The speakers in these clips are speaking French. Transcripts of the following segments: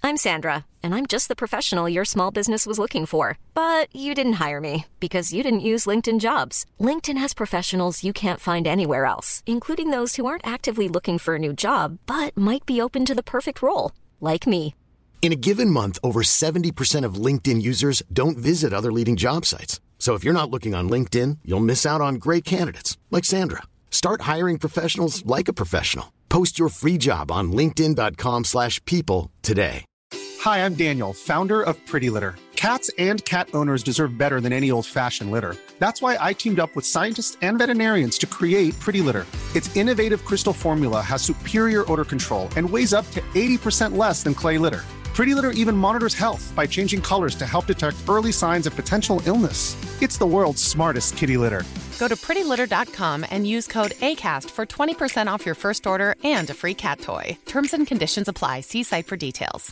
I'm Sandra, and I'm just the professional your small business was looking for. But you didn't hire me because you didn't use LinkedIn Jobs. LinkedIn has professionals you can't find anywhere else, including those who aren't actively looking for a new job, but might be open to the perfect role, like me. In a given month, over 70% of LinkedIn users don't visit other leading job sites. So if you're not looking on LinkedIn, you'll miss out on great candidates like Sandra. Start hiring professionals like a professional. Post your free job on linkedin.com/people today. Hi, I'm Daniel, founder of Pretty Litter. Cats and cat owners deserve better than any old-fashioned litter. That's why I teamed up with scientists and veterinarians to create Pretty Litter. Its innovative crystal formula has superior odor control and weighs up to 80% less than clay litter. Pretty Litter even monitors health by changing colors to help detect early signs of potential illness. It's the world's smartest kitty litter. Go to prettylitter.com and use code ACAST for 20% off your first order and a free cat toy. Terms and conditions apply. See site for details.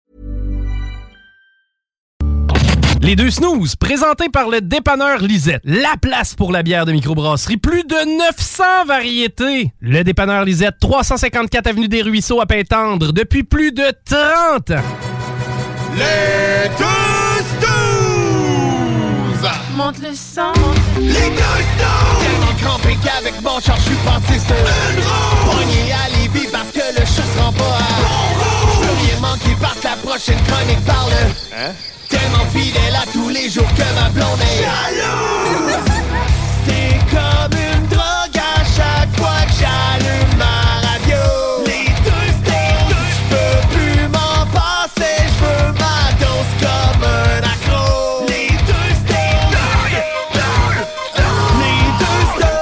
Les deux snooze, présentés par le dépanneur Lisette. La place pour la bière de microbrasserie. Plus de 900 variétés. Le dépanneur Lisette, 354 Avenue des Ruisseaux à Pintendre, depuis plus de 30 ans. Les deux snooze! Monte le sang. Les deux snooze! Tellement crampé qu'avec mon char, je suis passé sur une roue. Pogné à Lévis parce que le chat se rend pas à bon. Je veux rien manquer parce que la prochaine chronique parle. Hein? Tellement fidèle à tous les jours que ma blonde est jalouse. C'est comme une drogue à chaque fois que j'allume ma radio. Les deux snooze, je peux plus m'en passer, je veux ma dose comme un accro. Les deux snooze, les deux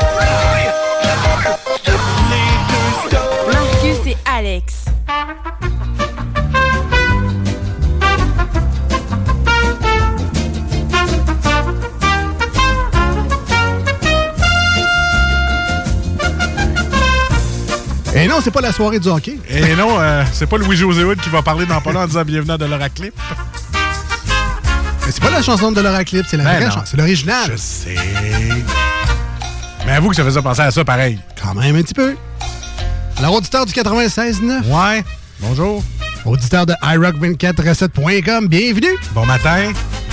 snooze, les deux snooze. Marcus et Alex. Et non, c'est pas la soirée du hockey. Et non, c'est pas Louis-José Hood qui va parler dans pas long en disant bienvenue à Doloraclip. Mais c'est pas la chanson de Doloraclip, c'est la vraie chanson, c'est l'original. Je sais. Mais avoue que ça faisait penser à ça pareil. Quand même un petit peu. Alors, auditeur du 96.9. Ouais, bonjour. Auditeur de iRock247.com, bienvenue. Bon matin.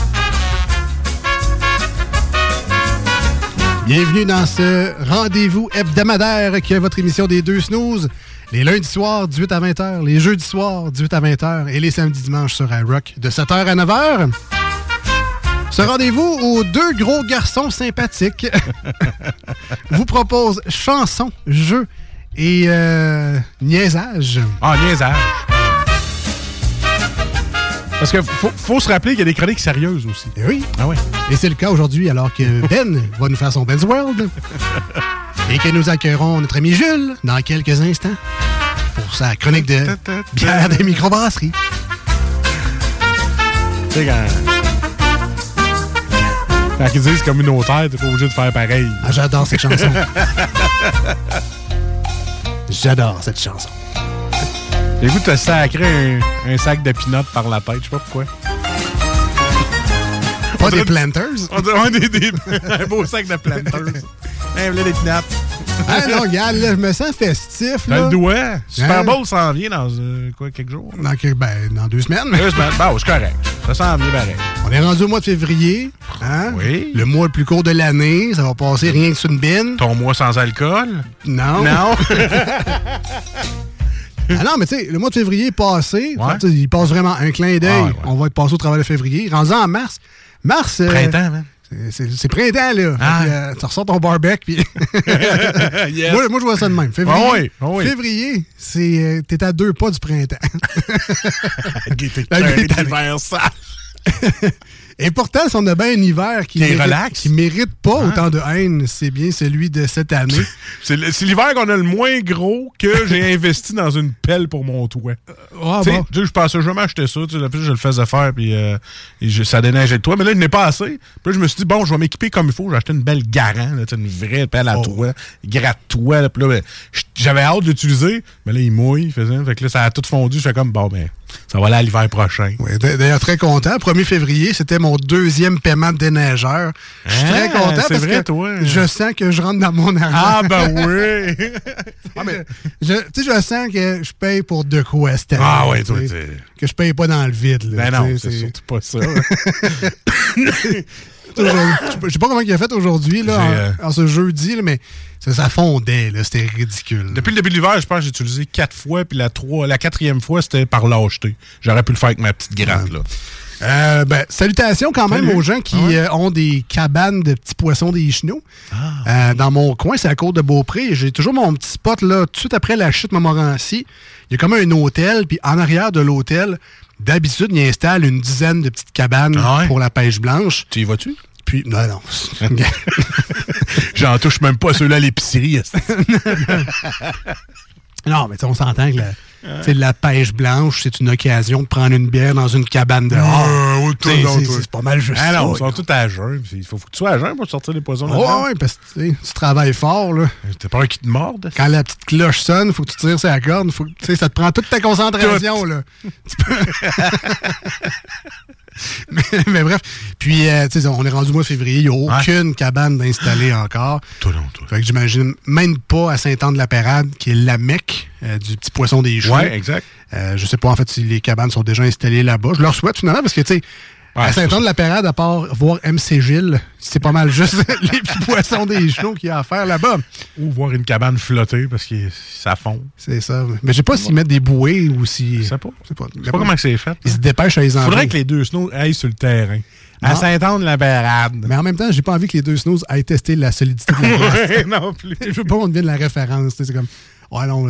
Bienvenue dans ce rendez-vous hebdomadaire qui est votre émission des deux snooze. Les lundis soirs, 18 à 20h. Les jeudis soirs, 18 à 20h. Et les samedis dimanches sur iRock, de 7h à 9h. Ce rendez-vous où deux gros garçons sympathiques vous proposent chansons, jeux et niaisage. Ah, niaisage. Parce qu'il faut se rappeler qu'il y a des chroniques sérieuses aussi. Et oui. Ah ouais. Et c'est le cas aujourd'hui, alors que Ben va nous faire son Ben's World. Et que nous accueillerons notre ami Jules dans quelques instants pour sa chronique de bière des microbrasseries. Tu sais, quand ils disent communautaire, t'es pas obligé de faire pareil. Ah, j'adore cette chanson. J'adore cette chanson. J'ai le goût de te sacrer un sac de peanuts par la tête, je sais pas pourquoi. Pas des Planters? On dirait un beau sac de Planters. Un blé des peanuts. Ah non, regarde, là, je me sens festif. T'as là. le doigt. Super Bowl s'en vient dans quelques jours. Dans 2 semaines. 2 semaines. Bon, c'est correct. Ça s'en vient pareil. On est rendu au mois de février. Hein? Oui. Le mois le plus court de l'année. Ça va passer rien que sur une bine. Ton mois sans alcool? Non. Non. Ah non, mais tu sais, le mois de février est passé. Ouais. Il passe vraiment un clin d'œil. Ah, ouais. On va être passé au travers de février. Rendu en mars. Mars. Printemps, man. C'est printemps, là. Ah. Donc, tu ressors ton barbecue, puis... Yes. moi, je vois ça de même. Février, Oh oui, oh oui. Février, c'est... t'es à 2 pas du printemps. L'hiver, ça. Et pourtant, si on a bien un hiver qui mérite pas autant de haine, c'est bien celui de cette année. C'est l'hiver qu'on a le moins gros que j'ai investi dans une pelle pour mon toit. Bon. Je pensais jamais acheter ça. Je le faisais faire, puis ça déneigeait le toit. Mais là, il n'est pas assez. Puis là, je me suis dit, bon, je vais m'équiper comme il faut. J'ai acheté une belle Garant, là, une vraie pelle à toit. Gratte-toit. Puis là, j'avais hâte d'utiliser. Mais là, il mouille. Fait que là, ça a tout fondu. Je fais comme, bon, ben, Ça va aller à l'hiver prochain. Oui, d'ailleurs, très content. 1er février, c'était mon 2e paiement de déneigeur. Je suis très content parce que je sens que je rentre dans mon argent. Ah, ben oui! Je sens que je paye pour de quoi cette année. Ah, oui, toi, que je paye pas dans le vide. Là, ben non, c'est surtout pas ça. Je sais pas comment il a fait aujourd'hui, là, en ce jeudi, là, mais ça fondait, là, c'était ridicule. Depuis le début de l'hiver, je pense que j'ai utilisé 4 fois, puis la 4e fois, c'était par lâcheté. J'aurais pu le faire avec ma petite gratte, là. Salutations quand même aux gens qui ont des cabanes de petits poissons des chenaux. Dans mon coin, c'est à la côte de Beaupré. J'ai toujours mon petit spot là, tout de suite après la chute Montmorency. Il y a comme un hôtel, puis en arrière de l'hôtel, d'habitude, il installe une dizaine de petites cabanes pour la pêche blanche. Tu y vas-tu? Puis, non. J'en touche même pas ceux-là à l'épicerie. Non, mais on s'entend que la pêche blanche, c'est une occasion de prendre une bière dans une cabane dehors. C'est pas mal juste ça. Non, ils sont tous à jeun. Il faut que tu sois à jeun pour sortir les poissons. Oui, parce que tu travailles fort. Là. T'as peur qu'ils te mordent? Quand la petite cloche sonne, il faut que tu tires sur la corde. Ça te prend toute ta concentration. Là. mais bref. Puis, on est rendu au mois de février. Il n'y a aucune cabane d'installer encore. Toi. Fait que j'imagine même pas à Saint-Anne-de-la-Pérade, qui est la Mecque du petit poisson des choux. Oui, exact. Je sais pas, en fait, si les cabanes sont déjà installées là-bas. Je leur souhaite, finalement, parce que, tu sais, à Saint-Anne-de-la-Pérade, à part voir MC Gilles, c'est pas mal juste les petits poissons des chenaux qu'il y a à faire là-bas. Ou voir une cabane flotter parce que ça fond. C'est ça. Mais je sais pas s'ils mettent des bouées ou si... Je sais pas. Je sais pas comment c'est fait. Ils se dépêchent à les enlever. Faudrait que les deux snows aillent sur le terrain. À Saint-Anne-de-la-Pérade. Mais en même temps, j'ai pas envie que les deux snows aillent tester la solidité de la glace. Non plus. Je veux pas qu'on devienne la référence. C'est comme... Ouais, non,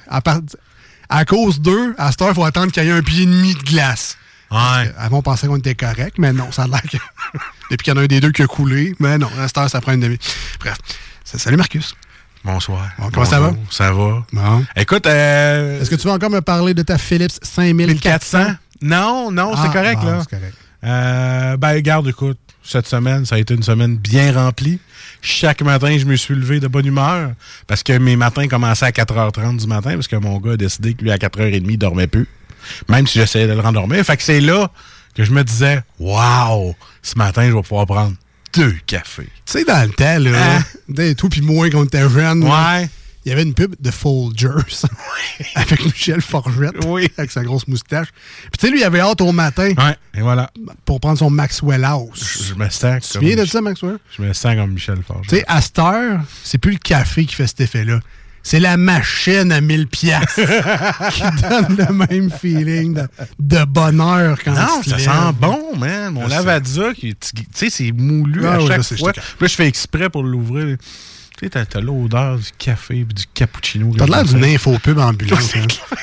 à cause d'eux, à cette heure, il faut attendre qu'il y ait 1,5 pied de glace. Ouais. Avant, on pensait qu'on était correct, mais non, ça a l'air que... Depuis qu'il y en a un des deux qui a coulé, mais non, à cette heure, ça prend une demi. Bref. Salut Marcus. Bonsoir. Comment ça va? Ça va. Bon. Écoute, est-ce que tu veux encore me parler de ta Philips 5400? Non, c'est correct, là. C'est correct. Regarde, écoute, cette semaine, ça a été une semaine bien remplie. Chaque matin, je me suis levé de bonne humeur parce que mes matins commençaient à 4h30 du matin parce que mon gars a décidé que lui, à 4h30, il dormait plus. Même si j'essayais de le rendormir. Fait que c'est là que je me disais, waouh, ce matin, je vais pouvoir prendre 2 cafés. Tu sais, dans le temps, là, tout puis moi, quand on était jeune, il y avait une pub de Folgers avec Michel Forgette, avec sa grosse moustache. Puis tu sais, lui, il avait hâte au matin et voilà. Pour prendre son Maxwell House. Je me sens Tu te souviens de ça, Maxwell? Je me sens comme Michel Forgette. Tu sais, à cette heure, c'est plus le café qui fait cet effet-là. C'est la machine à 1000$ qui donne le même feeling de bonheur quand tu te lèves. Ça sent bon, man. Mon Lavazza, tu sais, c'est moulu à chaque fois. Puis là, je fais exprès pour l'ouvrir. Tu sais, t'as l'odeur du café et du cappuccino. T'as l'air d'une infopub ambulante.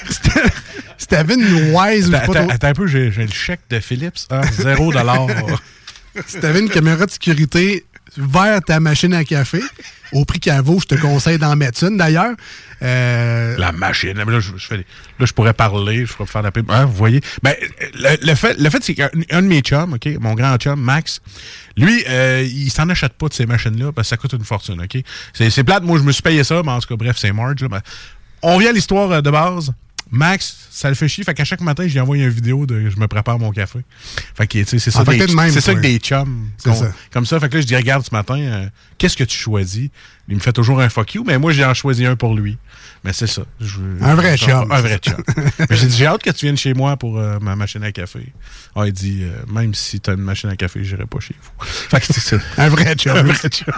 Si t'avais une Wise... Attends un peu, j'ai le chèque de Philips. $0. Si t'avais une caméra de sécurité vers ta machine à café, au prix qu'elle vaut, je te conseille d'en mettre une, d'ailleurs. La machine. Là, je pourrais parler, je pourrais faire la pub. Vous voyez? Ben, le fait c'est qu'un de mes chums, OK, mon grand chum, Max, lui, il s'en achète pas de ces machines-là parce que ça coûte une fortune, OK? C'est plate. Moi, je me suis payé ça, mais en tout cas, bref, c'est Marge. Là, ben, on revient à l'histoire de base. Max, ça le fait chier. Fait qu'à chaque matin, j'ai envoyé une vidéo de je me prépare mon café. Fait que, tu sais, c'est ça, ça que des chums. Comme ça. Fait que là, je dis, regarde, ce matin, qu'est-ce que tu choisis? Il me fait toujours un fuck you, mais moi, j'ai en choisi un pour lui. Mais c'est ça. Un vrai chum. Un vrai chum. Mais j'ai dit, j'ai hâte que tu viennes chez moi pour ma machine à café. Il dit, même si tu as une machine à café, j'irai pas chez vous. Fait que c'est ça. Un vrai chum. Un vrai chum.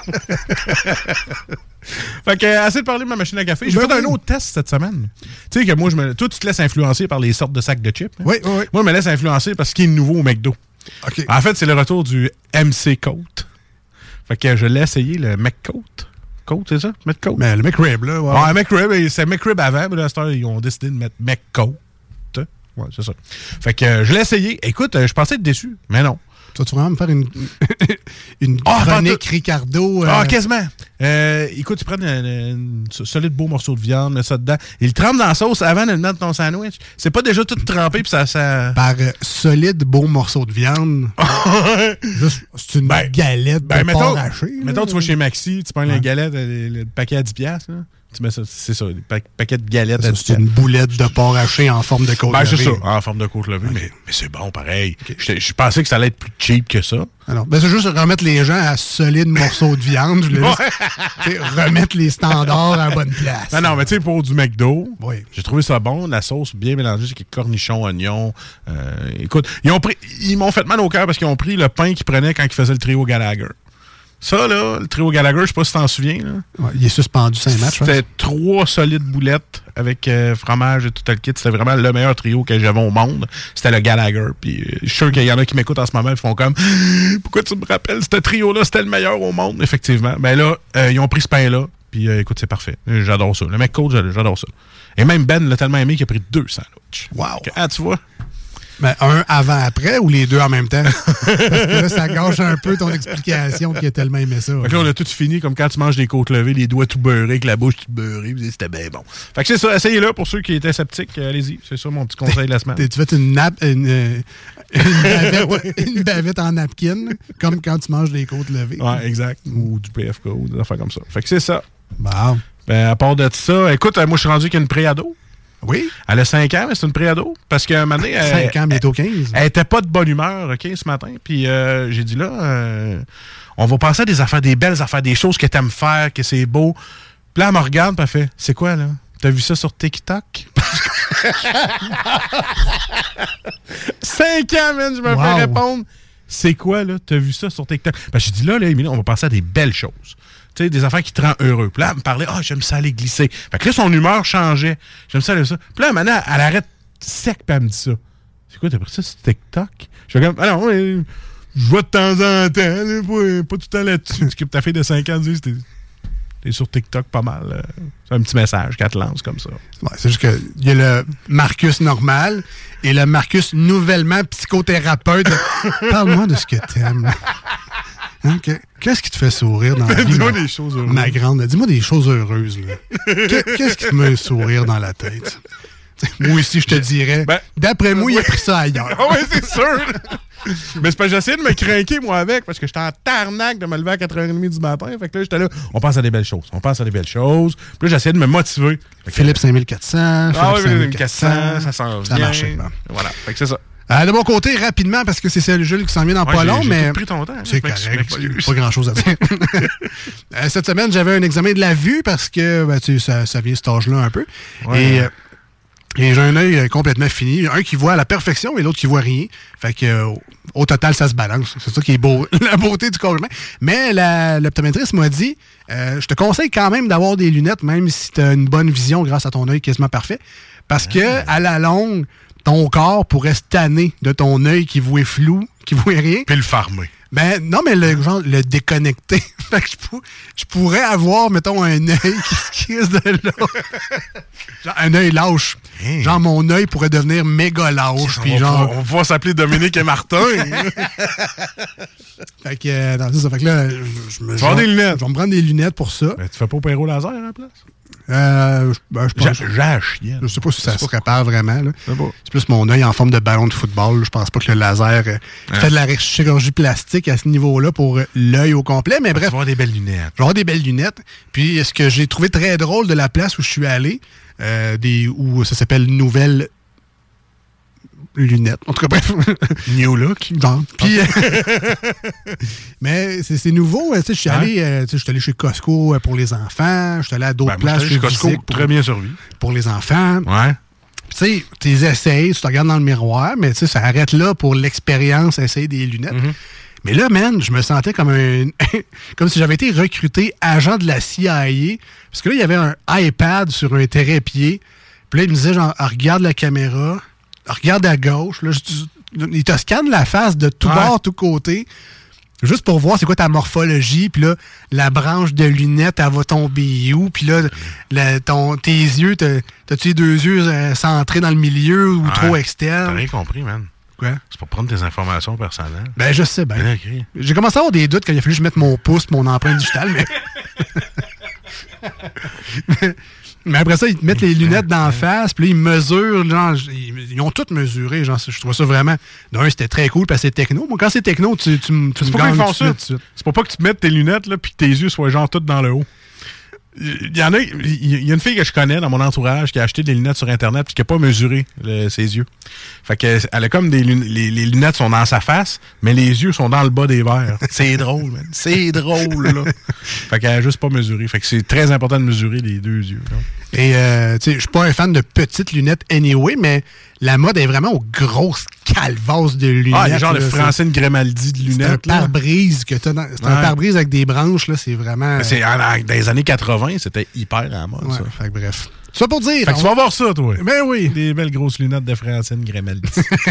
Fait que, assez de parler de ma machine à café. J'ai fait un autre test cette semaine. Tu sais que moi, toi, tu te laisses influencer par les sortes de sacs de chips. Hein? Oui. Moi, je me laisse influencer par ce qui est nouveau au McDo. Okay. En fait, c'est le retour du MC Coat. Fait que je l'ai essayé, le McCoat. Coat, c'est ça? McCoat. Mais le McRib, là. Ouais, McRib, c'est McRib avant, mais là, à cette heure, ils ont décidé de mettre McCoat. Ouais, c'est ça. Fait que je l'ai essayé. Écoute, je pensais être déçu, mais non. Tu vas vraiment me faire une chronique Ricardo? Quasiment. Écoute, tu prends une solide beau morceau de viande, mets ça dedans. Il le trempe dans la sauce avant de le mettre dans ton sandwich. C'est pas déjà tout trempé puis ça... Par solide beau morceau de viande. C'est une galette de porc haché. Mettons, tu vas chez Maxi, tu prends la galette, le paquet à 10$, là. Tu mets ça, c'est ça, des paquets de galettes. C'est une boulette de porc haché en forme de côte levée. C'est ça, en forme de côte levée, okay. mais c'est bon pareil. Okay. Je pensais que ça allait être plus cheap que ça. Alors, c'est juste remettre les gens à solides morceaux de viande. Je voulais juste remettre les standards à la bonne place. Non, mais tu sais, pour du McDo, j'ai trouvé ça bon. La sauce bien mélangée, c'est quelques cornichons, oignons. Écoute, ils m'ont fait mal au cœur parce qu'ils ont pris le pain qu'ils prenaient quand ils faisaient le trio Gallagher. Ça, là, le trio Gallagher, je sais pas si t'en souviens. Là. Ouais, il est suspendu 5 matchs. C'était 3 solides boulettes avec fromage et tout le kit. C'était vraiment le meilleur trio que j'avais au monde. C'était le Gallagher. Puis je suis sûr qu'il y en a qui m'écoutent en ce moment. Ils font comme « Pourquoi tu me rappelles? Ce trio-là, c'était le meilleur au monde. » Effectivement. Ben là, ils ont pris ce pain-là. Puis écoute, c'est parfait. J'adore ça. Le McCold, j'adore ça. Et même Ben l'a tellement aimé qu'il a pris 2 sandwichs. Wow! Tu vois? Ben, un avant-après ou les deux en même temps? Parce que là, ça gâche un peu ton explication qu'il a tellement aimé ça. Fait que là, on a tout fini comme quand tu manges des côtes levées, les doigts tout beurrés, avec la bouche toute beurrée. C'était bien bon. Fait que c'est ça, essayez-le pour ceux qui étaient sceptiques. Allez-y, c'est ça mon petit conseil de la semaine. Tu fais une bavette en napkin, comme quand tu manges des côtes levées. Ouais, exact. Ou du PFK ou des affaires comme ça. Fait que c'est ça. Bon. Ben, à part de ça, écoute, moi, je suis rendu qu'une préado. Oui. Elle a 5 ans, mais c'est une préado. Parce qu'à un moment donné... 5 ans, bientôt 15. Elle était pas de bonne humeur, OK, ce matin. Puis j'ai dit là, on va penser à des affaires, des belles affaires, des choses que t'aimes faire, que c'est beau. Puis là, elle me regarde, puis elle fait, c'est quoi, là? T'as vu ça sur TikTok? 5 ans, man, je me fais répondre. C'est quoi, là? T'as vu ça sur TikTok? Ben, j'ai dit là, Émilie, on va penser à des belles choses. Tu sais, des affaires qui te rendent heureux. Puis là, elle me parlait, j'aime ça aller glisser. Fait que là, son humeur changeait. J'aime ça aller ça. Puis là, maintenant, elle arrête sec, puis elle me dit ça. C'est quoi, t'as pris ça sur TikTok? Je fais comme, non, je vois de temps en temps, pas tout le temps là-dessus. Tu ta fille de 5 ans, tu dis, t'es sur TikTok pas mal. C'est un petit message qu'elle te lance comme ça. Ouais, c'est juste qu'il y a le Marcus normal et le Marcus nouvellement psychothérapeute. Parle-moi de ce que t'aimes. Hein, qu'est-ce qui te fait sourire dans la vie? Dis-moi des choses heureuses. Ma grande, dis-moi des choses heureuses. Là. Qu'est-ce qui te met sourire dans la tête? Moi aussi, je te dirais. D'après moi, il a pris ça ailleurs. Ah oui, c'est sûr. Mais c'est parce que j'essayais de me craquer, moi, avec, parce que j'étais en tarnac de me lever à 4h30 du matin. Fait que là, j'étais là, on pense à des belles choses. On pense à des belles choses. Puis là, j'essayais de me motiver. Philippe 5400. Philippe 5400, ça s'en vient. Ça marchait. Voilà, fait que c'est ça. De mon côté, rapidement, parce que c'est celle Jules qui s'en vient dans pas long, mais. J'ai pris ton temps. C'est correct, pas grand-chose à dire. Cette semaine, j'avais un examen de la vue parce que ça vient cet âge-là un peu. Ouais. Et j'ai un œil complètement fini. Un qui voit à la perfection et l'autre qui voit rien. Fait que au total, ça se balance. C'est ça qui est beau, la beauté du corps humain. Mais l'optométriste m'a dit, je te conseille quand même d'avoir des lunettes, même si tu as une bonne vision grâce à ton œil quasiment parfait. Parce que à la longue, ton corps pourrait se tanner de ton œil qui voit flou, qui voit rien. Puis le farmer. Ben, non, mais le déconnecter. Fait que je pourrais avoir, mettons, un œil qui se crisse de là. Genre, un œil lâche. Hey. Genre, mon œil pourrait devenir méga lâche. Puis genre... On va pouvoir s'appeler Dominique et Martin. Fait que, non, c'est ça. Fait que là, je vais avoir des lunettes. Je vais me prendre des lunettes pour ça. Ben, tu fais pas au Péro laser à la place? Je pense. Je sais pas si ça se répare vraiment. Là. C'est plus mon œil en forme de ballon de football. Je pense pas que le laser fait de la chirurgie plastique à ce niveau-là pour l'œil au complet. Mais bref. Tu vas avoir des belles lunettes. Je vais avoir des belles lunettes. Puis, ce que j'ai trouvé très drôle de la place où je suis allé, où ça s'appelle Nouvelle Lunettes. En tout cas, bref. New Look. Puis, mais c'est nouveau. Je suis allé chez Costco pour les enfants. Je suis allé à d'autres places chez Costco. Très bien servi. Pour les enfants. Ouais. Tu sais, tu les essayes, tu te regardes dans le miroir, mais tu sais, ça arrête là pour l'expérience, essayer des lunettes. Mm-hmm. Mais là, man, je me sentais comme comme si j'avais été recruté agent de la CIA. Parce que là, il y avait un iPad sur un trépied. Puis là, il me disait, genre, regarde la caméra. Regarde à gauche. Là, il te scanne la face de tout bord, tout côté. Juste pour voir c'est quoi ta morphologie. Puis là, la branche de lunettes, elle va tomber où? Puis là, tes yeux, t'as-tu les 2 yeux centrés dans le milieu ou trop externes? T'as rien compris, man. Quoi? C'est pour prendre tes informations personnelles. Ben, je sais, ben. J'ai commencé à avoir des doutes quand il a fallu que je mette mon pouce, mon empreinte digitale, mais... Mais après ça, ils te mettent les lunettes d'en face, puis là, ils mesurent, genre, ils ont tout mesuré, genre, je trouve ça vraiment... D'un, c'était très cool, parce que c'est techno. Moi, quand c'est techno, tu me gagnes tout de suite. C'est pour pas que tu te mettes tes lunettes, là, puis que tes yeux soient genre tout dans le haut. Il y a une fille que je connais dans mon entourage qui a acheté des lunettes sur Internet puis qui n'a pas mesuré ses yeux. Fait que elle a comme les lunettes sont dans sa face, mais les yeux sont dans le bas des verres. C'est drôle, man. C'est drôle, là. Fait qu'elle a juste pas mesuré. Fait que c'est très important de mesurer les deux yeux. Là. Et, tu sais, je suis pas un fan de petites lunettes anyway, mais la mode est vraiment aux grosses calvasses de lunettes. Ah, il y a genre le Francine Grimaldi de lunettes. C'est un pare-brise que t'as c'est un pare-brise avec des branches, là, c'est vraiment... Dans les années 80, c'était hyper à la mode, ça. Fait que bref. Ça pour dire... Fait que tu vas voir ça, toi. Ben oui. Des belles grosses lunettes de Francine Grimaldi.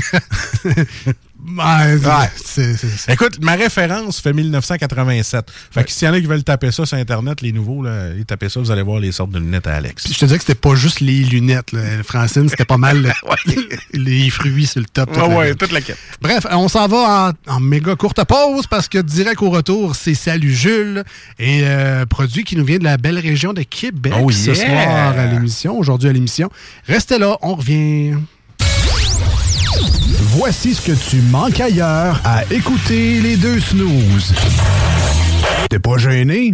C'est. Écoute, ma référence fait 1987. Fait que s'il y en a qui veulent taper ça sur Internet, les nouveaux, là, ils tapent ça, vous allez voir les sortes de lunettes à Alex. Puis je te disais que c'était pas juste les lunettes. Là. Francine, c'était pas mal les fruits sur le top. Toute la quête. Bref, on s'en va en méga courte pause parce que direct au retour, c'est Salut Jules et produit qui nous vient de la belle région de Québec ce soir à l'émission, aujourd'hui à l'émission. Restez là, on revient. Voici ce que tu manques ailleurs à écouter les deux snooze. T'es pas gêné?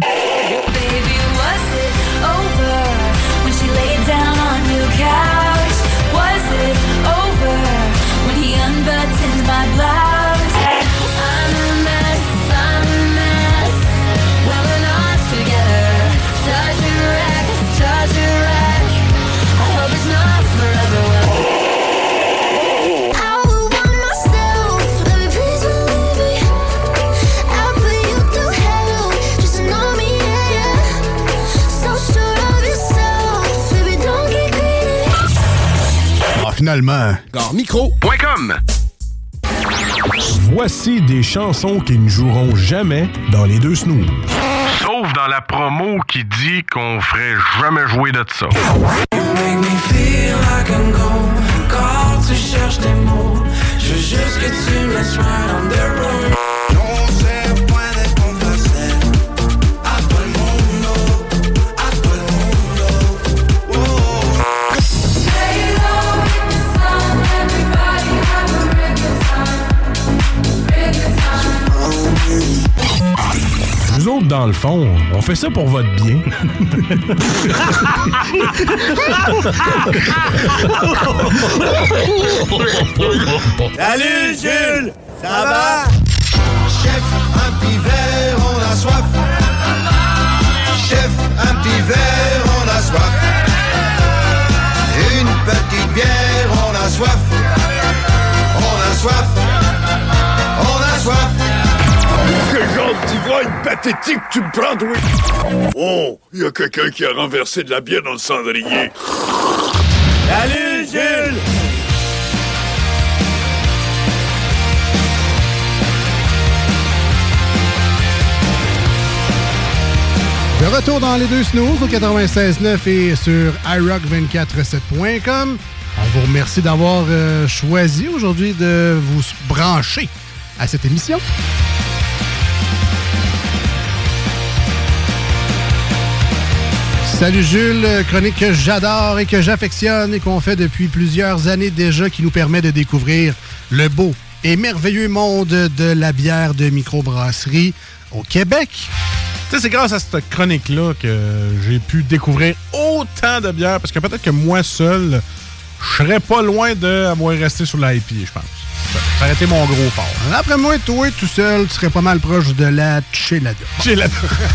Finalement. Garmicro.com. Voici des chansons qui ne joueront jamais dans les deux snooze. Sauf dans la promo qui dit qu'on ferait jamais jouer de ça. Quand tu cherches tes mots, je veux juste que tu me laisses right on the road. Non, c'est point d'être complacé. A todo el mundo, a todo el mundo. Oh. Nous autres, dans le fond, on fait ça pour votre bien. Salut Jules, ça va? Chef, un petit verre, on a soif. Chef, un petit verre, on a soif. Une petite bière, on a soif. On a soif. On a soif. Quel genre de d'ivrogne pathétique tu me prends, toi? Oh, il y a quelqu'un qui a renversé de la bière dans le cendrier. Salut Jules! De retour dans les deux snooze au 96.9 et sur iRock247.com. On vous remercie d'avoir choisi aujourd'hui de vous brancher à cette émission. Salut Jules, chronique que j'adore et que j'affectionne et qu'on fait depuis plusieurs années déjà, qui nous permet de découvrir le beau et merveilleux monde de la bière de microbrasserie au Québec. Tu sais, c'est grâce à cette chronique-là que j'ai pu découvrir autant de bières, parce que peut-être que moi seul, je serais pas loin d'avoir resté sur l'IPA, je pense. Ça aurait été mon gros fort. Après moi, toi, tout seul, tu serais pas mal proche de la Chelada. Chelada.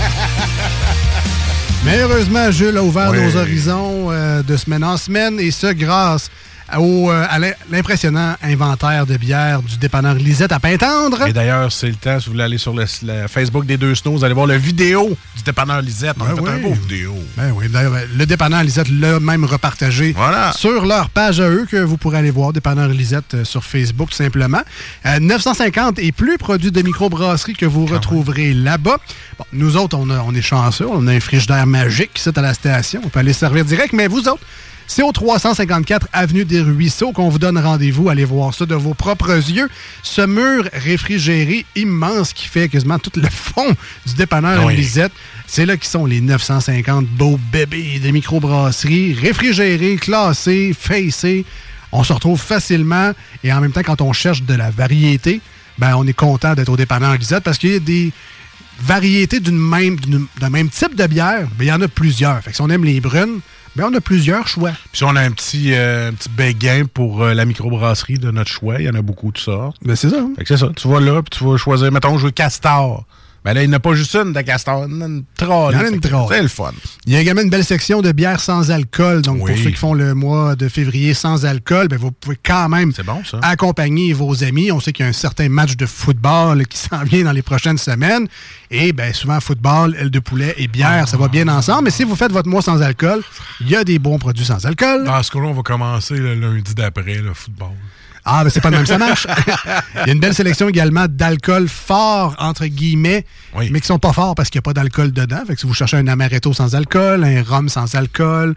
Mais heureusement, Jules a ouvert nos horizons de semaine en semaine, et ce, grâce à l'impressionnant inventaire de bières du dépanneur Lisette à Pintendre. Et d'ailleurs, c'est le temps, si vous voulez aller sur le Facebook des Deux Snows, vous allez voir la vidéo du dépanneur Lisette. On a fait un beau vidéo. Ben oui, d'ailleurs, le dépanneur Lisette l'a même repartagé sur leur page à eux, que vous pourrez aller voir, dépanneur Lisette sur Facebook, tout simplement. 950 et plus produits de microbrasserie que vous retrouverez là-bas. Bon, nous autres, on est chanceux, on a un frigidaire magique ici à la station. On peut aller se servir direct, mais vous autres, c'est au 354 Avenue des Ruisseaux qu'on vous donne rendez-vous. Allez voir ça de vos propres yeux. Ce mur réfrigéré immense qui fait quasiment tout le fond du dépanneur Lisette. C'est là qu'ils sont les 950 beaux bébés de microbrasserie, réfrigérés, classés, facés. On se retrouve facilement, et en même temps, quand on cherche de la variété, ben on est content d'être au dépanneur Lisette parce qu'il y a des variété d'un même type de bière, il y en a plusieurs. Fait que si on aime les brunes, on a plusieurs choix. Puis si on a un petit béguin pour la microbrasserie de notre choix, il y en a beaucoup de sortes. Ben c'est ça. Fait que c'est ça. Tu vas là, puis tu vas choisir, mettons, je veux Castor. Ben là, il n'y en a pas juste une de Castor, il y en a une trolley. Il y en a une trolley. C'est le fun. Il y a également une belle section de bières sans alcool. Donc, pour ceux qui font le mois de février sans alcool, vous pouvez quand même accompagner vos amis. On sait qu'il y a un certain match de football qui s'en vient dans les prochaines semaines. Et souvent, football, aile de poulet et bière, ça va bien ensemble. Mais si vous faites votre mois sans alcool, il y a des bons produits sans alcool. Dans ce cas-là, on va commencer le lundi d'après, le football. Ah, c'est pas de même, ça marche. Il y a une belle sélection également d'alcool fort, entre guillemets, mais qui sont pas forts parce qu'il n'y a pas d'alcool dedans. Fait que si vous cherchez un amaretto sans alcool, un rhum sans alcool,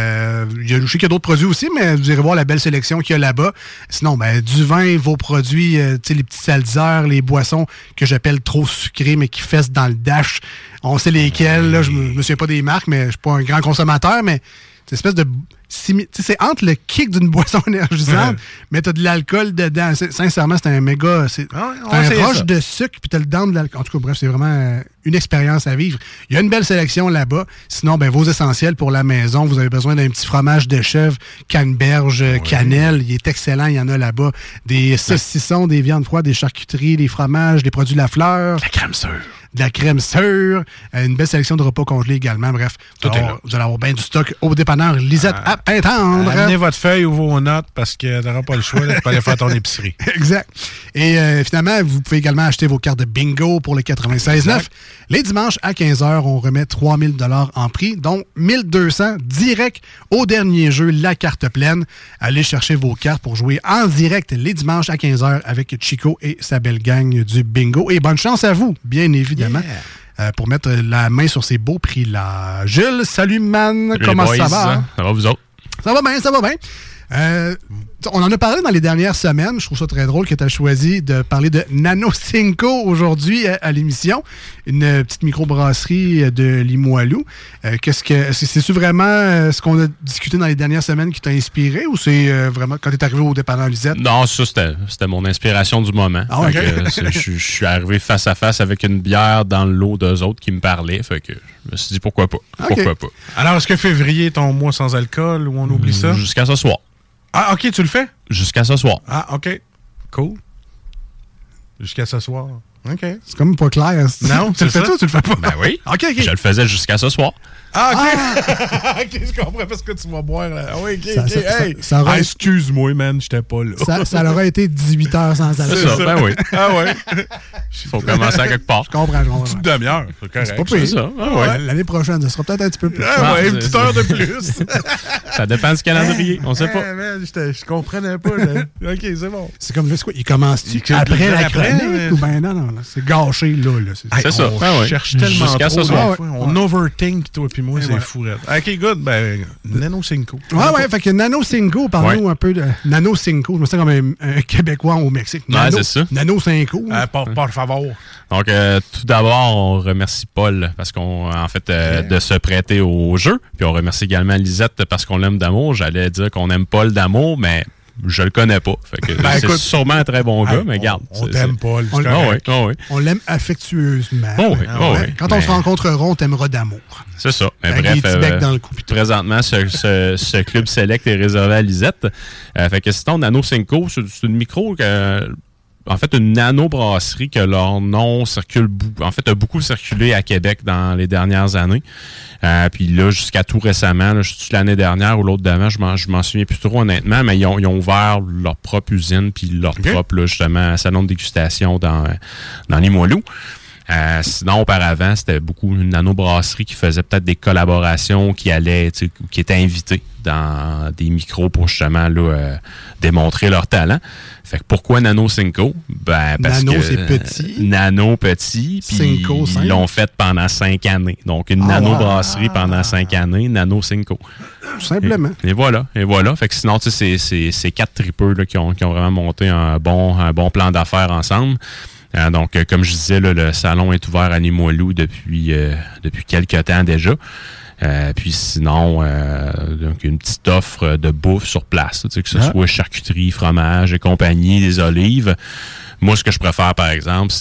je sais qu'il y a d'autres produits aussi, mais vous irez voir la belle sélection qu'il y a là-bas. Sinon, du vin, vos produits, les petits seltzers, les boissons que j'appelle trop sucrées, mais qui fessent dans le dash. On sait lesquels, là, je me souviens pas des marques, mais je suis pas un grand consommateur, mais c'est une espèce de... c'est entre le kick d'une boisson énergisante, mais t'as de l'alcool dedans. Sincèrement, c'est un méga... C'est un rush de sucre, puis t'as le down de l'alcool. En tout cas, bref, c'est vraiment une expérience à vivre. Il y a une belle sélection là-bas. Sinon, vos essentiels pour la maison, vous avez besoin d'un petit fromage de chèvre, canneberge, cannelle. Il est excellent, il y en a là-bas. Des saucissons, des viandes froides, des charcuteries, des fromages, des produits Lafleur. La crème sûre. De la crème sûre, une belle sélection de repas congelés également. Bref, vous allez avoir bien du stock au dépanneur Lisette à Pintendre. Amenez votre feuille ou vos notes parce que t'auras pas le choix de pas aller faire ton épicerie. Exact. Et finalement, vous pouvez également acheter vos cartes de bingo pour le 96.9. Les dimanches à 15h, on remet 3000 $ en prix, donc 1200 direct au dernier jeu, la carte pleine. Allez chercher vos cartes pour jouer en direct les dimanches à 15h avec Chico et sa belle gang du bingo. Et bonne chance à vous, bien évidemment. Pour mettre la main sur ces beaux prix-là. Jules, salut man, salut comment boys, ça va? Ça va vous autres? Ça va bien. On en a parlé dans les dernières semaines. Je trouve ça très drôle que tu as choisi de parler de Nano Cinco aujourd'hui à l'émission. Une petite microbrasserie de Limoilou. C'est-tu vraiment ce qu'on a discuté dans les dernières semaines qui t'a inspiré ou c'est vraiment quand tu es arrivé au dépanneur Lisette? Non, ça, c'était mon inspiration du moment. Ah, okay. Je suis arrivé face à face avec une bière dans le lot d'eux autres qui me parlaient. Fait que je me suis dit pourquoi pas. Pourquoi pas. Alors, est-ce que février est ton mois sans alcool ou on oublie ça? Jusqu'à ce soir. Ah, OK, tu le fais? Jusqu'à ce soir. Ah, OK. Cool. Jusqu'à ce soir. OK. C'est comme pas clair. Non, tu le fais-tu ou tu le fais pas? Ben oui. OK. Je le faisais jusqu'à ce soir. Ah, OK. OK, je comprends parce que tu vas boire. Là. Ah, oui, OK. Excuse-moi, man, j'étais pas là. Ça leur a été 18 heures sans alcool. C'est ça, ben oui. Ah, ouais. Il faut commencer à quelque part. Je comprends. Une petite demi-heure, c'est correct. C'est pas pire. C'est ça. Ah, ouais. L'année prochaine, ça sera peut-être un petit peu plus. Ah, ouais, une petite heure de plus. Ça dépend du calendrier. On sait pas. Man, je comprenais pas. Là. OK, c'est bon. C'est comme là, c'est quoi? Il commence-tu après la chronique ou ben non, c'est gâché là. C'est ça. On cherche tellement jusqu'à trop. Ce soir. On overthink, toi puis moi, c'est fou. OK, good. Ben, Nano Cinco. Ouais, fait que Nano Cinco, parlez-nous un peu de Nano Cinco. Je me sens comme un Québécois au Mexique. Nano, c'est ça. Nano Cinco. Par favor. Donc, tout d'abord, on remercie Paul parce qu'on, en fait, de se prêter au jeu. Puis on remercie également Lisette parce qu'on l'aime d'amour. J'allais dire qu'on aime Paul d'amour, mais je le connais pas. Fait que c'est sûrement un très bon gars, mais garde. On t'aime, Paul. On l'aime affectueusement. Quand on se rencontrera, on t'aimera d'amour. C'est ça. Mais avec bref, des petits becs dans le cou, présentement, ce club select est réservé à Lisette. Fait que sinon, Nano Cinco, c'est une micro en fait, une nano-brasserie que leur nom circule, en fait, a beaucoup circulé à Québec dans les dernières années. Puis là, jusqu'à tout récemment, là, je suis l'année dernière ou l'autre d'avant, je m'en souviens plus trop honnêtement, mais ils ont ouvert leur propre usine puis leur propre, là, justement, salon de dégustation dans Limoilou. Sinon, auparavant, c'était beaucoup une nano-brasserie qui faisait peut-être des collaborations qui étaient invités dans des micros pour justement là, démontrer leur talent. Fait que pourquoi Nano Cinco? Ben, parce Nano, que c'est petit. Nano, petit. Puis ils l'ont fait pendant 5 années. Donc, une nano-brasserie pendant 5 années, Nano Cinco. Tout simplement. Et voilà. Fait que sinon, tu sais, c'est 4 tripeux là, qui ont vraiment monté un bon plan d'affaires ensemble. Donc, comme je disais, là, le salon est ouvert à Limoilou depuis quelques temps déjà. Puis sinon, donc une petite offre de bouffe sur place, que ce soit charcuterie, fromage et compagnie, des olives. Moi, ce que je préfère, par exemple, c'est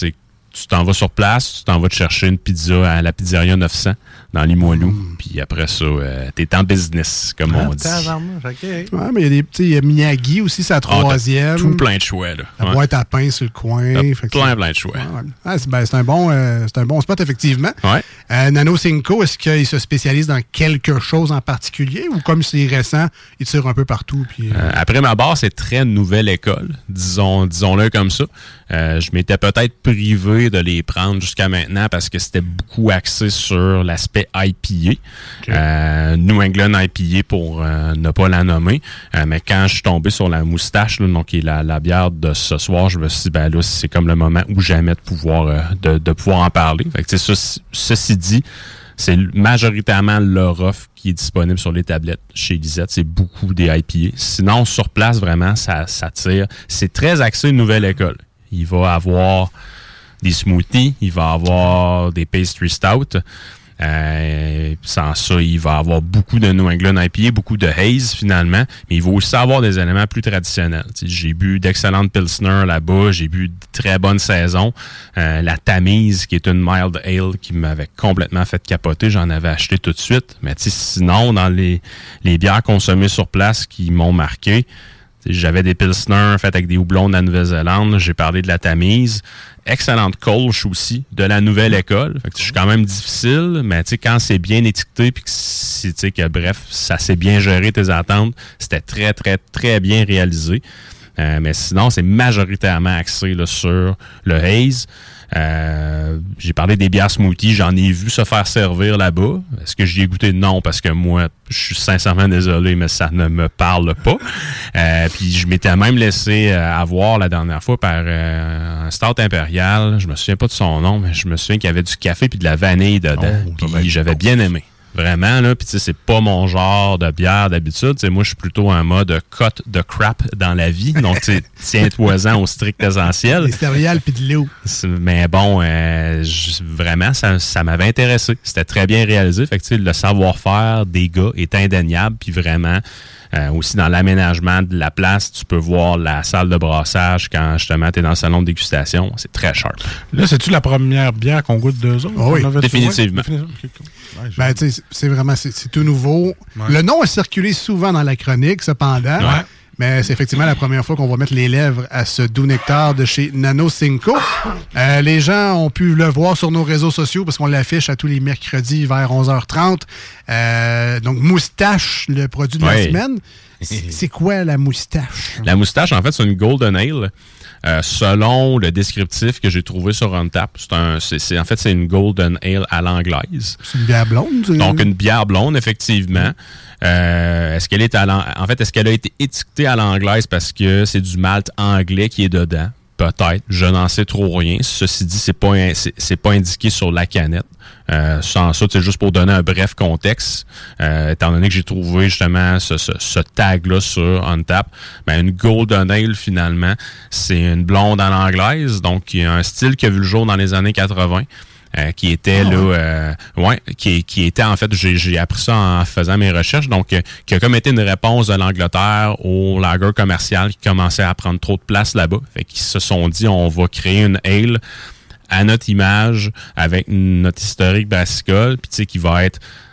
tu t'en vas sur place, tu t'en vas te chercher une pizza à la pizzeria 900 dans Limoilou. Puis après ça, t'es en business, comme on dit. Ouais, mais il y a Miyagi aussi, c'est la troisième. Tout plein de choix, là. La boîte à pain sur le coin. Plein de choix. C'est un bon spot, effectivement. Ouais. Nano Cinco, est-ce qu'il se spécialise dans quelque chose en particulier ou comme c'est récent, il tire un peu partout? Puis, après ma barre, c'est très nouvelle école, disons-le comme ça. Je m'étais peut-être privé de les prendre jusqu'à maintenant parce que c'était beaucoup axé sur l'aspect IPA. Okay. New England IPA pour ne pas la nommer. Mais quand je suis tombé sur la moustache, là, donc qui est la bière de ce soir, je me suis dit, ben là, c'est comme le moment où jamais de pouvoir en parler. Fait que, ceci dit, c'est majoritairement leur offre qui est disponible sur les tablettes chez Lisette. C'est beaucoup des IPA. Sinon, sur place, vraiment, ça tire. C'est très axé nouvelle école. Il va avoir des smoothies, il va avoir des pastry stout. Sans ça, il va avoir beaucoup de New England IPA, beaucoup de haze finalement, mais il va aussi avoir des éléments plus traditionnels. T'sais, j'ai bu d'excellentes Pilsner là-bas, j'ai bu de très bonnes saisons. La Tamise, qui est une mild ale qui m'avait complètement fait capoter, j'en avais acheté tout de suite. Mais sinon, dans les bières consommées sur place qui m'ont marqué, j'avais des Pilsner faites avec des houblons de la Nouvelle-Zélande. J'ai parlé de la Tamise. Excellente Kolsch aussi, de la nouvelle école. Fait que je suis quand même difficile, mais quand c'est bien étiqueté puis que bref, ça s'est bien géré tes attentes, c'était très, très, très bien réalisé. Mais sinon, c'est majoritairement axé là, sur le haze. J'ai parlé des bières smoothies, j'en ai vu se faire servir là-bas. Est-ce que j'y ai goûté? Non, parce que moi, je suis sincèrement désolé, mais ça ne me parle pas. Puis je m'étais même laissé avoir la dernière fois par un stout impérial. Je me souviens pas de son nom, mais je me souviens qu'il y avait du café puis de la vanille dedans. Puis j'avais bien aimé. Vraiment, là, puis tu sais, c'est pas mon genre de bière d'habitude. Tu sais, moi, je suis plutôt en mode cut de crap dans la vie. Donc, tu sais, tiens-toi-en au strict essentiel. Des céréales puis de l'eau. Mais bon, vraiment, ça m'avait intéressé. C'était très bien réalisé. Fait que, tu sais, le savoir-faire des gars est indéniable. Puis vraiment, aussi dans l'aménagement de la place, tu peux voir la salle de brassage quand, justement, tu es dans le salon de dégustation. C'est très sharp. Là, c'est-tu la première bière qu'on goûte d'eux autres? Oh oui, définitivement. Ben, tu sais, c'est vraiment, c'est tout nouveau. Ouais. Le nom a circulé souvent dans la chronique, cependant. Ouais. Mais c'est effectivement la première fois qu'on va mettre les lèvres à ce doux nectar de chez Nano Cinco. Les gens ont pu le voir sur nos réseaux sociaux parce qu'on l'affiche à tous les mercredis vers 11h30. Donc, Moustache, le produit de la semaine. C'est quoi la moustache? La moustache, en fait, c'est une Golden Ale. Selon le descriptif que j'ai trouvé sur Untappd, c'est une Golden Ale à l'anglaise. C'est une bière blonde? Donc, une bière blonde, effectivement. Est-ce qu'elle a été étiquetée à l'anglaise parce que c'est du malt anglais qui est dedans? Peut-être. Je n'en sais trop rien. Ceci dit, c'est pas indiqué sur la canette. Sans ça, c'est juste pour donner un bref contexte. Étant donné que j'ai trouvé justement ce tag-là sur Untappd, ben une Golden Ale, finalement, c'est une blonde à l'anglaise. Donc, il y a un style qui a vu le jour dans les années 80. Qui était qui était en fait, j'ai appris ça en faisant mes recherches, donc qui a comme été une réponse de l'Angleterre au lager commercial qui commençait à prendre trop de place là-bas. Fait qu'ils se sont dit, on va créer une ale à notre image avec notre historique brassicole, puis tu sais qui va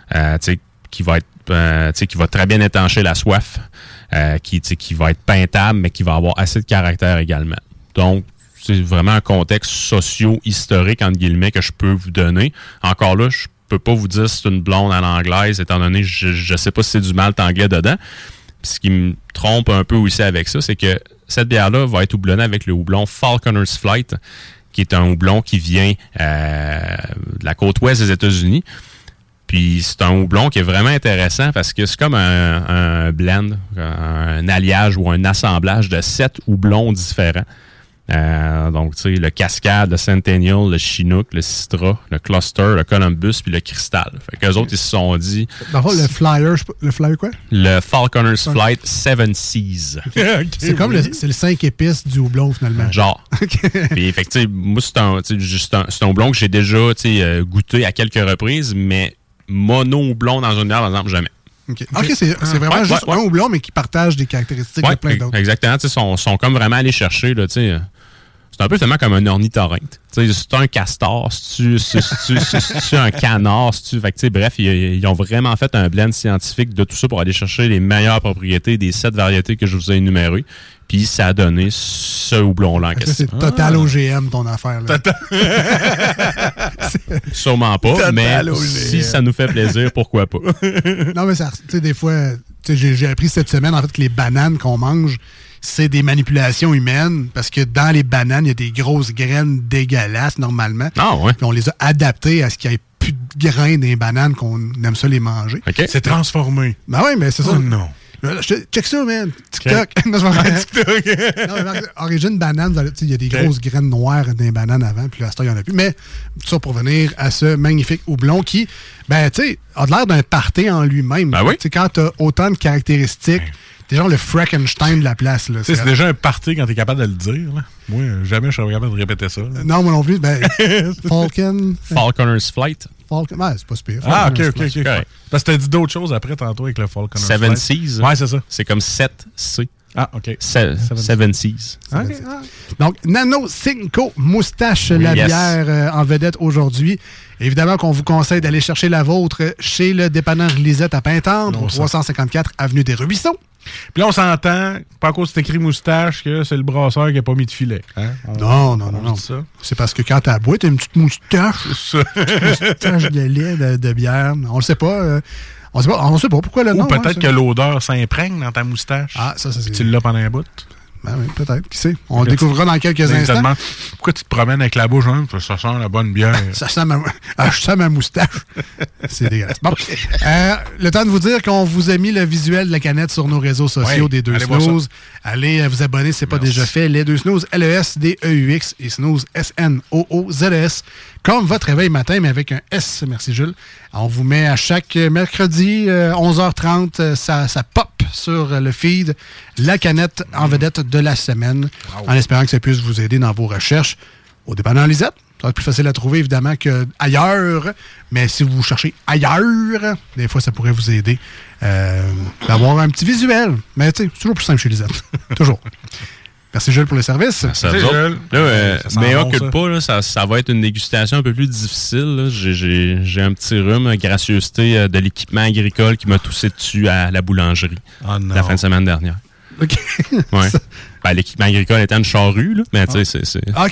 très bien étancher la soif, qui va être peintable, mais qui va avoir assez de caractère également. Donc c'est vraiment un contexte socio-historique, entre guillemets, que je peux vous donner. Encore là, je peux pas vous dire si c'est une blonde à l'anglaise, étant donné que je sais pas si c'est du malt anglais dedans. Puis ce qui me trompe un peu aussi avec ça, c'est que cette bière-là va être houblonnée avec le houblon Falconer's Flight, qui est un houblon qui vient de la côte ouest des États-Unis. Puis c'est un houblon qui est vraiment intéressant parce que c'est comme un blend, un alliage ou un assemblage de 7 houblons différents. Donc, tu sais, le Cascade, le Centennial, le Chinook, le Citra, le Cluster, le Columbus, puis le Crystal. Fait qu'eux autres, ils se sont dit... Dans le Flyer quoi? Le Falconer's Flight 7 Seas. Okay, c'est comme le 5 épices du houblon, finalement. Genre. Puis, effectivement, moi, c'est un houblon que j'ai déjà goûté à quelques reprises, mais mono houblon dans une bière, par exemple, jamais. OK, c'est vraiment juste un houblon, mais qui partage des caractéristiques de plein d'autres. Exactement. Ils sont comme vraiment allés chercher, là, tu sais... C'est un peu tellement comme un ornithorynque. C'est un castor, c'est un canard, fait que, bref, ils ont vraiment fait un blend scientifique de tout ça pour aller chercher les meilleures propriétés des 7 variétés que je vous ai énumérées. Puis ça a donné ce houblon-là en question. C'est total OGM, ton affaire. Là. Sûrement pas, total mais OGM. Si ça nous fait plaisir, pourquoi pas? Non, mais ça, des fois, j'ai appris cette semaine en fait que les bananes qu'on mange, c'est des manipulations humaines parce que dans les bananes, il y a des grosses graines dégueulasses normalement. Ah ouais. Puis on les a adaptées à ce qu'il n'y ait plus de grains dans les bananes qu'on aime ça les manger. Okay. C'est transformé. Ben oui, mais c'est ça. Oh non. Check ça, man. TikTok. Okay. Non, origine banane, il y a des grosses graines noires dans les bananes avant, puis là, il n'y en a plus. Mais tout ça pour venir à ce magnifique houblon qui, ben, tu sais, a l'air d'un party en lui-même. Ben oui. Quand tu as autant de caractéristiques, t'es genre le Frankenstein de la place. Là. C'est déjà un party quand t'es capable de le dire. Là. Moi, jamais je serais capable de répéter ça. Là. Non, moi non plus. Ben, Falconer's Flight. Ouais, c'est pas super. Ah, ok. Parce que t'as dit d'autres choses après tantôt avec le Falconer's Flight. Seven Seas. Ouais, c'est ça. C'est comme 7C. Ah, ok. Seven Seas. Okay. Donc, Nano Cinco Moustache, la bière en vedette aujourd'hui. Évidemment qu'on vous conseille d'aller chercher la vôtre chez le dépanneur Lisette à Pintendre, au 354 Avenue des Ruisseaux. Puis là, on s'entend, pas à cause de c'est écrit moustache, que c'est le brasseur qui n'a pas mis de filet. Hein? Non. C'est parce que quand t'as bois, t'as une petite moustache. C'est ça. Une moustache de lait, de bière. On le sait pas. On sait pas pourquoi le nom. Ou peut-être que l'odeur s'imprègne dans ta moustache. Ah, ça c'est... Tu l'as pendant un bout. Ben oui, peut-être. Qui sait? On le découvrira dans quelques instants. Demande, pourquoi tu te promènes avec la bouche? Hein? Ça sent la bonne bière. Ça sent je sens ma moustache. C'est dégueulasse. Bon. Le temps de vous dire qu'on vous a mis le visuel de la canette sur nos réseaux sociaux des Deux Snooze. Allez vous abonner si ce n'est pas déjà fait. Les Deux Snooze, LESDEUX et Snooze, SNOOZES. Comme votre réveil matin, mais avec un S. Merci, Jules. On vous met à chaque mercredi, 11h30, ça pop sur le feed, la canette en vedette de la semaine, en espérant que ça puisse vous aider dans vos recherches. Au dépanneur Lisette, ça va être plus facile à trouver, évidemment, qu'ailleurs. Mais si vous cherchez ailleurs, des fois, ça pourrait vous aider d'avoir un petit visuel. Mais tu sais, c'est toujours plus simple chez Lisette. Toujours. Merci, Jules, pour le service. Merci, Jules. Mais occupe pas, là, ça va être une dégustation un peu plus difficile. Là. J'ai un petit rhume, gracieuseté de l'équipement agricole qui m'a toussé dessus à la boulangerie la fin de semaine dernière. OK. Ouais. Ben, l'équipement agricole étant une charrue, là, mais tu sais, c'est... OK.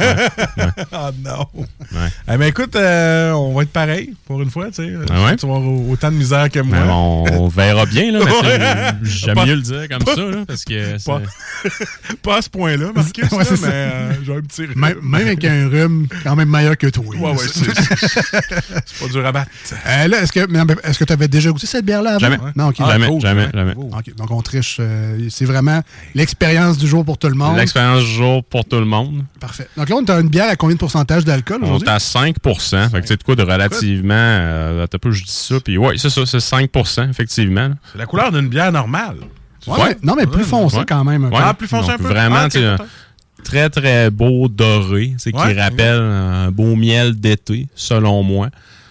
Oh non. Ouais. Mais écoute, on va être pareil pour une fois, tu sais. Tu vas avoir autant de misère que moi. On verra bien, là, mais j'aime mieux le dire comme ça, là, parce que... Pas à ce point-là, Marcus, ouais, mais j'ai un petit rhume. Même avec un rhume, quand même meilleur que toi. Ouais, c'est pas dur à battre. Là, est-ce que tu avais déjà goûté cette bière-là avant? Jamais. Non, okay. Jamais. Okay, donc, on triche. C'est vraiment l'expérience du jour pour tout le monde. L'expérience du jour pour tout le monde. Parfait. Donc là, on a une bière à combien de pourcentage d'alcool aujourd'hui? On est à 5%. Fait que tu sais de quoi de relativement... t'as pas je dis ça. Puis ouais, c'est ça, c'est 5%, effectivement. C'est la couleur d'une bière normale. Ouais. Non, mais plus foncé quand même. Plus foncé un peu. Vraiment, tu sais, très, très beau doré, qui rappelle un beau miel d'été, selon moi.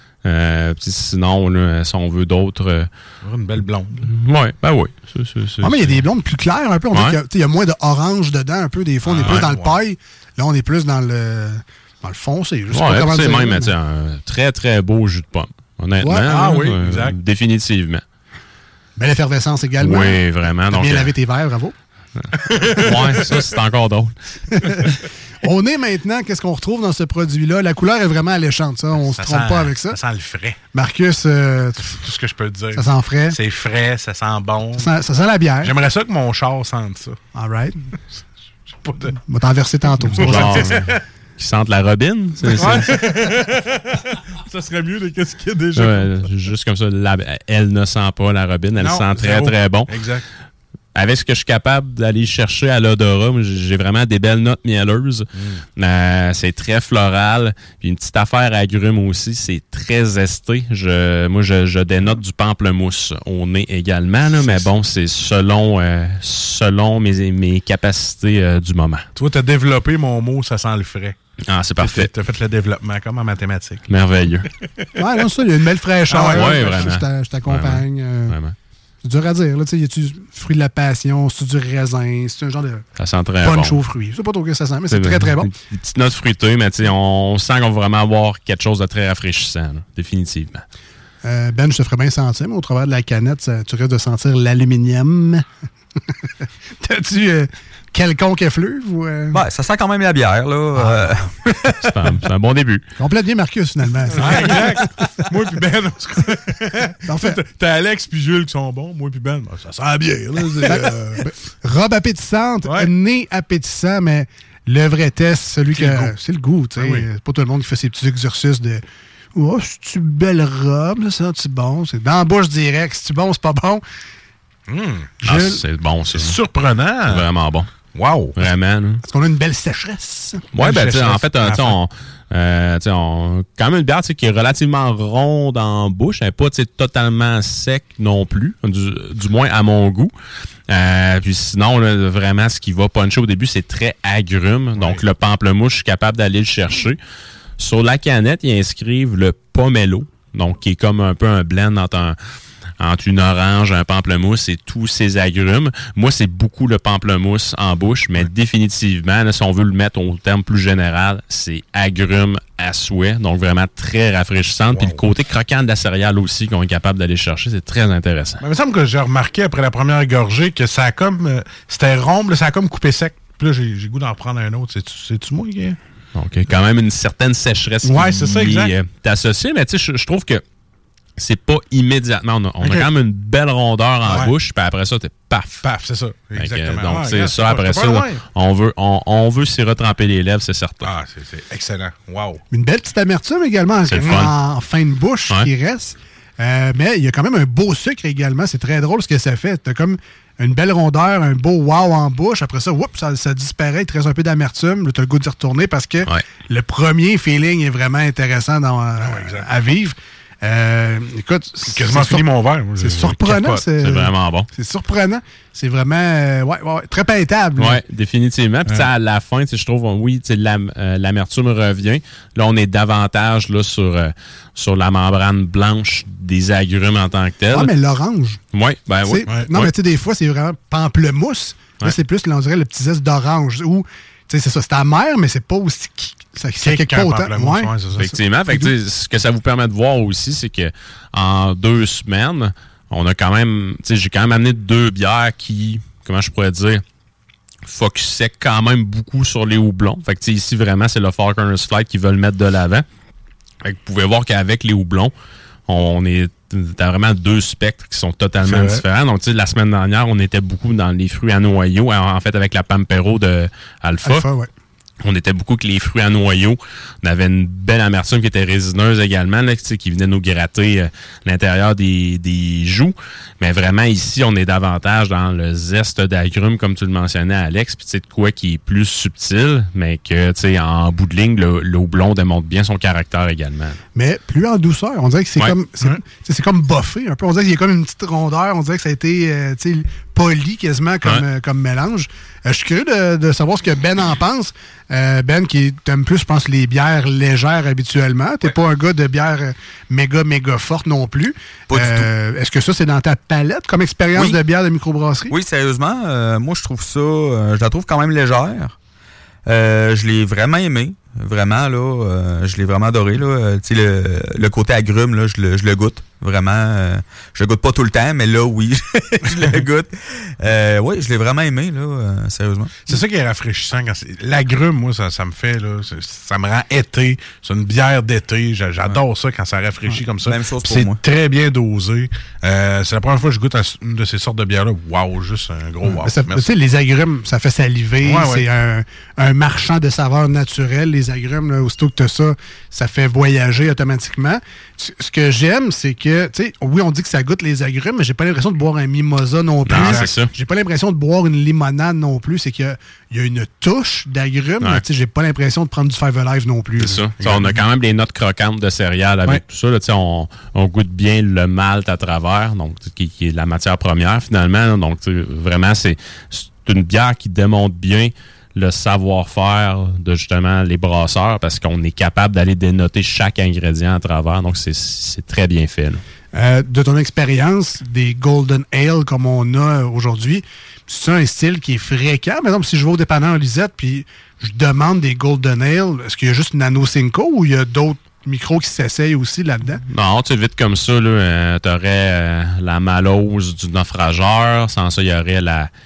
Sinon, là, si on veut d'autres... Une belle blonde. Ouais, ben oui. Mais il y a des blondes plus claires un peu. On dit qu'il y a moins d'orange dedans un peu. Des fois, on est plus dans le paille. Là, on est plus dans le foncé. Je sais pas comment c'est dire. même un très, très beau jus de pomme. Honnêtement. Ouais. Exact. Définitivement. Belle effervescence également. Oui, vraiment. T'as bien lavé tes verres, bravo. Ouais, ça, c'est encore drôle. On est maintenant, qu'est-ce qu'on retrouve dans ce produit-là? La couleur est vraiment alléchante, ça. On se trompe pas avec ça. Ça sent le frais. Marcus, tout ce que je peux te dire. Ça sent frais. C'est frais, ça sent bon. Ça sent la bière. J'aimerais ça que mon char sente ça. All right. On va t'en verser tantôt. Genre, qui sentent la robine. Ça serait mieux de qu'est-ce qu'il y a déjà. Ouais, juste comme ça, elle ne sent pas la robine. Elle sent très, très bon. Exact. Avec ce que je suis capable d'aller chercher à l'odorat, j'ai vraiment des belles notes mielleuses. C'est très floral. Puis une petite affaire agrume aussi, c'est très esté. Moi, je dénote du pamplemousse au nez également, là, mais bon, c'est selon mes capacités du moment. Toi, tu as développé mon mot, ça sent le frais. Ah, c'est parfait. Tu as fait le développement, comme en mathématiques. Merveilleux. Ouais, non, ça, il y a une belle fraîcheur. Ouais, vraiment. Je t'accompagne. Vraiment. C'est dur à dire. Là, y a-tu fruit de la passion? C'est du raisin? C'est un genre de ça sent très punch bon. aux fruits. Je sais pas trop que ça sent, mais c'est très, très bon. Des petites notes fruitées, mais on sent qu'on va vraiment avoir quelque chose de très rafraîchissant, là, définitivement. Ben, je te ferais bien sentir, mais au travers de la canette, tu risques de sentir l'aluminium. T'as-tu quelconque effluve? Ou Ben, ça sent quand même la bière, là. C'est un bon début. Complète bien Marcus, finalement. Exact. Moi puis Ben, t'as Alex puis Jules qui sont bons. Moi puis Ben, ça sent la bière. Là, robe appétissante, nez appétissant, mais le vrai test, celui que c'est le goût. Tu sais, c'est pas tout le monde qui fait ses petits exercices de oh, c'est-tu belle robe, là, ça, c'est bon. C'est dans la bouche direct. C'est-tu bon, c'est pas bon. C'est bon, ça. C'est surprenant. C'est vraiment bon. Wow. Vraiment. Là. Est-ce qu'on a une belle sécheresse? Oui, ben, en fait, on quand même une bière qui est relativement ronde en bouche. Elle n'est pas totalement sec non plus, du moins à mon goût. Puis sinon, là, vraiment, ce qui va puncher au début, c'est très agrume. Donc, le pamplemousse, je suis capable d'aller le chercher. Sur la canette, ils inscrivent le pomelo, donc qui est comme un peu un blend entre une orange, un pamplemousse et tous ces agrumes. Moi, c'est beaucoup le pamplemousse en bouche, mais définitivement, là, si on veut le mettre au terme plus général, c'est agrumes à souhait, donc vraiment très rafraîchissante. Puis le côté croquant de la céréale aussi qu'on est capable d'aller chercher, c'est très intéressant. Mais il me semble que j'ai remarqué après la première gorgée que ça a comme... c'était rond, là, ça a comme coupé sec. Puis là, j'ai goût d'en prendre un autre. C'est-tu moi qui... Donc, quand même une certaine sécheresse qui est associée, mais tu sais, je trouve que c'est pas immédiatement. On a quand même une belle rondeur en bouche, puis après ça, t'es paf. Paf, c'est ça. Exactement. Donc, c'est ça. Après ça, on veut s'y retremper les lèvres, c'est certain. Ah, c'est excellent. Wow. Une belle petite amertume également en fin de bouche qui reste. Mais il y a quand même un beau sucre également. C'est très drôle ce que ça fait. T'as comme une belle rondeur, un beau wow en bouche. Après ça, ça disparaît. Il te reste un peu d'amertume. Tu as le goût d'y retourner parce que le premier feeling est vraiment intéressant à vivre. Écoute, c'est quasiment fini mon verre. C'est surprenant. C'est vraiment bon. C'est surprenant. C'est vraiment très peintable. Oui, définitivement. Puis à la fin, je trouve, l'amertume revient. Là, on est davantage là, sur la membrane blanche des agrumes en tant que tel. Ah, mais l'orange. Oui, ben oui. Non, mais tu sais, des fois, c'est vraiment pamplemousse. Là, c'est plus, on dirait, le petit zeste d'orange. Ou, tu sais, c'est ça, c'est amer, mais c'est pas aussi... Ça quelque pas autant. Effectivement. Fait que, ce que ça vous permet de voir aussi, c'est que en 2 semaines, on a quand même, j'ai quand même amené 2 bières qui, comment je pourrais dire, focusaient quand même beaucoup sur les houblons. Fait que ici, vraiment, c'est le Four Corners Flight qui veut le mettre de l'avant. Fait que vous pouvez voir qu'avec les houblons, on est dans vraiment 2 spectres qui sont totalement différents. Donc, la semaine dernière, on était beaucoup dans les fruits à noyaux, en fait, avec la Pampero de Alpha. On était beaucoup que les fruits à noyaux. On avait une belle amertume qui était résineuse également, là, qui venait nous gratter l'intérieur des joues. Mais vraiment, ici, on est davantage dans le zeste d'agrumes, comme tu le mentionnais, Alex. Puis, de quoi qui est plus subtil, mais que, en bout de ligne, le houblon démontre bien son caractère également. Mais plus en douceur. On dirait que c'est comme buffé un peu. On dirait qu'il y a comme une petite rondeur. On dirait que ça a été poli quasiment comme mélange. Je suis curieux de savoir ce que Ben en pense. Ben, qui t'aime plus, je pense, les bières légères habituellement. T'es pas un gars de bière méga forte non plus. Pas du tout. Est-ce que ça, c'est dans ta palette comme expérience de bière de microbrasserie? Oui, sérieusement. Moi, je trouve ça... je la trouve quand même légère. Je l'ai vraiment aimé. Vraiment, là. Je l'ai vraiment adoré, là. Tu sais, le côté agrume, là, je le goûte. Vraiment. Je le goûte pas tout le temps, mais là, oui, je le goûte. Oui, je l'ai vraiment aimé, là, sérieusement. C'est ça qui est rafraîchissant. L'agrume, moi, ça me fait, là, ça me rend été. C'est une bière d'été. J'adore ça quand ça rafraîchit comme ça. Même chose pour moi. C'est très bien dosé. C'est la première fois que je goûte à une de ces sortes de bières-là. Wow, juste un gros wow. Tu sais, les agrumes, ça fait saliver. C'est un marchand de saveurs naturelles. Les agrumes, là, aussitôt que tu as ça fait voyager automatiquement. Ce que j'aime, c'est que, tu sais, oui, on dit que ça goûte les agrumes, mais j'ai pas l'impression de boire un mimosa non plus. Non, c'est ça. J'ai pas l'impression de boire une limonade non plus. C'est qu'il y a une touche d'agrumes, mais tu sais, j'ai pas l'impression de prendre du Five Alive non plus. C'est ça. On a quand même des notes croquantes de céréales avec tout ça. Là, on goûte bien le malt à travers, donc qui est la matière première finalement. Donc, vraiment, c'est une bière qui démontre bien le savoir-faire de justement les brasseurs parce qu'on est capable d'aller dénoter chaque ingrédient à travers. Donc, c'est très bien fait. De ton expérience des Golden Ale comme on a aujourd'hui, c'est un style qui est fréquent. Par exemple, si je vais au dépanneur Lisette puis je demande des Golden Ale, est-ce qu'il y a juste Nano Cinco ou il y a d'autres micros qui s'essayent aussi là-dedans? Non, tu sais, vite comme ça, tu aurais la Malose du Naufrageur. Sans ça, il y aurait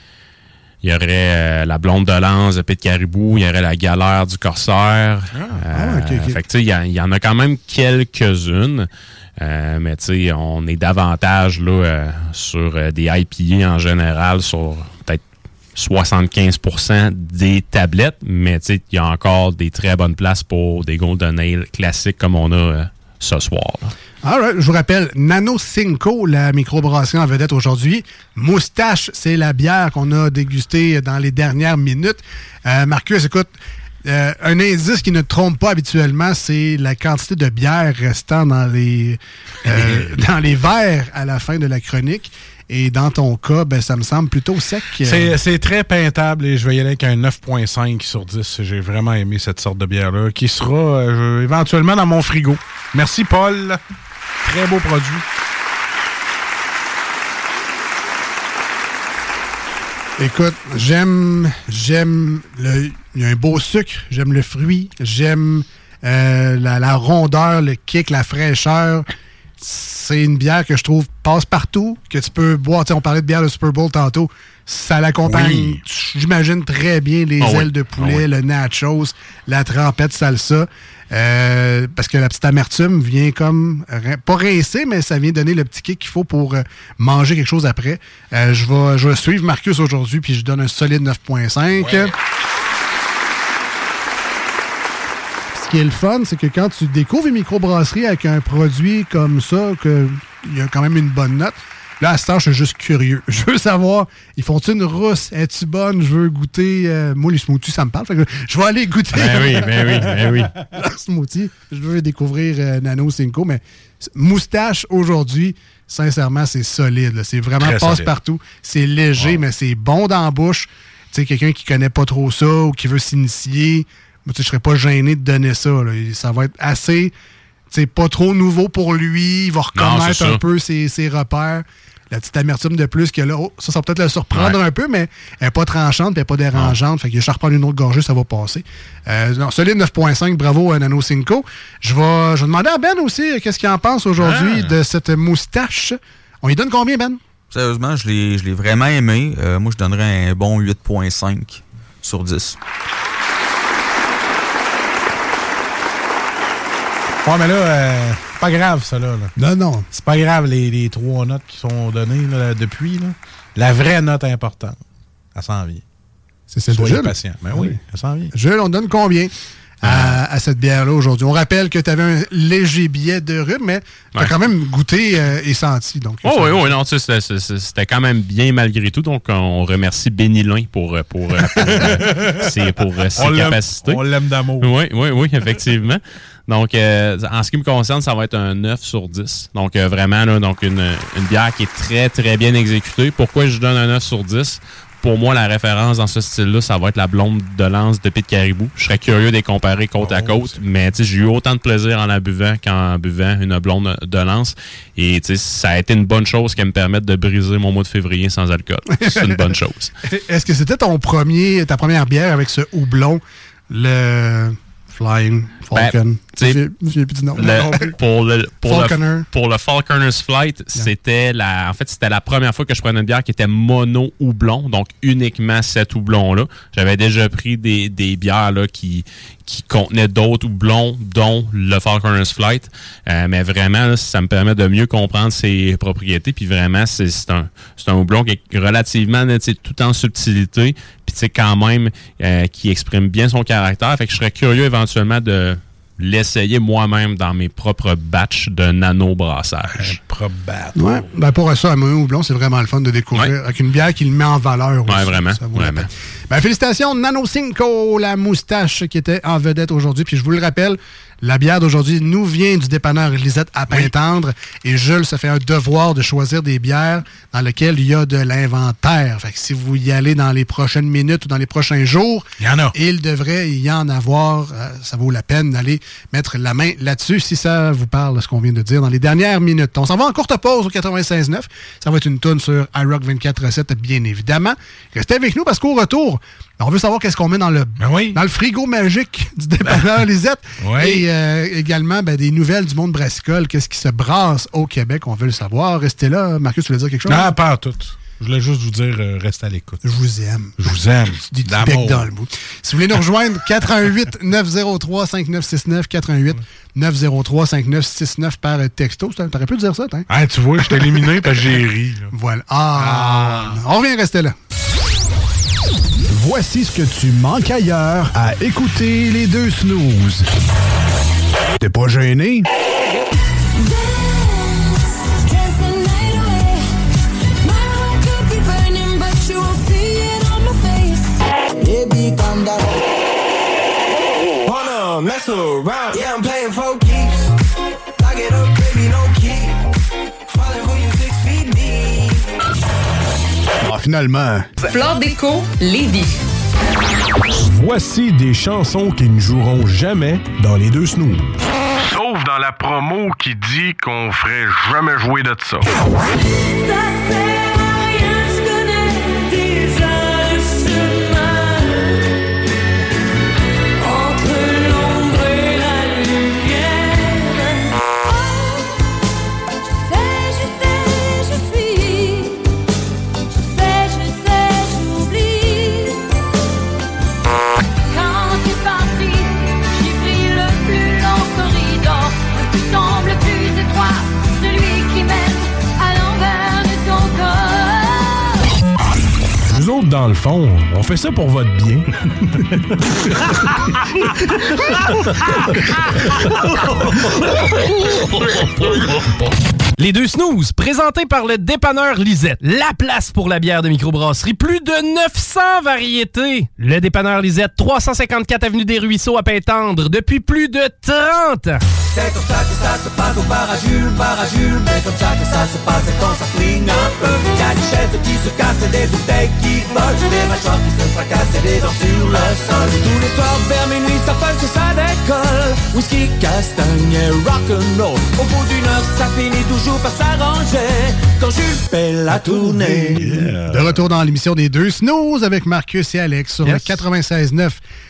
la Blonde de Lance de Pete Caribou. Il y aurait la Galère du Corsaire. OK. Fait que, tu sais, il y en a quand même quelques-unes. Mais tu sais, on est davantage là, sur des IPA en général, sur peut-être 75% des tablettes, mais tu sais, il y a encore des très bonnes places pour des Golden Ale classiques comme on a ce soir. Alright, je vous rappelle, Nano Cinco, la microbrasserie en vedette aujourd'hui. Moustache, c'est la bière qu'on a dégustée dans les dernières minutes. Marcus, écoute, un indice qui ne te trompe pas habituellement, c'est la quantité de bière restant dans les verres à la fin de la chronique. Et dans ton cas, ben, ça me semble plutôt sec. C'est très peintable et je vais y aller avec un 9.5 sur 10. J'ai vraiment aimé cette sorte de bière-là, qui sera éventuellement dans mon frigo. Merci, Paul. Très beau produit. Écoute, j'aime il y a un beau sucre, j'aime le fruit, j'aime la rondeur, le kick, la fraîcheur. C'est une bière que je trouve passe-partout, que tu peux boire. T'sais, on parlait de bière de Super Bowl tantôt. Ça l'accompagne, j'imagine, très bien les ailes de poulet, le nachos, la trempette salsa. Parce que la petite amertume vient comme, pas rincer, mais ça vient donner le petit kick qu'il faut pour manger quelque chose après. Je vais suivre Marcus aujourd'hui, puis je donne un solide 9.5. Ouais. Ce qui est le fun, c'est que quand tu découvres une microbrasserie avec un produit comme ça, qu'il y a quand même une bonne note, là, à ce temps, je suis juste curieux. Je veux savoir, ils font-ils une rousse? Es-tu bonne? Je veux goûter... moi, les smoothies, ça me parle. Fait que je vais aller goûter. Ben oui. Le smoothie. Je veux découvrir Nano Cinco, mais moustache, aujourd'hui, sincèrement, c'est solide. Là. C'est vraiment passe-partout. C'est léger, mais c'est bon dans la bouche. Tu sais, quelqu'un qui connaît pas trop ça ou qui veut s'initier... Je serais pas gêné de donner ça. Là. Ça va être assez, pas trop nouveau pour lui. Il va reconnaître un peu ses repères. La petite amertume de plus que là, ça va peut-être le surprendre un peu, mais elle n'est pas tranchante, elle n'est pas dérangeante. Fait que je reprends une autre gorgée, ça va passer. Solide 9.5, bravo Nano Cinco. Je vais demander à Ben aussi qu'est-ce qu'il en pense aujourd'hui de cette moustache. On lui donne combien, Ben? Sérieusement, je l'ai vraiment aimé. Moi, je donnerais un bon 8.5 sur 10. Ouais, mais là, c'est pas grave, ça, là. Non. C'est pas grave, les 3 notes qui sont données là, depuis. Là. La vraie note importante, elle s'en vient. C'est celle de Jules. Patient. Ben oui, elle s'en vient. Jules, on donne combien à cette bière-là aujourd'hui? On rappelle que tu avais un léger billet de rhume, mais tu as quand même goûté et senti. Donc, oui, non, c'était quand même bien malgré tout. Donc, on remercie Bénilin pour ses capacités. On l'aime d'amour. Oui, effectivement. Donc, en ce qui me concerne, ça va être un 9 sur 10. Donc, vraiment, là, donc une bière qui est très, très bien exécutée. Pourquoi je donne un 9 sur 10? Pour moi, la référence dans ce style-là, ça va être la Blonde de Lance de Pete Caribou. Je serais curieux de les comparer côte à côte, mais j'ai eu autant de plaisir en la buvant qu'en buvant une Blonde de Lance. Et ça a été une bonne chose qui me permette de briser mon mois de février sans alcool. C'est une bonne chose. Est-ce que c'était ta première bière avec ce houblon, le Flying Falcon? Pour le Falconer's Flight, c'était la première fois que je prenais une bière qui était mono houblon, donc uniquement cet houblon-là. J'avais déjà pris des bières là, qui contenaient d'autres houblons, dont le Falconer's Flight. Mais vraiment, là, ça me permet de mieux comprendre ses propriétés. Puis vraiment, c'est un houblon qui est relativement tout en subtilité, puis quand même qui exprime bien son caractère. Fait que je serais curieux éventuellement de l'essayer moi-même dans mes propres batchs de nano-brassage. Ouais. Ben pour ça, un houblon, c'est vraiment le fun de découvrir avec une bière qui le met en valeur aussi. Ouais, vraiment. Ben, félicitations, Nano Cinco, la moustache qui était en vedette aujourd'hui. Puis je vous le rappelle, la bière d'aujourd'hui nous vient du dépanneur Lisette à Pintendre. Et Jules se fait un devoir de choisir des bières dans lesquelles il y a de l'inventaire. Fait que si vous y allez dans les prochaines minutes ou dans les prochains jours, il y en a. Il devrait y en avoir. Ça vaut la peine d'aller mettre la main là-dessus si ça vous parle de ce qu'on vient de dire dans les dernières minutes. On s'en va en courte pause au 96.9. Ça va être une toune sur iRock 24/7, bien évidemment. Restez avec nous parce qu'au retour, on veut savoir qu'est-ce qu'on met dans le frigo magique du dépanneur Lisette. Et également des nouvelles du monde brassicole. Qu'est-ce qui se brasse au Québec? On veut le savoir. Restez là. Marcus, tu voulais dire quelque chose? Non, pas tout. Je voulais juste vous dire, restez à l'écoute. Je vous aime. Je vous aime. Du bec dans le bout. Si vous voulez nous rejoindre, 418-903-5969, 418-903-5969 par texto. T'aurais pu dire ça, hein? Ah, tu vois, je t'ai éliminé parce que j'ai ri. Là. Voilà. On revient rester là. Voici ce que tu manques ailleurs à écouter les deux snooze. T'es pas gêné? Baby, calm down. Wanna mess around? Yeah, I'm playing for keeps. Lock it up, baby, no key. Falling for you 6 feet deep. Ah, finalement. Flore Déco, Lévis. Voici des chansons qui ne joueront jamais dans les deux snooze. Sauf dans la promo qui dit qu'on ferait jamais jouer de ça. Nous autres, dans le fond, on fait ça pour votre bien. Les deux snooze, présentés par le dépanneur Lisette. La place pour la bière de microbrasserie. Plus de 900 variétés. Le dépanneur Lisette, 354 avenue des Ruisseaux à Pintendre, depuis plus de 30 ans. C'est comme ça que ça se passe au bar à Jules, mais comme ça que ça se passe quand ça flingue un peu. Y'a des chaises qui se cassent, des bouteilles qui volent, des mâchoires qui se fracassent et des dents sur le sol. Tous les soirs vers minuit, ça punch et ça décolle. Whisky, castagne et rock'n'roll. Au bout d'une heure, ça finit toujours par s'arranger quand Jules fait la tournée. De retour dans l'émission des deux snooze avec Marcus et Alex sur le 96.9.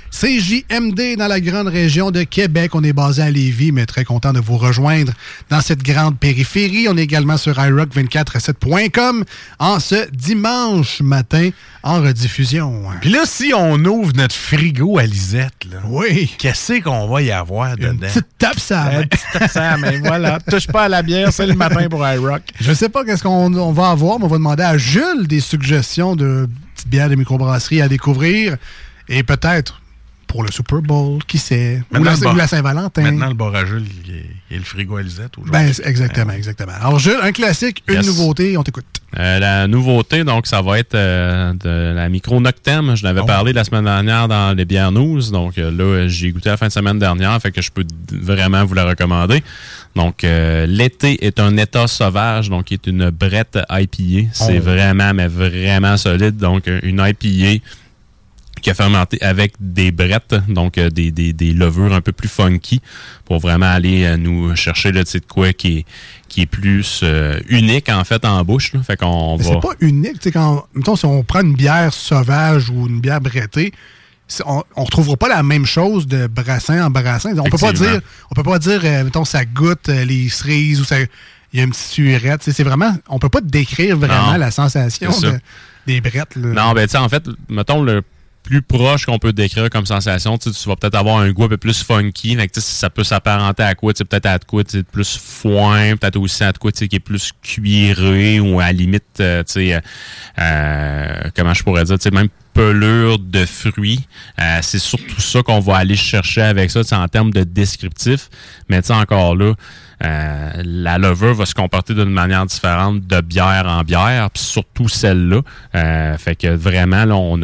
CJMD dans la grande région de Québec. On est basé à Lévis, mais très content de vous rejoindre dans cette grande périphérie. On est également sur iRock247.com en ce dimanche matin en rediffusion. Puis là, si on ouvre notre frigo à Lisette, là, oui, qu'est-ce qu'on va y avoir dedans? Une petite tape ça. Une petite tape ça, mais voilà. Touche pas à la bière, c'est le matin pour iRock. Je sais pas qu'est-ce qu'on va avoir, mais on va demander à Jules des suggestions de petites bières de microbrasserie à découvrir. Et peut-être pour le Super Bowl, qui sait? Ou la Saint-Valentin. Maintenant, le bar à Jules, il y a le frigo à Lisette aujourd'hui. Ben, exactement. Alors, Jules, un classique, une nouveauté, on t'écoute. La nouveauté, donc, ça va être de la micro Noctem. Je l'avais parlé la semaine dernière dans les bières news. Donc, là, j'ai goûté la fin de semaine dernière, fait que je peux vraiment vous la recommander. Donc, l'été est un état sauvage, donc, qui est une brette IPA. C'est vraiment, mais vraiment solide. Donc, une IPA qui a fermenté avec des brettes, donc des levures un peu plus funky, pour vraiment aller nous chercher là, de quoi qui est plus unique, en fait, en bouche. Là. Fait qu'on va... C'est pas unique. Mettons, si on prend une bière sauvage ou une bière brettée, on ne retrouvera pas la même chose de brassin en brassin. On peut pas dire, mettons, ça goûte les cerises ou ça... Il y a une petite surette. C'est vraiment... On peut pas décrire vraiment la sensation des brettes. Là. Non, ben tu sais, en fait, mettons, le plus proche qu'on peut décrire comme sensation, tu vas peut-être avoir un goût un peu plus funky, mais ça peut s'apparenter à quoi, peut-être à de quoi plus foin, peut-être aussi à de quoi qui est plus cuiré ou à la limite, comment je pourrais dire, même pelure de fruits. C'est surtout ça qu'on va aller chercher avec ça, en termes de descriptif. Mais encore là, la levure va se comporter d'une manière différente de bière en bière, puis surtout celle-là. Fait que vraiment, là, on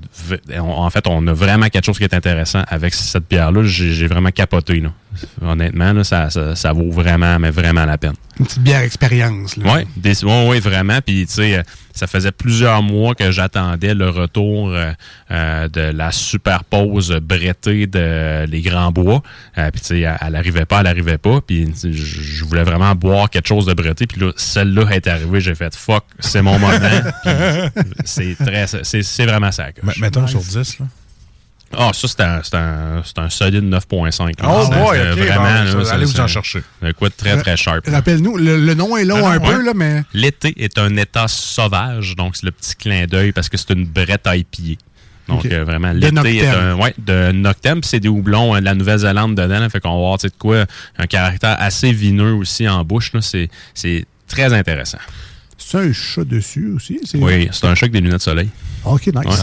a vraiment quelque chose qui est intéressant avec cette bière-là. J'ai vraiment capoté, là. Honnêtement, là, ça vaut vraiment, mais vraiment la peine. Une petite bière expérience. Oui, vraiment. Puis, tu sais, ça faisait plusieurs mois que j'attendais le retour de la superpose brettée de Les Grands Bois. Puis, tu sais, elle n'arrivait pas. Puis, je voulais vraiment boire quelque chose de bretté. Puis là, celle-là est arrivée. J'ai fait fuck, c'est mon moment. Puis, c'est vraiment ça. Mettons sur 10, là. Ah, ça, c'est un solide 9.5. Oh boy, OK. Vraiment, allez vous en chercher. Un coup de très, très sharp. Rappelle-nous, le nom est long peu, là, mais... L'été est un état sauvage, donc c'est le petit clin d'œil parce que c'est une brette IPA. Donc, vraiment, l'été est de Noctem. Puis c'est des houblons de la Nouvelle-Zélande dedans. Là, fait qu'on va avoir, de quoi, un caractère assez vineux aussi en bouche. Là. C'est très intéressant. C'est un chat dessus aussi? Oui, c'est un chat avec des lunettes de soleil. OK, nice.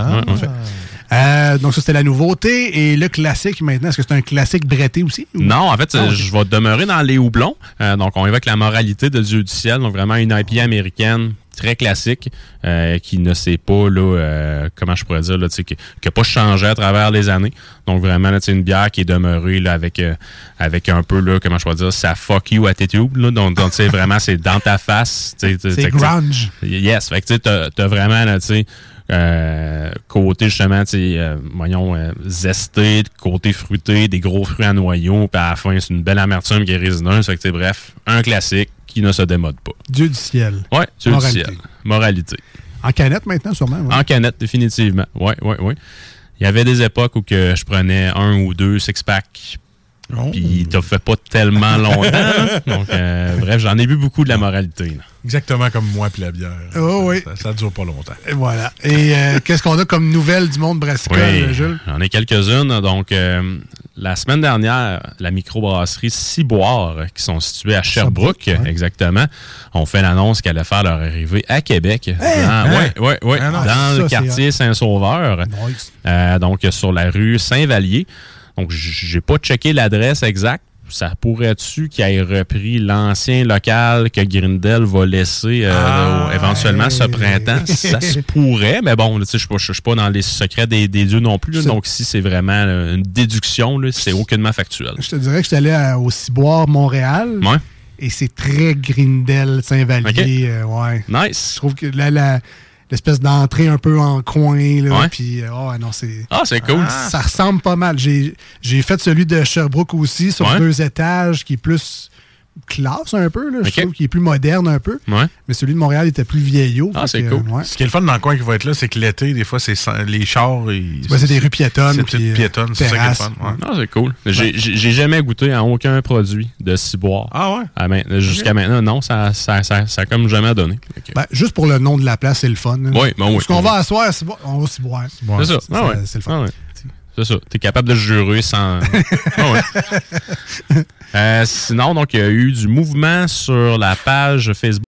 Donc, ça, c'était la nouveauté. Et le classique, maintenant, est-ce que c'est un classique bretté aussi? Ou? Non, en fait, je vais demeurer dans les houblons. Donc, on évoque la moralité de Dieu du ciel. Donc, vraiment une IPA américaine très classique qui ne s'est pas, là, comment je pourrais dire, là, qui n'a pas changé à travers les années. Donc, vraiment, là, une bière qui est demeurée là, avec un peu, là, comment je pourrais dire, sa fuck you attitude. Là, donc tu sais, vraiment, c'est dans ta face. C'est grunge. Yes. Fait que, tu sais, t'as vraiment, là, tu sais, côté justement, zesté, côté fruité, des gros fruits à noyaux, puis à la fin, c'est une belle amertume qui est résineuse. Fait que, bref, un classique qui ne se démode pas. Dieu du ciel. Oui, Dieu du ciel. Moralité. En canette maintenant, sûrement. Ouais. En canette, définitivement. Oui. Il y avait des époques où que je prenais 1 ou 2 six-packs. Puis t'as fait pas tellement longtemps. Donc, bref, j'en ai bu beaucoup de la moralité. Là. Exactement comme moi puis la bière. Oh, oui. Ça dure pas longtemps. Et voilà. Et qu'est-ce qu'on a comme nouvelle du monde brassicole, Jules? J'en ai quelques-unes. Donc, la semaine dernière, la microbrasserie Ciboire, qui sont situées à Sherbrooke, exactement, ont fait l'annonce qu'elle allait faire leur arrivée à Québec. Dans le quartier Saint-Sauveur. Nice. Donc, sur la rue Saint-Vallier. Donc, j'ai pas checké l'adresse exacte. Ça pourrait-tu qu'il ait repris l'ancien local que Grindel va laisser éventuellement ce printemps? Ça se pourrait, mais bon, je suis pas dans les secrets des dieux non plus. Là, donc, si c'est vraiment une déduction, là, c'est aucunement factuel. Je te dirais que je suis allé au Ciboire Montréal. Ouais. Et c'est très Grindel, Saint-Vallier. Okay. Nice. Je trouve que l'espèce d'entrée un peu en coin, là, puis c'est... Ah, c'est cool. Ça ressemble pas mal. J'ai fait celui de Sherbrooke aussi, sur 2 étages, qui est plus classe un peu, là. Je trouve qu'il est plus moderne un peu. Ouais. Mais celui de Montréal était plus vieillot. Ah, c'est cool. Ce qui est le fun dans le coin qui va être là, c'est que l'été, des fois, c'est les chars... c'est des rues piétonnes. C'est piétonne, c'est ça qui est le fun. Ouais. Ah, c'est cool. J'ai jamais goûté à aucun produit de Ciboire. Ah ouais? Jusqu'à maintenant, non, ça a comme jamais donné. Okay. Ben, juste pour le nom de la place, c'est le fun. Oui, ben oui. Parce qu'on va asseoir, on va Ciboire. C'est ça. C'est le fun. C'est ça. T'es capable de jurer sans... sinon, donc, il y a eu du mouvement sur la page Facebook.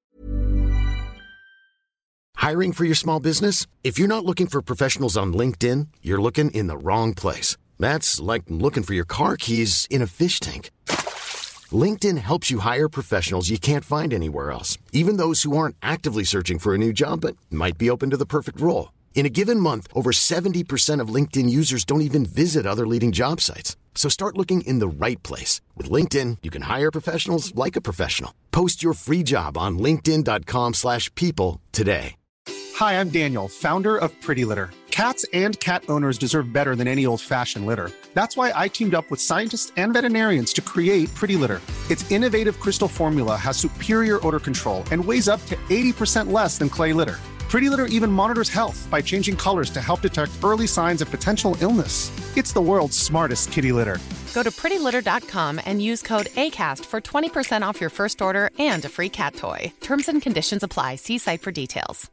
Hiring for your small business? If you're not looking for professionals on LinkedIn, you're looking in the wrong place. That's like looking for your car keys in a fish tank. LinkedIn helps you hire professionals you can't find anywhere else, even those who aren't actively searching for a new job but might be open to the perfect role. In a given month, over 70% of LinkedIn users don't even visit other leading job sites. So start looking in the right place. With LinkedIn, you can hire professionals like a professional. Post your free job on linkedin.com/people today. Hi, I'm Daniel, founder of Pretty Litter. Cats and cat owners deserve better than any old-fashioned litter. That's why I teamed up with scientists and veterinarians to create Pretty Litter. Its innovative crystal formula has superior odor control and weighs up to 80% less than clay litter. Pretty Litter even monitors health by changing colors to help detect early signs of potential illness. It's the world's smartest kitty litter. Go to prettylitter.com and use code ACAST for 20% off your first order and a free cat toy. Terms and conditions apply. See site for details.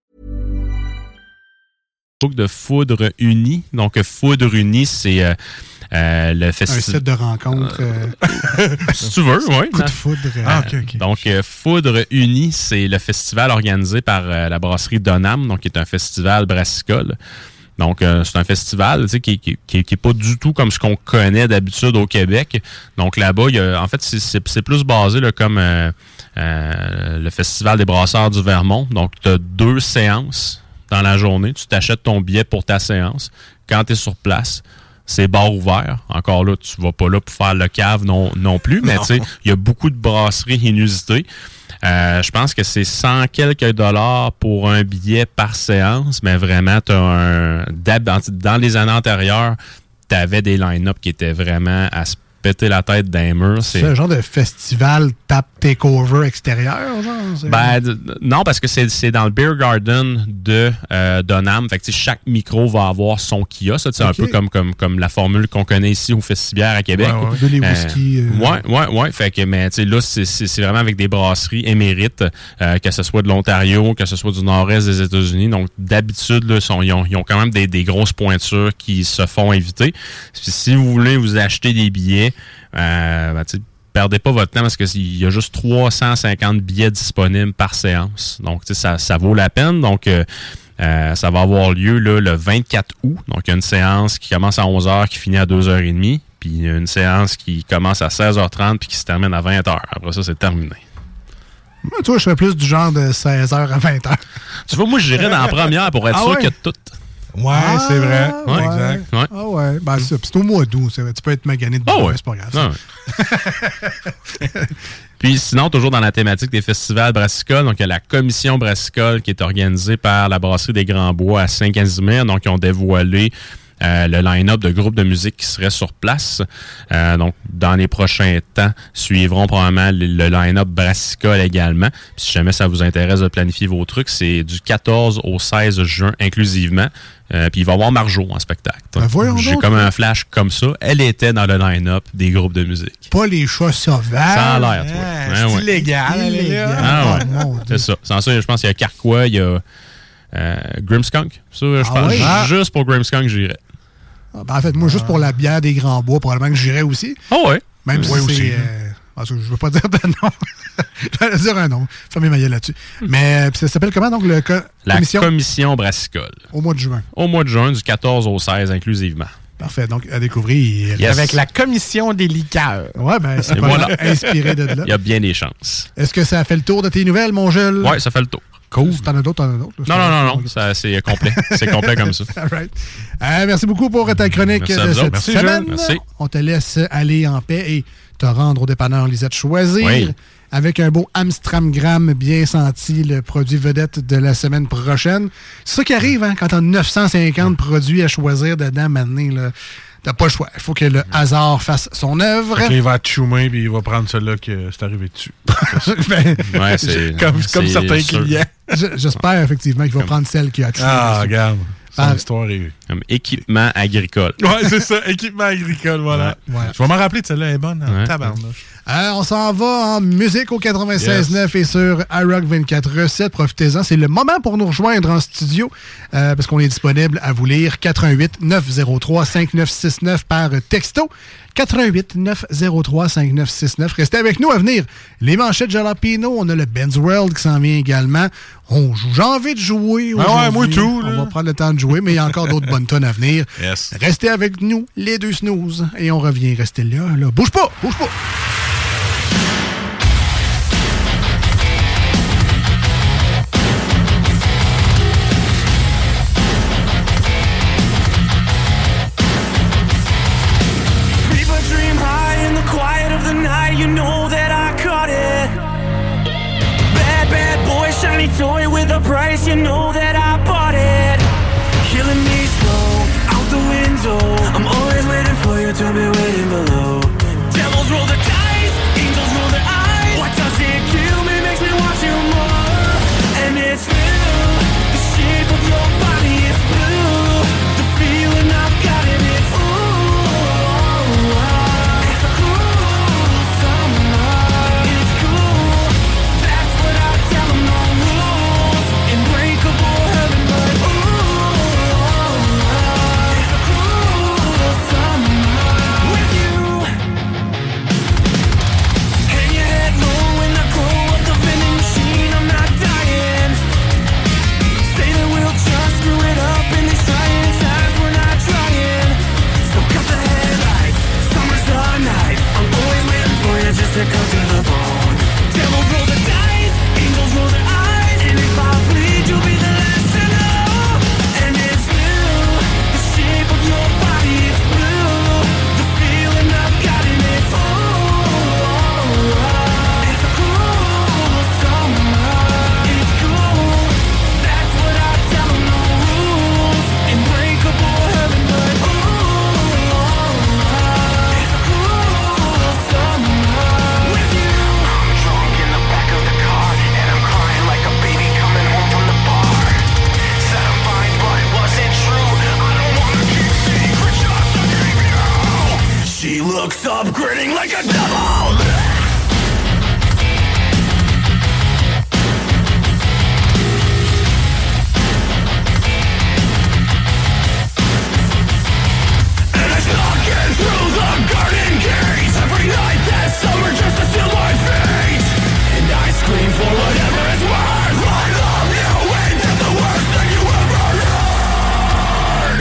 De Foudre Unie. Donc, Foudre Unie, c'est le festival. Un site de rencontre. Si tu veux, oui. Coup de foudre. Okay. Donc, Foudre Unie, c'est le festival organisé par la brasserie Donham, donc qui est un festival brassicole. Donc, c'est un festival qui est pas du tout comme ce qu'on connaît d'habitude au Québec. Donc, là-bas, en fait, c'est plus basé là, comme le Festival des brasseurs du Vermont. Donc, tu as 2 séances dans la journée. Tu t'achètes ton billet pour ta séance. Quand tu es sur place, c'est bar ouvert. Encore là, tu vas pas là pour faire le cave non plus, mais tu sais, il y a beaucoup de brasseries inusitées. Je pense que c'est 100 quelques dollars pour un billet par séance, mais vraiment, dans les années antérieures, tu avais des line-up qui étaient vraiment à se péter la tête d'un mur. C'est un genre de festival tap takeover extérieur, genre? Non, parce que c'est dans le Beer Garden de Donham. Fait que chaque micro va avoir son kiosque. C'est un peu comme la formule qu'on connaît ici au Festibière à Québec. De les whisky. Ouais. Fait que, mais là, c'est vraiment avec des brasseries émérites, que ce soit de l'Ontario, que ce soit du nord-est des États-Unis. Donc, d'habitude, là, ils ont quand même des grosses pointures qui se font inviter. Puis, si vous voulez vous acheter des billets, perdez pas votre temps parce qu'il y a juste 350 billets disponibles par séance. Donc, ça vaut la peine. Donc, ça va avoir lieu là, le 24 août. Donc, il y a une séance qui commence à 11h, qui finit à 2h30. Puis, il y a une séance qui commence à 16h30 puis qui se termine à 20h. Après ça, c'est terminé. Moi, toi, je fais plus du genre de 16h à 20h. Tu vois, moi, je dirais dans la première pour être sûr qu'il y a tout. Ouais, c'est vrai. Ouais. Exact. Ouais. Ah ouais. Ben, c'est au mois d'août. Tu peux être magané de c'est pas grave. Puis sinon, toujours dans la thématique des festivals brassicoles, donc il y a la commission brassicole qui est organisée par la brasserie des Grands Bois à Saint-Casimir. Donc, ils ont dévoilé le line-up de groupes de musique qui seraient sur place. Donc, dans les prochains temps, suivront probablement le line-up brassicole également. Puis, si jamais ça vous intéresse de planifier vos trucs, c'est du 14 au 16 juin inclusivement. Puis, il va y avoir Marjo en spectacle. J'ai comme un flash comme ça. Elle était dans le line-up des groupes de musique. Pas les chats sauvages. Ça a l'air, toi. C'est illégal. Ah ouais. C'est ça. Sans ça, je pense qu'il y a Carquois, il y a Grimmskunk. Ça, je pense juste pour Grimmskunk, j'irais. En fait, moi, juste pour la bière des Grands Bois, probablement que j'irais aussi. Ah ouais. Même si c'est... je veux pas dire de nom. J'allais dire un nom. Fermez ma gueule là-dessus. Mais ça s'appelle comment, donc, la commission brassicole. Au mois de juin. Au mois de juin, du 14 au 16 inclusivement. Parfait. Donc, à découvrir. Yes. Avec la commission des liqueurs. Ouais, ben, c'est pas inspiré de là. Il y a bien des chances. Est-ce que ça fait le tour de tes nouvelles, mon Jules? Ouais, ça fait le tour. Cool. T'en as d'autres? Non. Ça, c'est complet. C'est complet comme ça. All right. Merci beaucoup pour ta chronique de cette semaine. Merci. On te laisse aller en paix et te rendre au dépanneur Lisette Choisir. Oui. Avec un beau Amstramgram bien senti, le produit vedette de la semaine prochaine. C'est ça qui arrive quand t'as 950 produits à choisir dedans, maintenant, t'as pas le choix. Il faut que le hasard fasse son œuvre. Il va te choumer puis il va prendre celui-là que c'est arrivé dessus. C'est comme certains clients. J'espère effectivement qu'il va prendre celle qui a choué. Ah, regarde. Son histoire est... Comme équipement agricole. Ouais, c'est ça. Équipement agricole, voilà. Ouais. Je vais m'en rappeler de celle-là, elle est bonne. Tabarnouche. On s'en va en musique au 96.9 et sur iRock 24/7. Profitez-en. C'est le moment pour nous rejoindre en studio parce qu'on est disponible à vous lire 88 903 5969 par texto. 88 903 5969. Restez avec nous à venir. Les manchettes Jalapino, on a le Ben's World qui s'en vient également. On joue. J'ai envie de jouer. Ouais, moi tout. On va prendre le temps de jouer, mais il y a encore d'autres bonnes tonnes à venir. Yes. Restez avec nous, les deux snooze, et on revient. Restez là. Bouge pas! You know that I caught it. Bad boy, shiny toy with a price. You know that I bought it. Killing me slow, out the window. I'm always waiting for you to be waiting below. Devils roll the dice, angels roll their eyes. What does it kill me makes me want you more. And it's real, the shape of your body is blue. The feeling I've got in it, looks up, grinning like a devil. And I snuck in through the garden gates every night that summer just to seal my fate. And I scream for whatever it's worth. I love you, ain't that the worst thing you ever heard?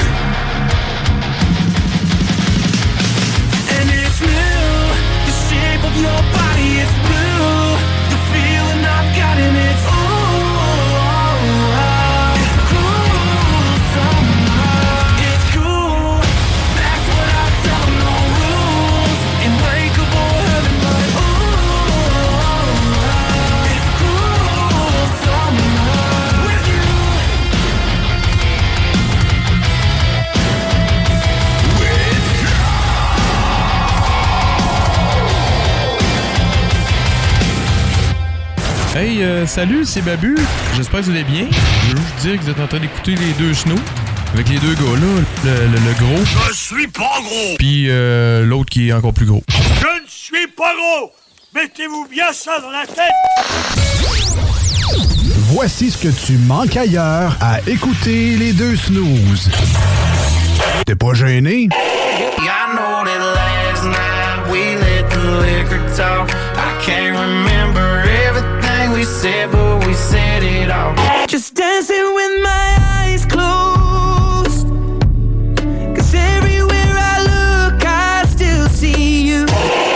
And it's new, the shape of your body is blue. The feeling I've got in it's it's cool somehow. It's cool, that's what I tell no rules. Unbreakable heaven, but it's cool somehow with you. Hey, salut, c'est Babu. J'espère que vous allez bien. Je veux juste dire que vous êtes en train d'écouter les deux snows. Avec les deux gars-là, le gros. Je suis pas gros! Puis l'autre qui est encore plus gros. Je ne suis pas gros! Mettez-vous bien ça dans la tête! Voici ce que tu manques ailleurs à écouter les deux snooze. T'es pas gêné? I know that last night we let the liquor talk. I can't remember everything we said, but we said it all. Just dancing with my eyes closed. 'Cause everywhere I look, I still see you.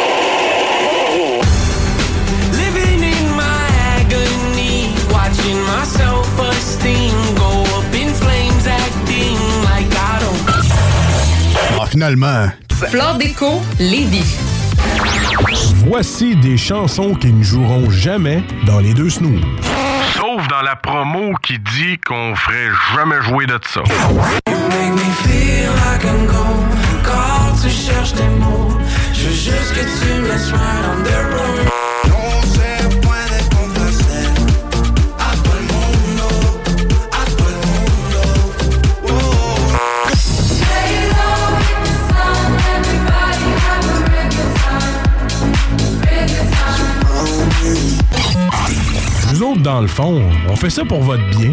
Living in my agony, watching my self-esteem go up in flames, acting like I don't. Ah, finalement. Flore Déco, Lévis. Voici des chansons qui ne joueront jamais dans les deux snooze. Sauf dans la promo qui dit qu'on ferait jamais jouer de ça. You make me feel like I'm gold. Quand tu cherches tes mots, je veux juste que tu me laisses right on the road. No se puede complacer a todo el mundo, a todo el mundo. Nous autres, dans le fond, on fait ça pour votre bien.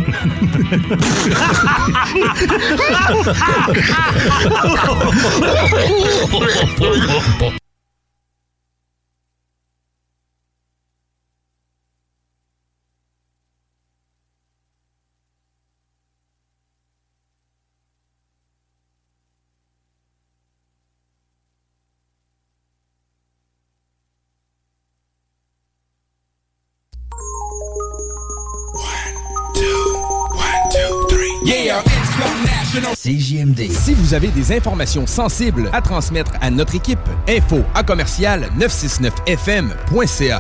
CJMD. Si vous avez des informations sensibles à transmettre à notre équipe, info@969fm.ca.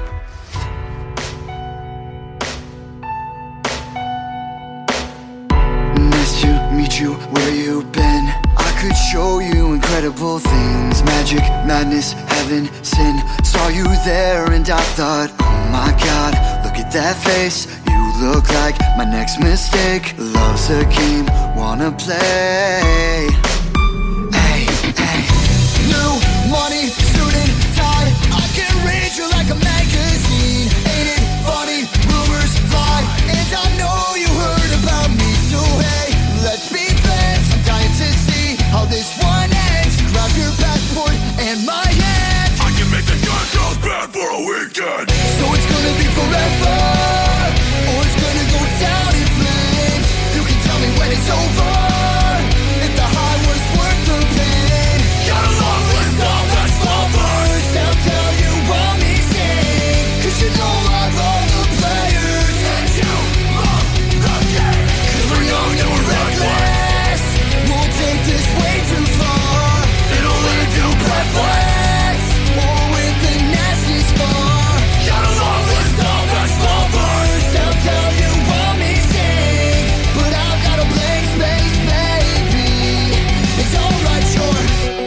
Nice to meet you, where you been? I could show you incredible things. Magic, madness, heaven, sin. Saw you there and I thought, oh my God, look at that face. You look like my next mistake. Love's a game, wanna play. Hey, hey. New money, suit and tie. I can read you like a magazine. Ain't it funny? Rumors fly, and I know you heard about me. So hey, let's be friends. I'm dying to see how this one ends. Grab your passport and my hand. I can make the good girls bad for a weekend. So it's gonna be forever, or it's gonna go down in flames. You can tell me when it's over, if the high was worth the pain. Got a long list of ex-lovers, they'll tell you I'm easy, 'cause you know I love the players, and you love the game. 'Cause we're young and we're reckless, we'll take this way too far. It'll leave you breathless, or with the nasty scar. Got a long list of ex-lovers, they'll tell you I'm easy, but I've got a blank space, baby. It's alright, sure.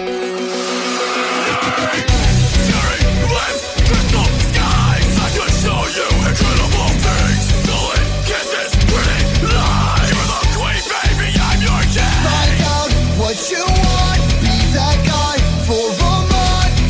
Cherry lips, crystal skies. I could show you incredible things. Stolen kisses, pretty lies. You're the queen, baby, I'm your king. Find out what you want, be that guy for a month.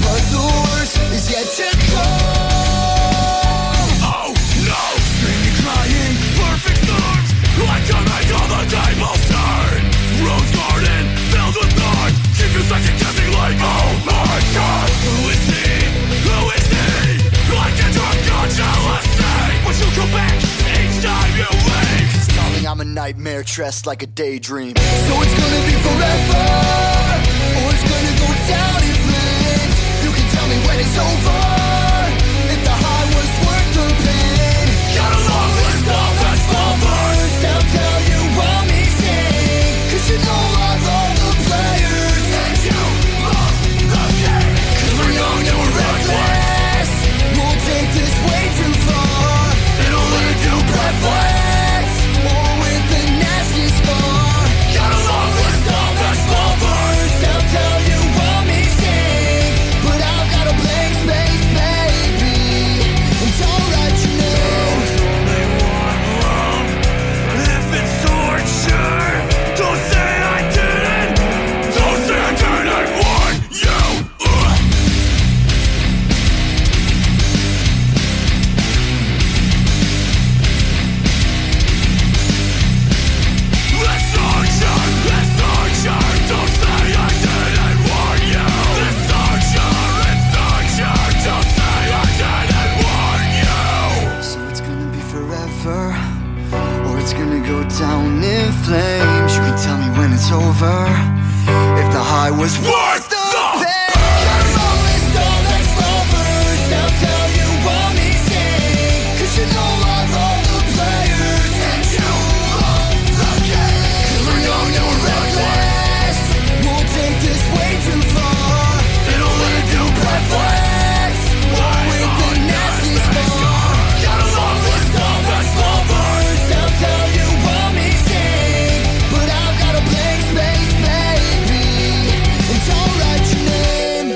air dressed like a daydream. So it's gonna be forever, or it's gonna go down in flames. You can tell me when it's over, if the high was worth the pain. Got a long list of ex-lovers, they'll tell you I'm easy, 'cause you know I love the players, and you love the game. 'Cause we're young and we're reckless, we'll take this way too far. It'll lead to breathless, or with the nasty scar. Got a long list of ex-lovers, they'll tell you I'm easy, but I've got a blank space, baby, and don't write your name. Only one love, if it's torture, don't say I didn't, don't say I didn't want you. Let's torture, don't say I didn't warn you. Let's torture, don't say I didn't warn you. So it's gonna be forever, or it's gonna go down in flames. You can tell me when it's over, if the high was worth the pain. Got a long list of ex-lovers, they'll tell you I'm easy, 'cause you know I love the players, and you love the game. 'Cause we're young and we're reckless, we'll take this way too far. It'll lead to breathless, or with the nasty scar. Got a long list of ex-lovers, they'll tell you I'm easy, but I've got a blank space, baby, and don't write your name.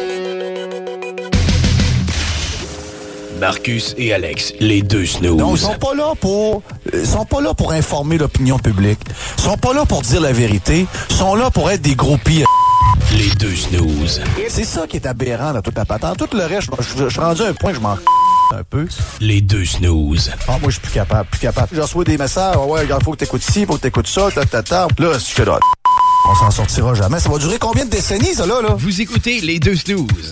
Marcus et Alex, les deux snooze. Non, ils sont pas là pour informer l'opinion publique. Ils sont pas là pour dire la vérité. Ils sont là pour être des groupies. Les deux snooze. C'est ça qui est aberrant dans toute la patente. Tout le reste, je suis rendu à un point que je m'en un peu. Les deux snooze. Ah, moi, je suis plus capable. Je reçois des messages. Ouais, regarde, faut que t'écoutes ci, faut que t'écoutes ça, ta. Là, c'est que là, on s'en sortira jamais. Ça va durer combien de décennies, ça, là? Vous écoutez les deux snooze.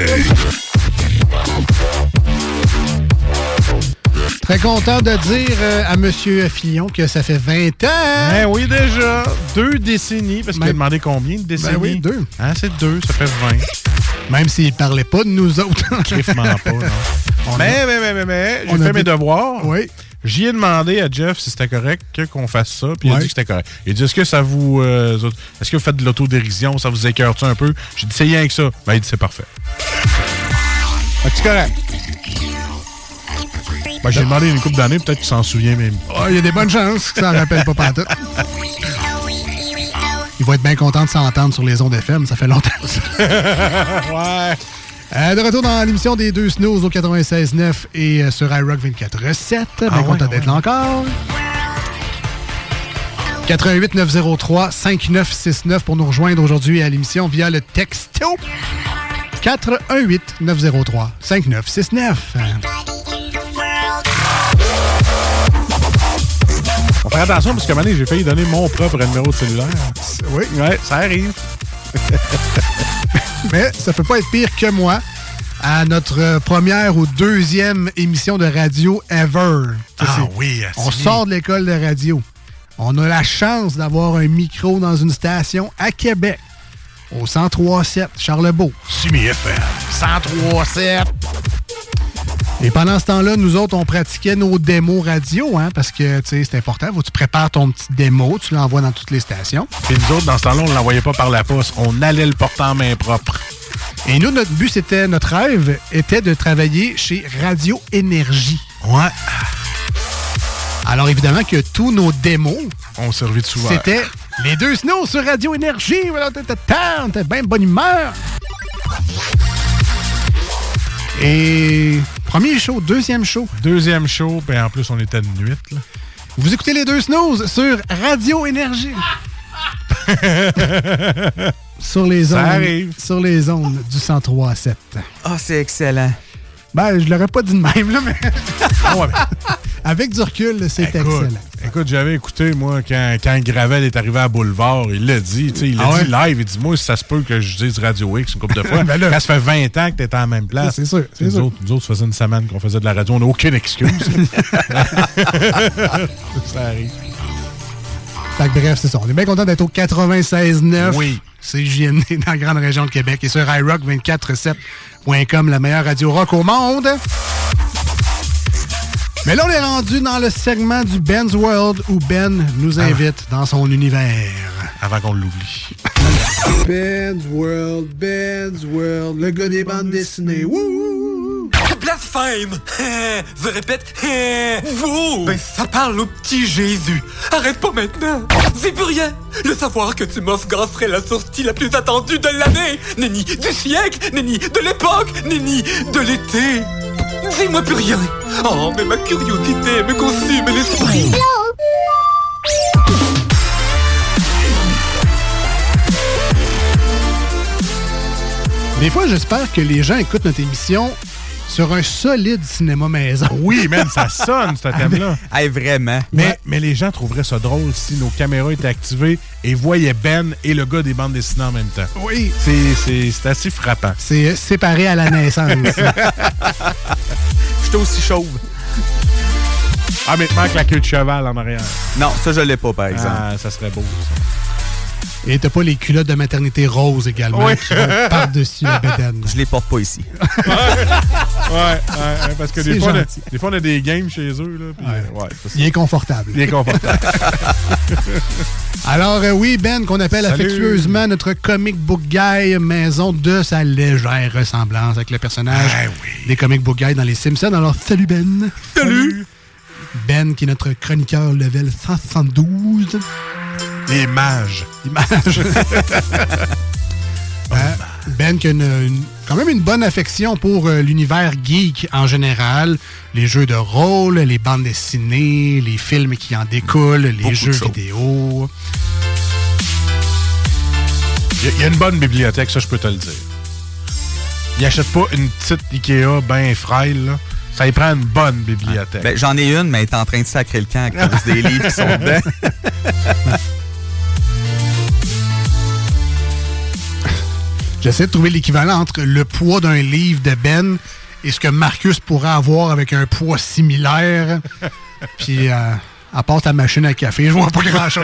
Très content de dire à M. Fillon que ça fait 20 ans. Ben oui, déjà. 2 décennies. Parce qu'il a demandé combien de décennies? Ben oui, 2. Hein, c'est 2, ça fait 20. Même s'il parlait pas de nous autres. Griffement pas, non. Mais, j'ai fait mes devoirs. Oui. J'y ai demandé à Jeff si c'était correct qu'on fasse ça, puis il a dit que c'était correct. Il a dit, est-ce que ça vous... est-ce que vous faites de l'autodérision, ça vous écœure-tu un peu? J'ai dit, c'est rien que ça. Ben, il dit, c'est parfait. C'est correct. Ben, j'ai demandé une couple d'années, peut-être qu'il s'en souvient même. Il y a des bonnes chances que ça ne rappelle pas pantoute. Il va être bien content de s'entendre sur les ondes FM, ça fait longtemps. Ouais. De retour dans l'émission des deux snooze au 96.9 et sur iRock 24.7. Bien content d'être là encore. 88 903 5969 pour nous rejoindre aujourd'hui à l'émission via le texto. 418 903 5969. On va faire attention parce qu'à un moment donné, j'ai failli donner mon propre numéro de cellulaire. Oui. Ouais, ça arrive. Mais ça peut pas être pire que moi à notre première ou deuxième émission de radio ever. Oui, on sort de l'école de radio. On a la chance d'avoir un micro dans une station à Québec, au 103.7 Charlebourg. Simi FM, 103.7. Et pendant ce temps-là, nous autres, on pratiquait nos démos radio, hein, parce que, tu sais, c'est important. Faut que tu prépares ton petit démo, tu l'envoies dans toutes les stations. Et nous autres, dans ce temps-là, on ne l'envoyait pas par la poste. On allait le porter en main propre. Et nous, notre rêve était de travailler chez Radio Énergie. Ouais. Alors, évidemment que tous nos démos... On servait de souvent. C'était les deux snows sur Radio Énergie. T'es bien de bonne humeur. Et premier show, deuxième show. Deuxième show, puis en plus, on était de nuit. Là. Vous écoutez les deux snooze sur Radio Énergie. Sur les ondes. Ça arrive. Sur les ondes du 103.7. Ah, c'est excellent. Ben, je l'aurais pas dit de même, là, mais... Ouais, avec du recul, c'est excellent. Écoute, j'avais écouté, moi, quand Gravel est arrivé à Boulevard, il l'a dit, tu sais, il l'a dit live, il dit, moi, si ça se peut que je dise Radio X une couple de fois, ben là, ça fait 20 ans que t'étais à la même place. C'est sûr, c'est nous sûr. Nous autres, ça faisait une semaine qu'on faisait de la radio, on n'a aucune excuse. Ça arrive. Fait que bref, c'est ça. On est bien content d'être au 96.9. Oui. C'est JMD dans la grande région de Québec et sur iRock247.com, la meilleure radio rock au monde. Mais là, on est rendu dans le segment du Ben's World où Ben nous invite dans son univers. Avant qu'on l'oublie. Ben's World, le gars des bandes dessinées. Wouh! Blasphème! Je répète, wow! Ben, ça parle au petit Jésus. Arrête pas maintenant! C'est plus rien! Le savoir que tu m'offres serait la sortie la plus attendue de l'année! Nenni du siècle! Nenni de l'époque! Nenni de l'été! Dis-moi plus rien! Oh, mais ma curiosité me consume l'esprit! Des fois, j'espère que les gens écoutent notre émission sur un solide cinéma maison. Oui, man, ça sonne, ce thème-là. Hey, vraiment. Mais les gens trouveraient ça drôle si nos caméras étaient activées et voyaient Ben et le gars des bandes dessinées en même temps. Oui. C'est assez frappant. C'est séparé à la naissance. J'étais aussi chauve. Ah, mais il te manque la queue de cheval en arrière. Non, ça, je l'ai pas, par exemple. Ah, ça serait beau, ça. Et t'as pas les culottes de maternité rose également qui vont par-dessus la bédaine. Je les porte pas ici. Ouais, parce que des fois, on a des games chez eux. Là, puis, il est confortable. Alors, oui, Ben, qu'on appelle affectueusement notre comic book guy, maison de sa légère ressemblance avec le personnage des comic book guys dans les Simpsons. Alors, salut Ben. Salut. Ben, qui est notre chroniqueur level 172. Les mages. Ben qui a quand même une bonne affection pour l'univers geek en général. Les jeux de rôle, les bandes dessinées, les films qui en découlent, les jeux vidéo. Il y a une bonne bibliothèque, ça je peux te le dire. Il achète pas une petite Ikea bien frêle, là. Ça y prend une bonne bibliothèque. Ben, j'en ai une, mais elle est en train de sacrer le camp à cause des livres qui sont dedans. J'essaie de trouver l'équivalent entre le poids d'un livre de Ben et ce que Marcus pourrait avoir avec un poids similaire. Puis, à part ta machine à café, je vois pas grand-chose.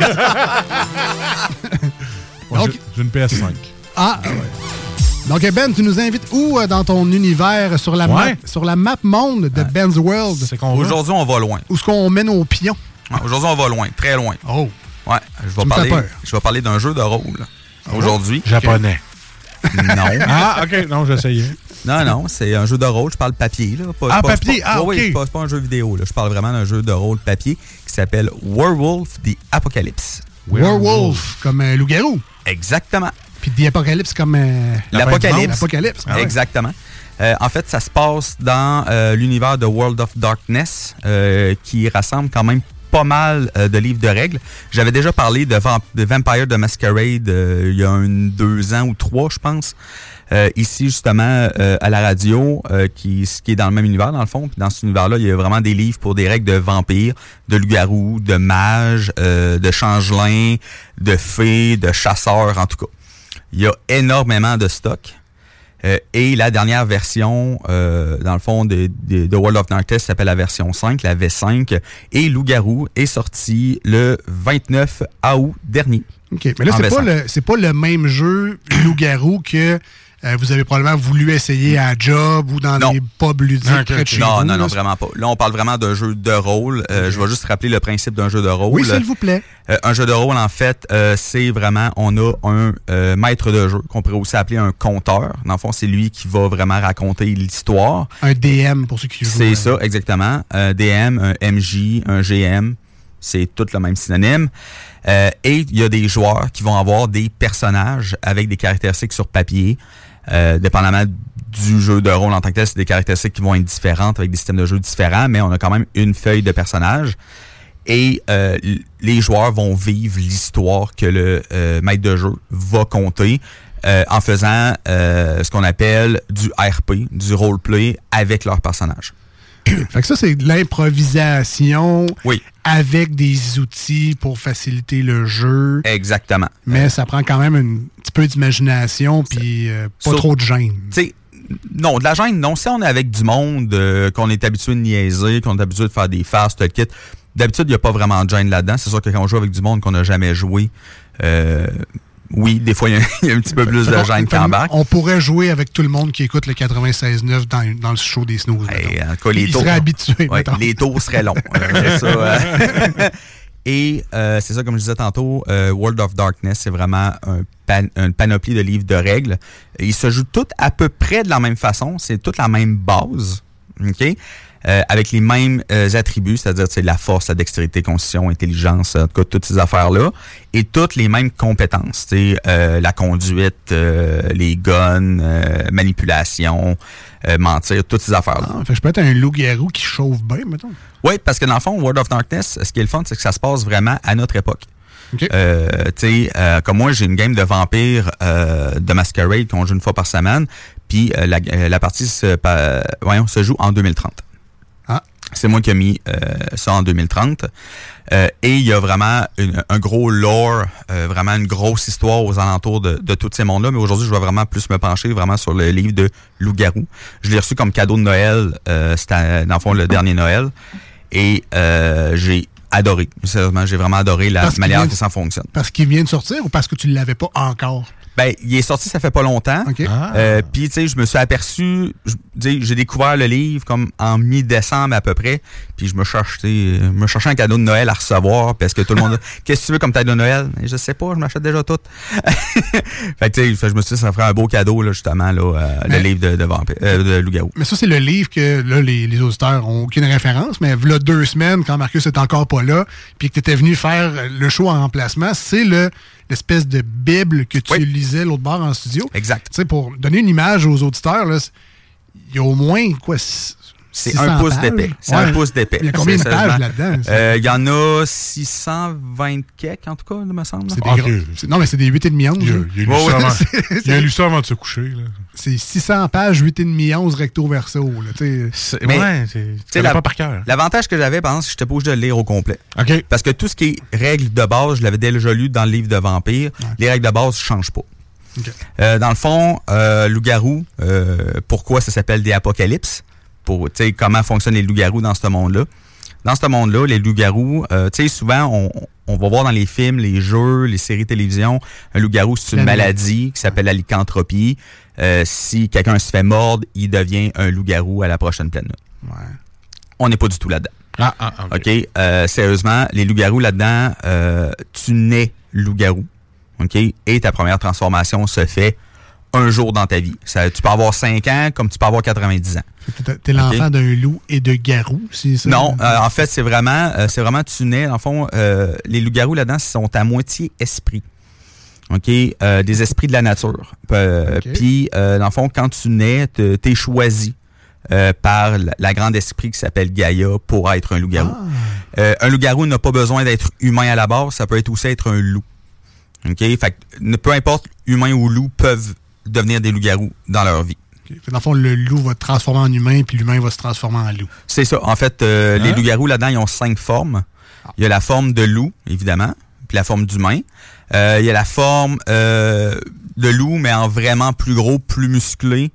Donc, j'ai une PS5. Ah, ouais. Donc, Ben, tu nous invites où dans ton univers sur la map monde de Ben's World? Aujourd'hui, on va loin. Où est-ce qu'on met nos pions? Aujourd'hui, on va loin, très loin. Oh! Ouais, je vais parler d'un jeu de rôle. Aujourd'hui. Japonais. Non. Ah, OK. Non, j'essayais. Non, c'est un jeu de rôle. Je parle papier. Là. Papier? OK. Oui, c'est pas un jeu vidéo. Là. Je parle vraiment d'un jeu de rôle papier qui s'appelle Werewolf the Apocalypse. Werewolf, comme loup-garou. Exactement. Puis The Apocalypse comme... L'Apocalypse. Ah ouais. Exactement. En fait, ça se passe dans l'univers de World of Darkness qui rassemble quand même pas mal de livres de règles. J'avais déjà parlé de Vampire the Masquerade il y a 2 ans ou 3, je pense. Ici, justement, à la radio, qui est dans le même univers, dans le fond. Puis dans cet univers-là, il y a vraiment des livres pour des règles de vampires, de loups-garous, de mages, de changelins, de fées, de chasseurs, en tout cas. Il y a énormément de stock. Et la dernière version, dans le fond, de World of Darkness s'appelle la version 5, la V5. Et Loup-garou est sorti le 29 août dernier. OK, mais là, c'est pas le même jeu Loup-garou que vous avez probablement voulu essayer à Job ou dans les pubs ludiques près de chez vous. Non, vraiment pas. Là, on parle vraiment d'un jeu de rôle. Je vais juste rappeler le principe d'un jeu de rôle. Oui, s'il vous plaît. Un jeu de rôle, en fait, c'est vraiment, on a un maître de jeu, qu'on pourrait aussi appeler un conteur. Dans le fond, c'est lui qui va vraiment raconter l'histoire. Un DM, pour ceux qui jouent. C'est ça, exactement. Un DM, un MJ, un GM, c'est tout le même synonyme. Et il y a des joueurs qui vont avoir des personnages avec des caractéristiques sur papier. Dépendamment du jeu de rôle en tant que tel, c'est des caractéristiques qui vont être différentes avec des systèmes de jeu différents, mais on a quand même une feuille de personnages. Et les joueurs vont vivre l'histoire que le maître de jeu va conter en faisant ce qu'on appelle du RP, du roleplay avec leurs personnages. Fait que ça, c'est de l'improvisation avec des outils pour faciliter le jeu. Exactement. Mais ça prend quand même un petit peu d'imagination puis pas trop de gêne. Non, de la gêne, non. Si on est avec du monde qu'on est habitué de niaiser, qu'on est habitué de faire des farces, tout le kit, d'habitude, il n'y a pas vraiment de gêne là-dedans. C'est sûr que quand on joue avec du monde qu'on n'a jamais joué, oui, des fois, il y a un petit peu plus de gêne qui embarque. On pourrait jouer avec tout le monde qui écoute le 96.9 dans le show des snooze. En tout cas, ils seraient habitués. Ouais, les tours seraient longs. Et c'est ça, comme je disais tantôt, World of Darkness, c'est vraiment une panoplie de livres de règles. Ils se jouent tous à peu près de la même façon. C'est toute la même base, OK? Avec les mêmes attributs, c'est-à-dire la force, la dextérité, constitution, intelligence, en tout cas, toutes ces affaires-là. Et toutes les mêmes compétences, la conduite, les guns, manipulation, mentir, toutes ces affaires-là. Fait que je peux être un loup-garou qui chauffe bien, mettons. Oui, parce que dans le fond, World of Darkness, ce qui est le fun, c'est que ça se passe vraiment à notre époque. Okay. Comme moi, j'ai une game de vampires de Masquerade qu'on joue une fois par semaine, puis la partie se joue en 2030. Ah. C'est moi qui ai mis ça en 2030. Et il y a vraiment un gros lore, vraiment une grosse histoire aux alentours de tous ces mondes-là. Mais aujourd'hui, je vais vraiment plus me pencher vraiment sur le livre de Loup-garou. Je l'ai reçu comme cadeau de Noël. C'était, dans le fond, le dernier Noël. Et j'ai adoré. Sérieusement, j'ai vraiment adoré la manière que ça fonctionne. Parce qu'il vient de sortir ou parce que tu ne l'avais pas encore? Ben, il est sorti, ça fait pas longtemps. Okay. Puis, tu sais, je me suis aperçu, j'ai découvert le livre comme en mi-décembre à peu près. Puis, je me cherchais un cadeau de Noël à recevoir. Parce que tout le monde qu'est-ce que tu veux comme cadeau de Noël? Et je sais pas, je m'achète déjà tout. Fait que, tu sais, je me suis dit, ça ferait un beau cadeau, là, justement, là, le livre de Loup-garou. Mais ça, c'est le livre que là, les auditeurs ont aucune référence. Mais là, 2 semaines, quand Marcus est encore pas là, puis que tu étais venu faire le show en remplacement, c'est l'espèce de Bible que tu lisais l'autre bord en studio. Exact. Tu sais, pour donner une image aux auditeurs, il y a au moins, c'est 1 pouce d'épais. C'est 1 pouce d'épais. Il y a combien de pages là-dedans? Il y en a 620 quelques, en tout cas, il me semble. Non, mais c'est des 8,5 11. Il a lu ça avant de se coucher. Là. C'est 600 pages, 8,5 11 recto verso. C'est pas par cœur. L'avantage que j'avais, par exemple, c'est que j'étais pas obligé de le lire au complet. Okay. Parce que tout ce qui est règles de base, je l'avais déjà lu dans le livre de Vampire. Ouais. Les règles de base ne changent pas. Okay. Dans le fond, Loup-garou, pourquoi ça s'appelle des apocalypses? Pour comment fonctionnent les loups-garous dans ce monde-là. Dans ce monde-là, les loups-garous, souvent, on va voir dans les films, les jeux, les séries de télévision, un loup-garou, c'est une maladie qui s'appelle la lycanthropie. Si quelqu'un se fait mordre, il devient un loup-garou à la prochaine pleine lune. Ouais. On n'est pas du tout là-dedans. OK. Sérieusement, les loups-garous là-dedans, tu nais loup-garou. OK? Et ta première transformation se fait un jour dans ta vie. Tu peux avoir 5 ans comme tu peux avoir 90 ans. T'es l'enfant d'un loup et de garou, c'est ça? Non, en fait, c'est vraiment tu nais. En fond, les loups-garous là-dedans sont à moitié esprits. OK? Des esprits de la nature. Puis, dans le fond, quand tu nais, t'es choisi par la grande esprit qui s'appelle Gaïa pour être un loup-garou. Un loup-garou n'a pas besoin d'être humain à la base, ça peut aussi être un loup. OK? Fait que peu importe, humain ou loup peuvent devenir des loups-garous dans leur vie. Okay. Dans le fond, le loup va se transformer en humain, puis l'humain va se transformer en loup. C'est ça. En fait, les loups-garous, là-dedans, ils ont 5 formes. Il y a la forme de loup, évidemment, puis la forme d'humain. Il y a la forme de loup, mais en vraiment plus gros, plus musclé.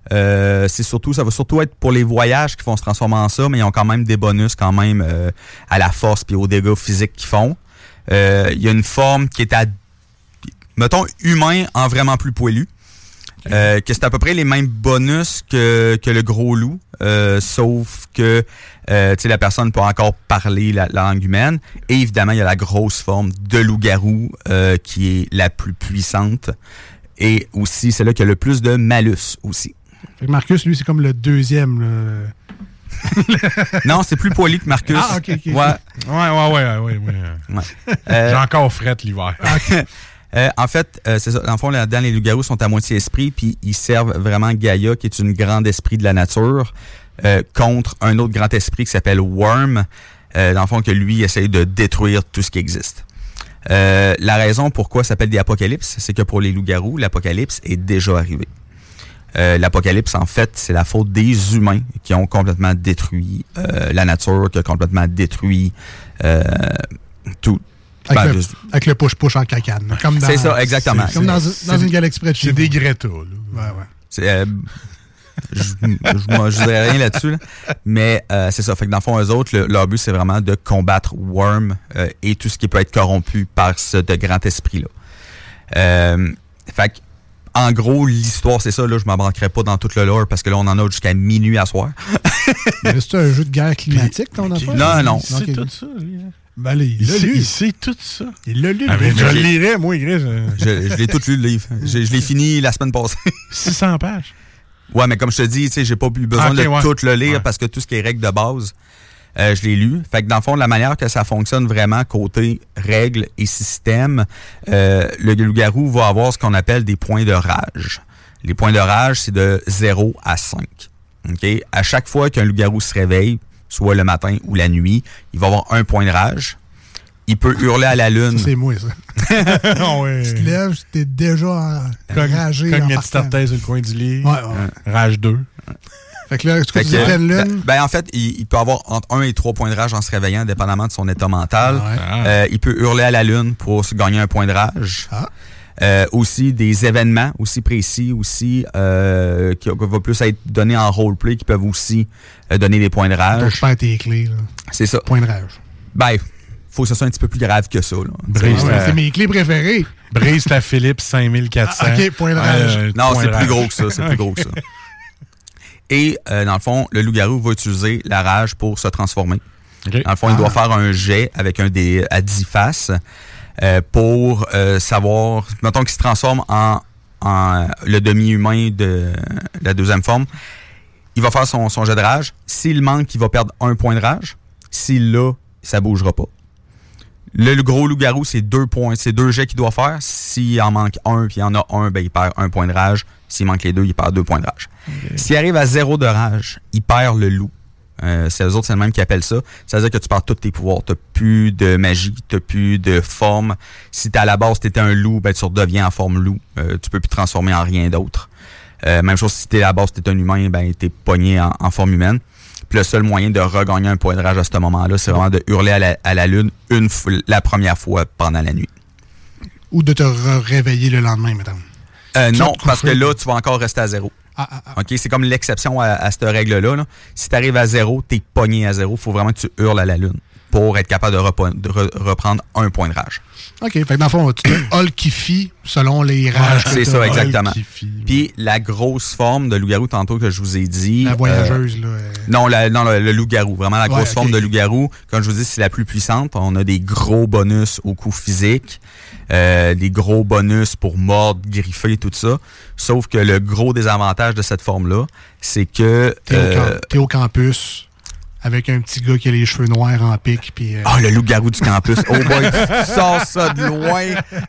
Ça va surtout être pour les voyages qui vont se transformer en ça, mais ils ont quand même des bonus quand même à la force puis aux dégâts physiques qu'ils font. Il y a une forme qui est mettons, humain en vraiment plus poilu. Que c'est à peu près les mêmes bonus que le gros loup, sauf que la personne peut encore parler la langue humaine. Et évidemment, il y a la grosse forme de loup-garou qui est la plus puissante. Et aussi, c'est là qu'il y a le plus de malus aussi. Fait que Marcus, lui, c'est comme le deuxième. Non, c'est plus poilu que Marcus. Ah, OK. Ouais. J'ai encore frette l'hiver. En fait, c'est ça. Dans le fond, là-dedans, les loups-garous sont à moitié esprit, puis ils servent vraiment Gaïa, qui est une grande esprit de la nature, contre un autre grand esprit qui s'appelle Worm, dans le fond, que lui essaye de détruire tout ce qui existe. La raison pourquoi ça s'appelle des apocalypses, c'est que pour les loups-garous, l'apocalypse est déjà arrivé. L'apocalypse, en fait, c'est la faute des humains qui ont complètement détruit la nature, qui ont complètement détruit tout. Avec le push-push en cacane. C'est ça, exactement. Comme dans une galaxie près de chez vous. C'est des Greta. Ouais. Je dirais rien là-dessus. Là. Mais c'est ça. Fait que dans le fond, eux autres, leur but, c'est vraiment de combattre Worm et tout ce qui peut être corrompu par ce de grand esprit-là. Fait que, en gros, l'histoire, c'est ça. Là, je ne m'embarquerai pas dans tout le lore parce que là, on en a jusqu'à minuit à soir. Mais c'est un jeu de guerre climatique, ton affaire? Non. Il sait tout ça, lui. Ben, il sait tout ça. Il l'a lu. Ah, je le lirais, moi, Gris. Je l'ai tout lu, le livre. Je l'ai fini la semaine passée. 600 pages. Ouais, mais comme je te dis, j'ai pas eu besoin de tout le lire parce que tout ce qui est règles de base, je l'ai lu. Fait que dans le fond, la manière que ça fonctionne vraiment côté règles et système, le loup-garou va avoir ce qu'on appelle des points de rage. Les points de rage, c'est de 0 à 5. Okay? À chaque fois qu'un loup-garou se réveille, soit le matin ou la nuit, il va avoir un point de rage. Il peut hurler à la lune. Ça, c'est moi, ça. Ouais. Tu te lèves, t'es déjà enragé. Cogne une petite orteille sur le coin du lit. Ouais. Rage 2. Fait que là, est-ce que tu dirais une lune? Ben, en fait, il peut avoir entre 1 et 3 points de rage en se réveillant, dépendamment de son état mental. Il peut hurler à la lune pour se gagner un point de rage. Aussi des événements aussi précis aussi qui va plus être donnés en roleplay qui peuvent aussi donner des points de rage. Donc, je perds tes clés. Là. C'est ça. Point de rage. Ben, faut que ce soit un petit peu plus grave que ça. Là. C'est mes clés préférées. Brise ta Philips 5400. OK, point de rage. Non, c'est plus gros que ça. C'est plus gros que ça. Et, dans le fond, le loup-garou va utiliser la rage pour se transformer. Okay. Dans le fond, il doit faire un jet avec un dé à 10 faces pour savoir... Mettons qu'il se transforme en le demi-humain de la deuxième forme. Il va faire son jet de rage. S'il manque, il va perdre un point de rage. S'il l'a, ça bougera pas. Le gros loup-garou, c'est 2 points. C'est 2 jets qu'il doit faire. S'il en manque un, puis il y en a un, ben, il perd 1 point de rage. S'il manque les 2, il perd 2 points de rage. Okay. S'il arrive à 0 de rage, il perd le loup. C'est eux autres, c'est le même qui appellent ça. Ça veut dire que tu perds tous tes pouvoirs. T'as plus de magie, t'as plus de forme. Si t'es à la base, t'étais un loup, ben tu redeviens en forme loup. Tu peux plus te transformer en rien d'autre. Même chose si t'es à la base, t'es un humain, ben t'es pogné en forme humaine. Puis le seul moyen de regagner un point de rage à ce moment-là, c'est vraiment de hurler à la lune la première fois pendant la nuit. Ou de te réveiller le lendemain, mettons. Non, parce que là, tu vas encore rester à 0. OK, c'est comme l'exception à cette règle-là. Là. Si tu arrives à 0, t'es pogné à 0. Il faut vraiment que tu hurles à la lune pour être capable de reprendre 1 point de rage. OK, fait que dans le fond, tu te holkifie selon les rages. C'est ça, exactement. Puis la grosse forme de loup-garou, tantôt que je vous ai dit... La voyageuse, là. Non, le loup-garou. Vraiment la grosse forme de loup-garou. Comme je vous dis, c'est la plus puissante. On a des gros bonus au coup physique. Des gros bonus pour mordre, griffer, tout ça. Sauf que le gros désavantage de cette forme-là, c'est que... T'es au campus avec un petit gars qui a les cheveux noirs en pique. Puis, le loup-garou du campus. Oh boy, tu sors ça de loin.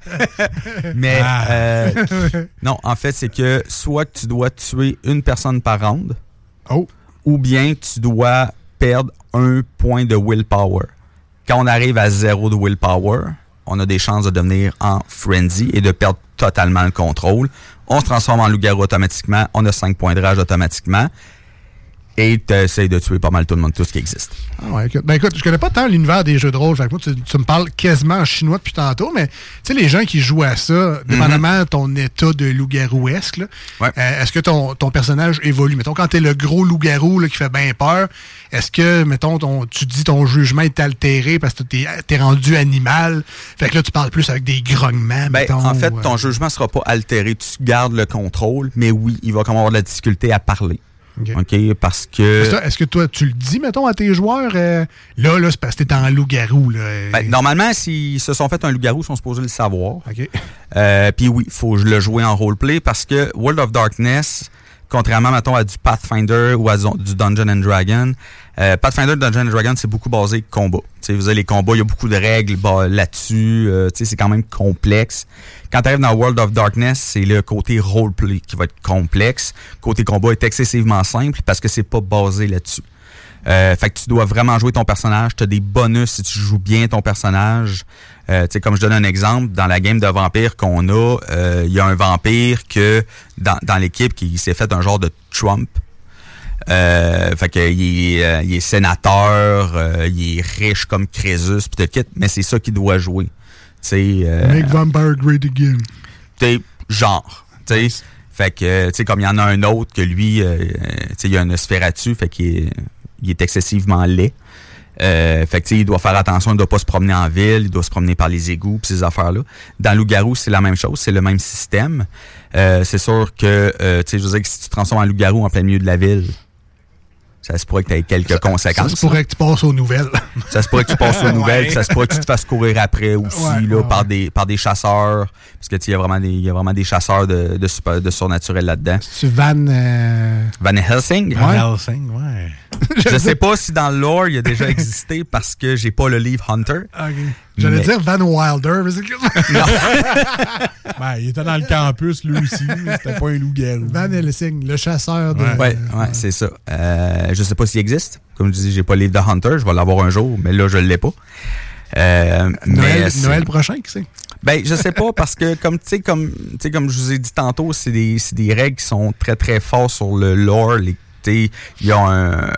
Mais non, en fait, c'est que soit que tu dois tuer une personne par round, ou bien tu dois perdre 1 point de willpower. Quand on arrive à 0 de willpower, on a des chances de devenir en frenzy et de perdre totalement le contrôle. On se transforme en loup-garou automatiquement. On a 5 points de rage automatiquement. Et tu essaies de tuer pas mal tout le monde, tout ce qui existe. Ah ouais, écoute, je connais pas tant l'univers des jeux de rôle. Fait que moi, tu me parles quasiment en chinois depuis tantôt, mais tu sais, les gens qui jouent à ça, dépendamment de ton état de loup-garouesque, là, est-ce que ton personnage évolue? Mettons, quand t'es le gros loup-garou là, qui fait bien peur, est-ce que, mettons, tu dis ton jugement est altéré parce que t'es rendu animal? Fait que là, tu parles plus avec des grognements, mettons. En fait, ton jugement sera pas altéré. Tu gardes le contrôle, mais oui, il va comme avoir de la difficulté à parler. OK, parce que... Est-ce que toi, tu le dis, mettons, à tes joueurs? Là, c'est parce que t'es en loup-garou. Normalement, s'ils se sont fait un loup-garou, ils sont supposés le savoir. OK. Puis oui, il faut le jouer en roleplay parce que World of Darkness, contrairement, mettons, à du Pathfinder ou à du Dungeons & Dragons, Pathfinder, Dungeons & Dragons, c'est beaucoup basé combat. T'sais, vous avez les combats, il y a beaucoup de règles là-dessus. C'est quand même complexe. Quand tu arrives dans World of Darkness, c'est le côté roleplay qui va être complexe. Côté combat est excessivement simple parce que c'est pas basé là-dessus. Fait que tu dois vraiment jouer ton personnage. Tu as des bonus si tu joues bien ton personnage. Comme je donne un exemple, dans la game de vampire qu'on a, il y a un vampire que dans l'équipe qui s'est fait un genre de Trump. Fait que il est sénateur, il est riche comme Crésus, pis tout le kit, mais c'est ça qu'il doit jouer. Make Vampire Great Again. Genre. Nice. Fait que, tu sais, comme il y en a un autre que lui, tu sais, il y a un Nosferatu, fait qu'il est excessivement laid. Fait que, tu sais, il doit faire attention, il doit pas se promener en ville, il doit se promener par les égouts pis ces affaires-là. Dans Loup-garou, c'est la même chose, c'est le même système. C'est sûr que, tu sais, je veux dire que si tu te transformes en loup-garou en plein milieu de la ville, ça se pourrait que tu aies quelques conséquences. Ça se pourrait que tu passes aux nouvelles. Ça se pourrait que tu passes aux nouvelles, puis ça se pourrait que tu te fasses courir après aussi par des chasseurs. Parce que il y a vraiment des chasseurs de surnaturel là-dedans. C'est Van Helsing? Van Helsing, ouais. Je sais pas si dans le lore, il a déjà existé parce que j'ai pas le livre Hunter. OK. J'allais dire Van Wilder, mais c'est que... Non. Ben, il était dans le campus, lui aussi. C'était pas un loup-garou. Van Helsing, le chasseur de... Ouais, c'est ça. Je sais pas s'il existe. Comme je dis, j'ai pas le livre de Hunter. Je vais l'avoir un jour, mais là, je l'ai pas. Noël prochain, qui c'est? Ben, je sais pas, parce que comme je vous ai dit tantôt, c'est des règles qui sont très, très fortes sur le lore. Il y a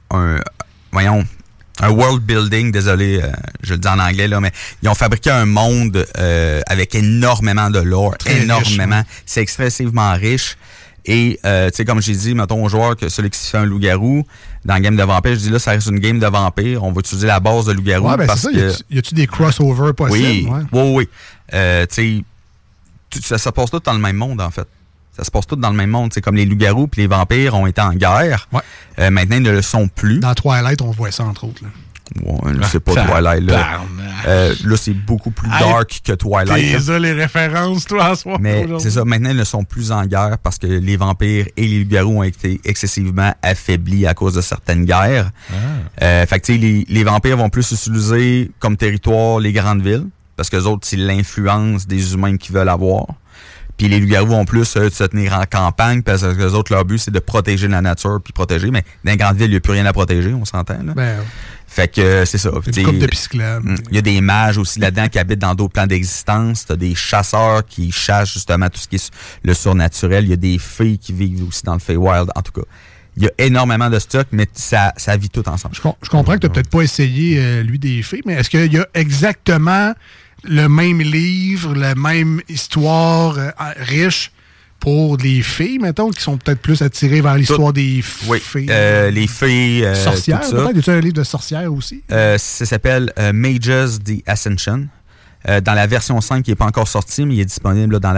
un world building, désolé, je le dis en anglais, là, mais ils ont fabriqué un monde avec énormément de lore, très énormément. Riche, c'est excessivement riche. Et, tu sais, comme j'ai dit, mettons aux joueurs que celui qui se fait un loup-garou, dans le game de vampire, je dis là, ça reste une game de vampire. On va utiliser la base de loup-garou. Ouais, ben parce c'est ça. que... Y a-tu des crossovers possibles? Oui. Tu sais, ça se passe tout dans le même monde, en fait. Ça se passe tout dans le même monde. C'est comme les loups-garous puis les vampires ont été en guerre. Ouais. Maintenant, ils ne le sont plus. Dans Twilight, on voit ça, entre autres. Là. Ouais, là, c'est pas Twilight. Là, c'est beaucoup plus dark que Twilight. T'es les références, toi, en soi. Mais c'est ça, maintenant, ils ne sont plus en guerre parce que les vampires et les loups-garous ont été excessivement affaiblis à cause de certaines guerres. Fait que, tu sais, les vampires vont plus utiliser comme territoire les grandes villes parce que les autres, c'est l'influence des humains qu'ils veulent avoir. Puis les loups-garous vont plus se tenir en campagne parce que les autres, leur but, c'est de protéger la nature puis protéger. Mais dans les grandes villes, il n'y a plus rien à protéger, on s'entend, là. Ben, fait que c'est ça. Une couple de pisclades. Il y a des mages aussi là-dedans qui habitent dans d'autres plans d'existence. T'as des chasseurs qui chassent justement tout ce qui est le surnaturel. Il y a des fées qui vivent aussi dans le Feywild. En tout cas, il y a énormément de stock, mais ça vit tout ensemble. Je comprends que tu n'as peut-être pas essayé, lui, des fées, mais est-ce qu'il y a exactement le même livre, la même histoire riche pour les filles, mettons, qui sont peut-être plus attirées vers l'histoire des fées? Les fées... sorcières, tout ça. peut-être? Y a-t-il un livre de sorcières aussi? Ça s'appelle Mages the Ascension. Dans la version 5 qui n'est pas encore sortie, mais il est disponible là, dans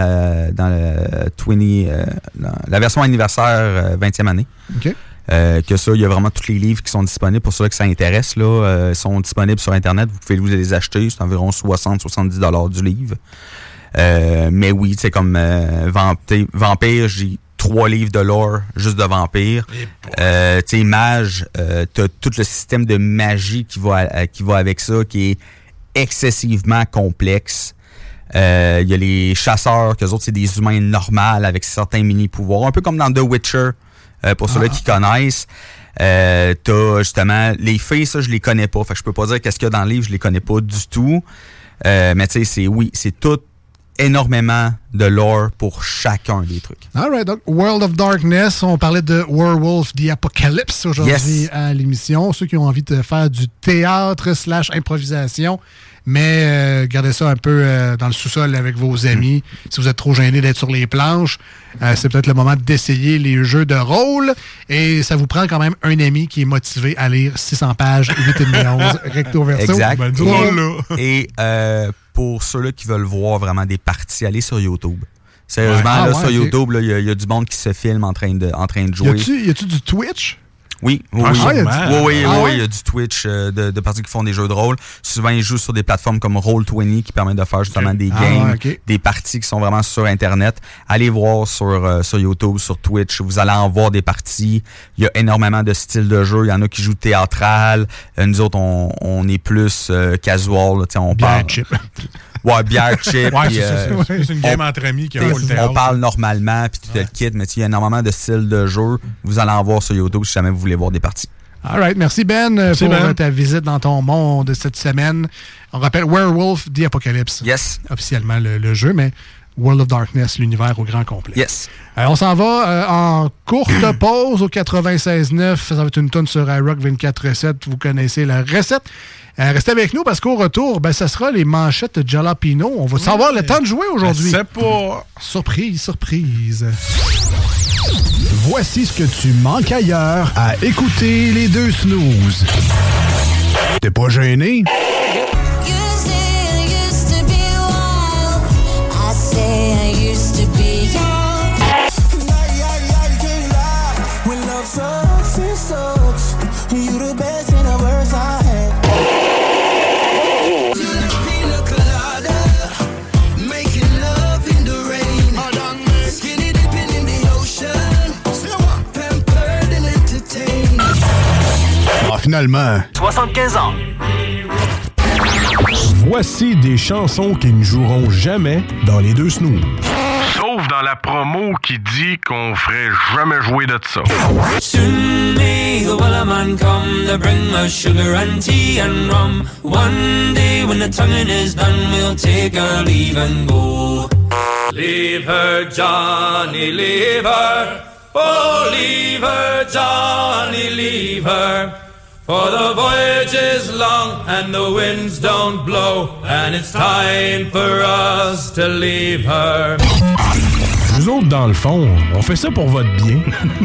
la version anniversaire 20e année. OK. Que ça, il y a vraiment tous les livres qui sont disponibles pour ceux que ça intéresse. Là, sont disponibles sur Internet. Vous pouvez les acheter. C'est environ 60-70$ du livre. Mais oui, c'est comme Vampire, j'ai 3 livres de lore juste de Vampire. Tu sais, Mage, t'as tout le système de magie qui va avec ça, qui est excessivement complexe. Il y a les chasseurs, qu'eux autres, c'est des humains normaux avec certains mini-pouvoirs. Un peu comme dans The Witcher, pour ceux-là qui connaissent. T'as justement les fées, ça, je les connais pas. Fait que je peux pas dire qu'est-ce qu'il y a dans le livre, je les connais pas du tout. Mais tu sais, c'est tout énormément de lore pour chacun des trucs. Alright, donc World of Darkness, on parlait de Werewolf the Apocalypse aujourd'hui à l'émission. Ceux qui ont envie de faire du théâtre / improvisation, mais gardez ça un peu dans le sous-sol avec vos amis. Si vous êtes trop gêné d'être sur les planches, c'est peut-être le moment d'essayer les jeux de rôle. Et ça vous prend quand même un ami qui est motivé à lire 600 pages, 8,5 recto verso. Exact. Ben, et pour ceux-là qui veulent voir vraiment des parties, allez sur YouTube. Sérieusement, sur YouTube, il y a du monde qui se filme en train de jouer. Y a-tu du Twitch? Oui, il y a du Twitch de parties qui font des jeux de rôle. Souvent, ils jouent sur des plateformes comme Roll20 qui permettent de faire justement des games, des parties qui sont vraiment sur Internet. Allez voir sur YouTube, sur Twitch. Vous allez en voir des parties. Il y a énormément de styles de jeu. Il y en a qui jouent théâtral. Nous autres, on est plus casual. Là, on parle... Ouais, bière chip. Ouais, c'est une game entre amis qui a le théâtre. On parle normalement, puis tout le kit, mais il y a énormément de styles de jeu. Vous allez en voir sur YouTube si jamais vous voulez voir des parties. All right. Merci Ben pour ta visite dans ton monde cette semaine. On rappelle Werewolf the Apocalypse. Yes. Officiellement le jeu, mais World of Darkness, l'univers au grand complet. Yes. On s'en va en courte pause au 96.9. Ça va être une tonne sur iRock 24/7. Vous connaissez la recette. Restez avec nous parce qu'au retour, ça sera les manchettes Jalapino. On va savoir le temps de jouer aujourd'hui. C'est pas... Surprise, surprise. Voici ce que tu manques ailleurs à écouter les deux snooze. T'es pas gêné? Finalement. 75 ans. Voici des chansons qui ne joueront jamais dans les deux snooze. Sauf dans la promo qui dit qu'on ferait jamais jouer de ça. Soon may the Wellerman come to bring us sugar and tea and rum. One day when the tonguing is done, we'll take our leave and go. Leave her, Johnny, leave her. Oh, leave her, Johnny, leave her. For the voyage is long and the winds don't blow, and it's time for us to leave her. Nous autres, dans le fond, on fait ça pour votre bien.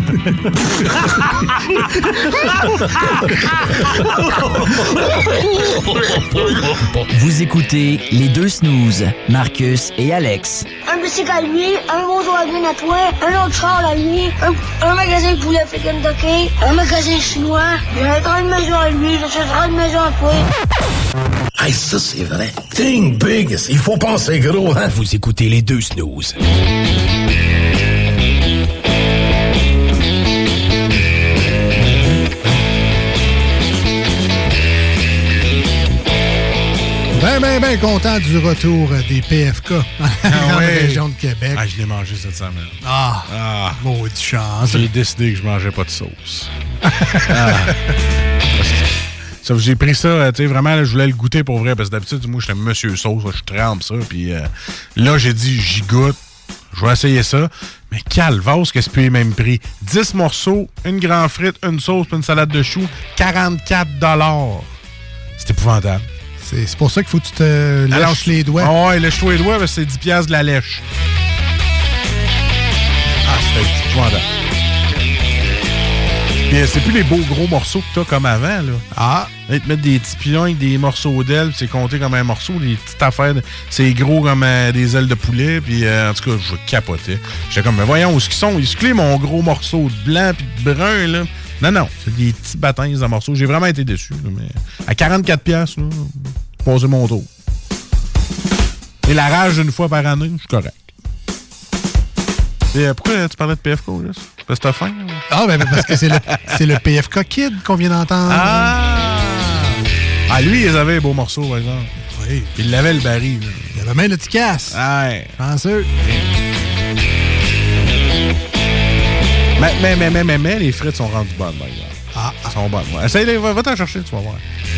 Vous écoutez les deux snooze, Marcus et Alex. Un bicycle à lui, un Volkswagen à toi, un autre char à lui, un magasin de poulet à Kentucky, un magasin chinois, il y a une grande maison à lui, j'achèterai une maison à toi. Hey, ça c'est vrai. Think big, il faut penser gros, hein? Vous écoutez les deux snooze. Ben content du retour des PFK dans la grande région de Québec. Ah, je l'ai mangé cette semaine. Maudit chance. J'ai décidé que je mangeais pas de sauce. J'ai pris ça, tu sais, vraiment, là, je voulais le goûter pour vrai, parce que d'habitude, moi, j'étais monsieur sauce, là, je trempe ça, puis là, j'ai dit, j'y goûte, je vais essayer ça, mais calvasse que c'est plus les mêmes prix. 10 morceaux, une grande frite, une sauce, puis une salade de choux, 44 $. C'est épouvantable. C'est pour ça qu'il faut que tu te lâches les doigts. Ah ouais, lèche-toi les doigts, parce que c'est 10 piastres de la lèche. Ah, c'est épouvantable. Puis c'est plus les beaux gros morceaux que t'as comme avant, là. Ah! Ils te mettent des petits pilons avec des morceaux d'ailes, puis c'est compté comme un morceau, des petites affaires. C'est gros comme des ailes de poulet, puis en tout cas, je capotais. J'étais comme, mais voyons, où est-ce qu'ils sont? Ils se mon gros morceau de blanc puis de brun, là. Non, c'est des petits bâtons de morceaux. J'ai vraiment été déçu, là, mais à 44 piastres, là, posez mon tour. Et la rage une fois par année, je suis correct. Et pourquoi tu parlais de PFK, là? Parce que t'as faim? Ah, ben parce que c'est le PFK Kid qu'on vient d'entendre. Ah, lui, ils avaient un beau morceau, par exemple. Oui. Il l'avait le baril. Là. Il avait même le petit casse. Ouais. Chanceux. Mais les frites sont rendues bonnes, par exemple. Elles sont bonnes. Ouais. Essaye, va t'en chercher, tu vas voir.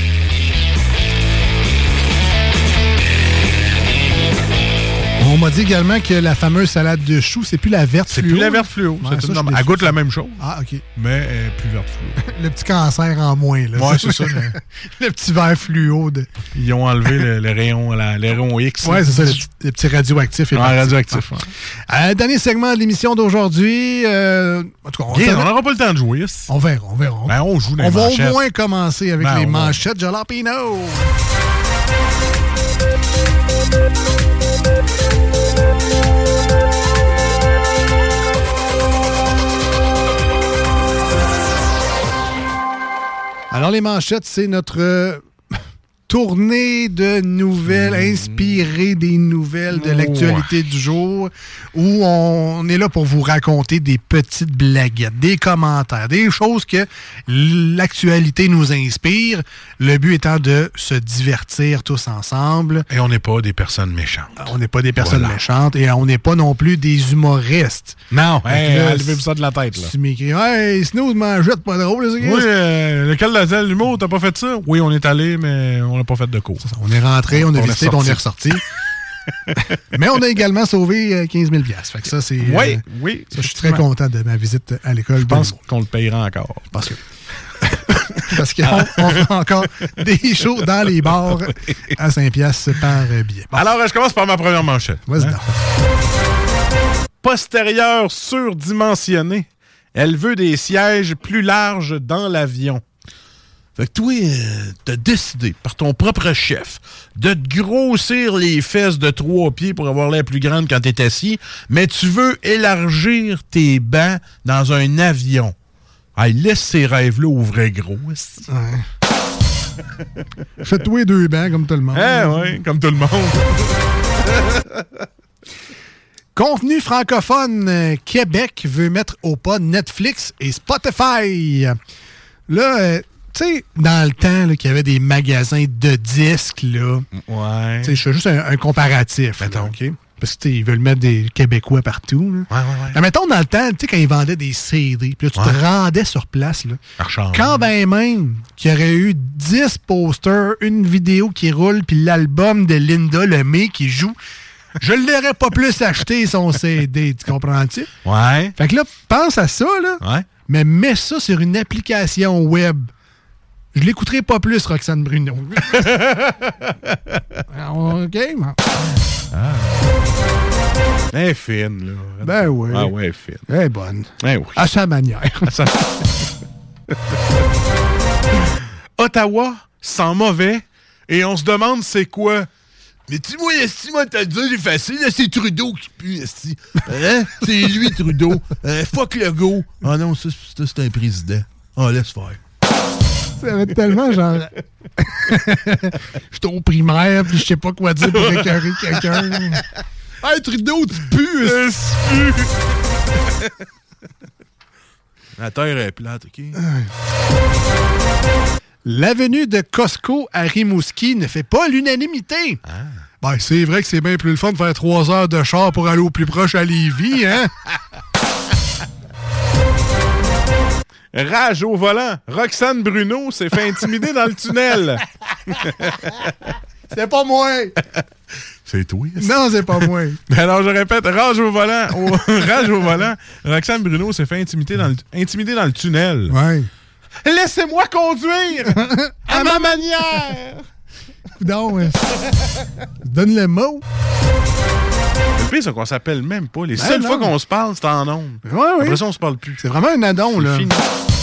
On m'a dit également que la fameuse salade de choux, c'est plus la verte fluo. C'est plus la verte fluo. Ouais, elle goûte la même chose. Ah, OK. Mais elle est plus verte fluo. Le petit cancer en moins, là. Ouais, c'est ça. Le petit verre fluo. Ils ont enlevé le rayon X. Ouais, c'est ça, le petit radioactif. Radioactif. Ouais. Dernier segment de l'émission d'aujourd'hui. En tout cas, on n'aura pas le temps de jouer. On verra. Ben, on joue les manchettes. manchettes. On va au moins commencer avec les manchettes Jalapino. Alors, les manchettes, c'est notre tournée de nouvelles, inspirée des nouvelles de l'actualité du jour, où on est là pour vous raconter des petites blaguettes, des commentaires, des choses que l'actualité nous inspire. Le but étant de se divertir tous ensemble. Et on n'est pas des personnes méchantes. On n'est pas des personnes méchantes et on n'est pas non plus des humoristes. Non, enlevez-vous ça de la tête. Là. Tu m'écris, hey, Snooze manchette, pas drôle, les gars. Oui, lequel de l'humour, t'as pas fait ça? Oui, on est allé, mais on n'a pas fait de cours. On est rentré, on a visité, on est ressorti. Mais on a également sauvé 15 000 $. Fait que ça, c'est... Oui. Ça, je suis très content de ma visite à l'école. Je pense qu'on le payera encore. Parce qu'on fait encore des shows dans les bars à 5 $ par billet. Bon. Alors, je commence par ma première manchette. Vas-y. Postérieure surdimensionnée. Elle veut des sièges plus larges dans l'avion. Fait que toi, t'as décidé, par ton propre chef, de te grossir les fesses de 3 pieds pour avoir l'air plus grande quand t'es assis, mais tu veux élargir tes bancs dans un avion. Hey, laisse ces rêves-là au vrai gros. Ouais. Fais-toi 2 bancs comme tout le monde. Oui, comme tout le monde. Contenu francophone, Québec veut mettre au pas Netflix et Spotify. Là, tu sais, dans le temps qu'il y avait des magasins de disques, là. Ouais. Tu sais, je fais juste un comparatif. Là, OK? Parce qu'ils veulent mettre des Québécois partout. Là. Ouais. Mais mettons, dans le temps, tu sais, quand ils vendaient des CD, puis là, tu te rendais sur place, là. Quand ben même qu'il y aurait eu 10 posters, une vidéo qui roule, puis l'album de Linda Lemay qui joue, je ne l'aurais pas plus acheté son CD, tu comprends-tu? Ouais. Fait que là, pense à ça, là. Ouais. Mais mets ça sur une application web. Je l'écouterai pas plus, Roxane Bruno. OK? Elle est fine, là. Ben oui. Ah ouais, elle est fine. Elle est bonne. Ben oui. À sa manière. Ottawa sent mauvais et on se demande c'est quoi. Mais tu vois, esti, moi, t'as dit, c'est facile, là, c'est Trudeau qui pue, esti. Hein? C'est lui, Trudeau. Fuck le go. Ah non, ça, c'est un président. Ah, laisse faire. Ça va être tellement genre... J'étais au primaire, puis je sais pas quoi dire pour écœurer quelqu'un. Hey, Trudeau, tu pues! Tu pues! La terre est plate, OK? L'avenue de Costco à Rimouski ne fait pas l'unanimité. Ben, c'est vrai que c'est bien plus le fun de faire 3 heures de char pour aller au plus proche à Lévis, hein? Rage au volant. Roxane Bruno s'est fait intimider dans le tunnel. C'est pas moi. C'est toi. Non, c'est pas moi. Alors, je répète, rage au volant. Rage au volant. Roxane Bruno s'est fait intimider dans le tunnel. Ouais. Laissez-moi conduire à ma manière. Non, donne le mot. Le pire, c'est qu'on s'appelle même pas. Les seules fois qu'on se parle, c'est en ondes. Ouais. Après ça, on se parle plus. C'est vraiment un addon, là. Fini.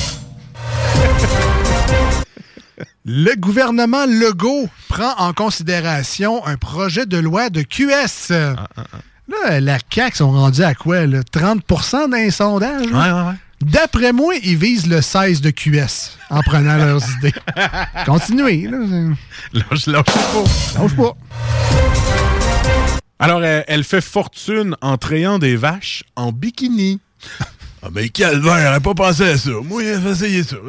Le gouvernement Legault prend en considération un projet de loi de QS. Là, la CAQ sont rendus à quoi, là? 30% d'un sondage? Ouais. D'après moi, ils visent le 16 de QS en prenant leurs idées. Continuez, là. Lâche pas. Lâche pas. Alors, elle fait fortune en trayant des vaches en bikini. Ah, mais calvaire, elle n'a pas pensé à ça. Moi, elle va essayer ça.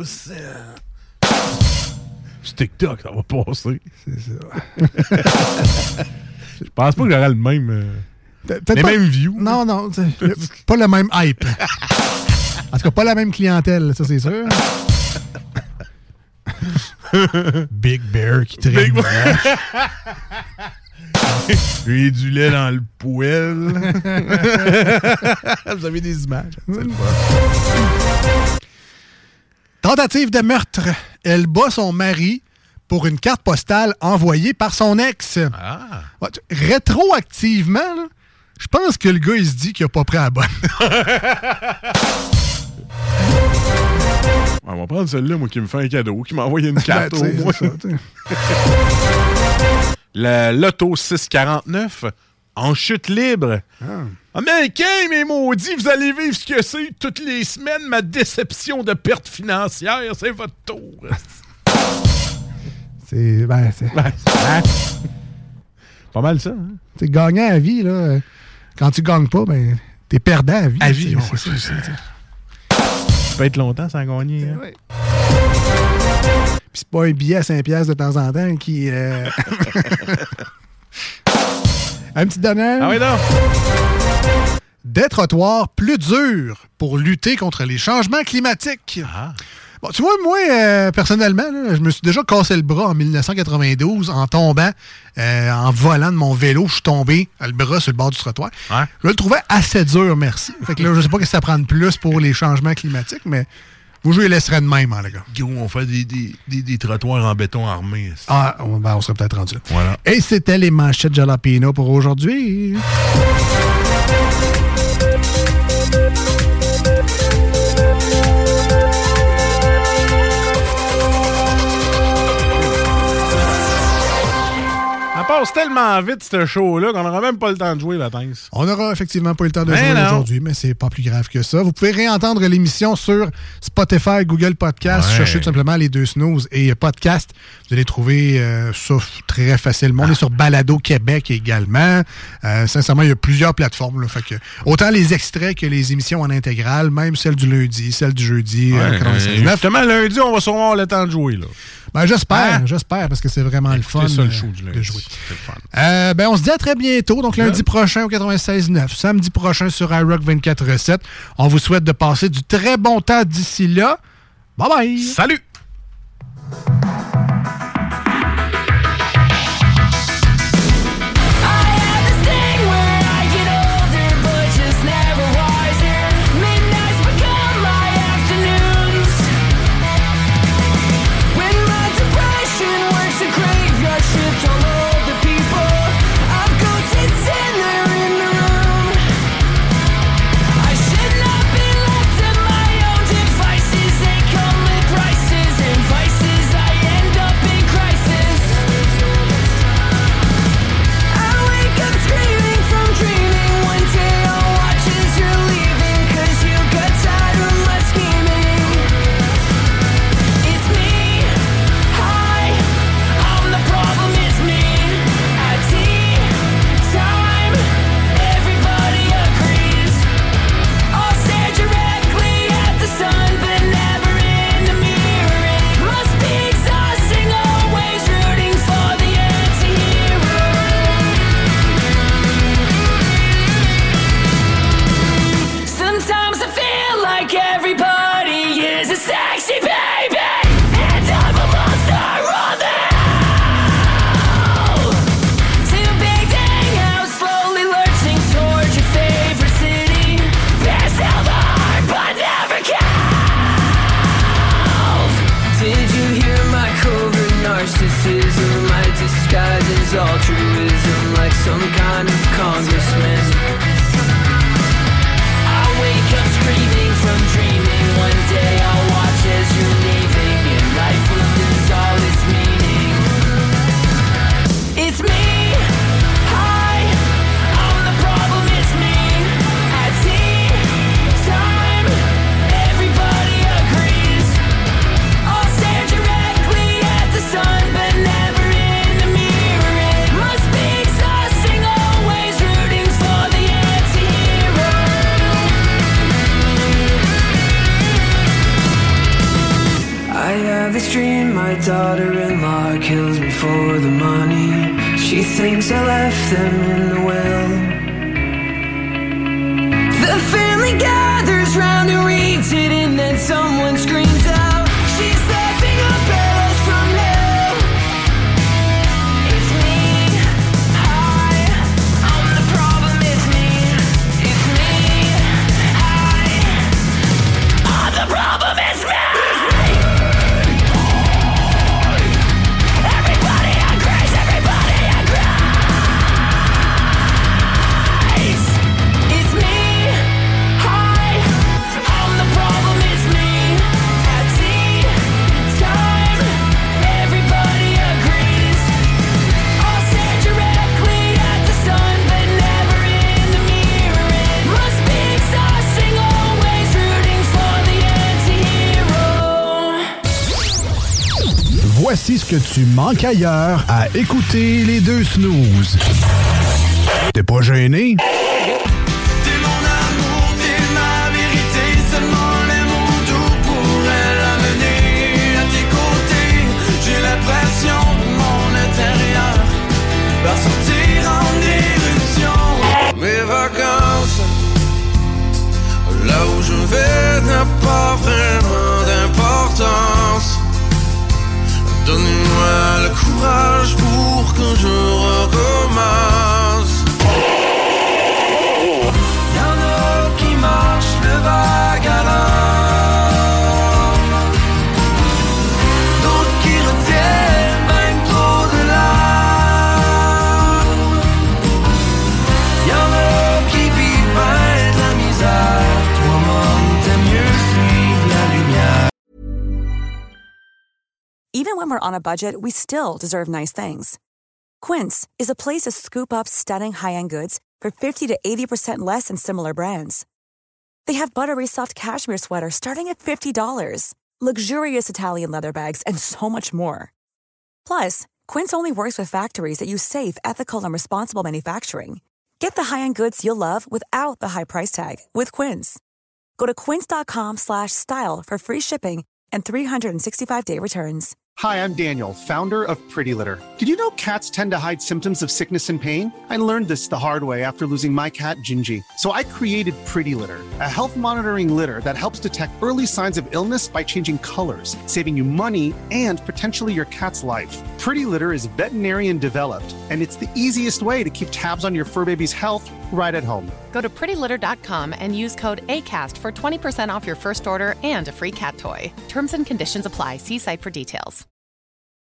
C'est TikTok, ça va passer. C'est ça. Je pense pas que j'aurai le même... les mêmes views. Non, pas le même hype. En tout cas, pas la même clientèle, ça, c'est sûr. Big Bear qui traîne. Lui, du lait dans le poêle. Vous avez des images. Tentative de meurtre. Elle bat son mari pour une carte postale envoyée par son ex. Rétroactivement, là, je pense que le gars, il se dit qu'il n'a pas pris la bonne. On va prendre celle-là, moi, qui me fait un cadeau, qui m'a envoyé une carte au moins. Le Loto 649 en chute libre. Américain, mes maudits, vous allez vivre ce que c'est toutes les semaines, ma déception de perte financière, c'est votre tour. C'est pas mal ça. Hein? C'est gagnant à vie, là. Quand tu gagnes pas, ben, t'es perdant à vie. À vie, ça peut être longtemps sans gagner. Hein? Oui. Puis c'est pas un billet à 5$ de temps en temps qui... Un petit dernier. Ah oui, non. Des trottoirs plus durs pour lutter contre les changements climatiques. Bon, tu vois, moi, personnellement, là, je me suis déjà cassé le bras en 1992 en tombant, en volant de mon vélo. Je suis tombé, le bras sur le bord du trottoir. Ouais. Je le trouvais assez dur, merci. Fait que là, je sais pas que ça prend de plus pour les changements climatiques, mais vous jouez laisserait de même, hein, les gars. On fait des trottoirs en béton armé. Ah, ben, on serait peut-être rendu là. Voilà. Et c'était les manchettes Jalapeno pour aujourd'hui. Ça passe tellement vite, ce show-là, qu'on n'aura même pas le temps de jouer, la Tince. On n'aura effectivement pas eu le temps de jouer aujourd'hui, mais c'est pas plus grave que ça. Vous pouvez réentendre l'émission sur Spotify, Google Podcast. Ouais. Cherchez tout simplement les deux snooze et podcast. Vous allez trouver ça très facilement. On est sur Balado Québec également. Sincèrement, il y a plusieurs plateformes. Là, fait que, autant les extraits que les émissions en intégrale, même celle du lundi, celle du jeudi. 96.9. Justement, lundi, on va sûrement avoir le temps de jouer. Là. Ben, j'espère, parce que c'est vraiment le fun ça, le show du lundi. de jouer. C'est le fun. Ben, on se dit à très bientôt. Donc, lundi prochain au 96.9, samedi prochain sur iRock 24/7. On vous souhaite de passer du très bon temps d'ici là. Bye bye! Salut! Disguises altruism like some kind of congressman. I wake up screaming from dreaming. One day I'll watch as you're leaving, and life will lose all its meaning. It's me. Hi, I'm the problem. It's me. At tea time, everybody agrees. I'll stare directly at the sun, but never. I have this dream, my daughter-in-law kills me for the money. She thinks I left them in the will. The family gathers round and reads it, and then someone screams out, she's laughing up arrows from hell. It's me. Hi, I'm the problem, it's me. It's me. Hi, I'm the problem, it's me. Voici ce que tu manques ailleurs à écouter les deux snooze. T'es pas gêné? T'es mon amour, t'es ma vérité. Seulement les mots doux pourraient l'amener à tes côtés. J'ai l'impression que mon intérieur va sortir en éruption. Mes vacances, là où je vais, n'a pas vraiment d'importance. qu'un jour recommence. Y'en a qui marchent le vague à l'heure, d'autres qui retiennent même trop de l'art. Y'en a qui vivent bien de la misère. Toi, mon, t'aimes mieux suivre la lumière. Even when we're on a budget, we still deserve nice things. Quince is a place to scoop up stunning high-end goods for 50 to 80% less than similar brands. They have buttery soft cashmere sweaters starting at $50, luxurious Italian leather bags, and so much more. Plus, Quince only works with factories that use safe, ethical, and responsible manufacturing. Get the high-end goods you'll love without the high price tag with Quince. Go to quince.com/style for free shipping and 365-day returns. Hi, I'm Daniel, founder of Pretty Litter. Did you know cats tend to hide symptoms of sickness and pain? I learned this the hard way after losing my cat, Gingy. So I created Pretty Litter, a health monitoring litter that helps detect early signs of illness by changing colors, saving you money and potentially your cat's life. Pretty Litter is veterinarian developed, and it's the easiest way to keep tabs on your fur baby's health right at home. Go to prettylitter.com and use code ACAST for 20% off your first order and a free cat toy. Terms and conditions apply. See site for details.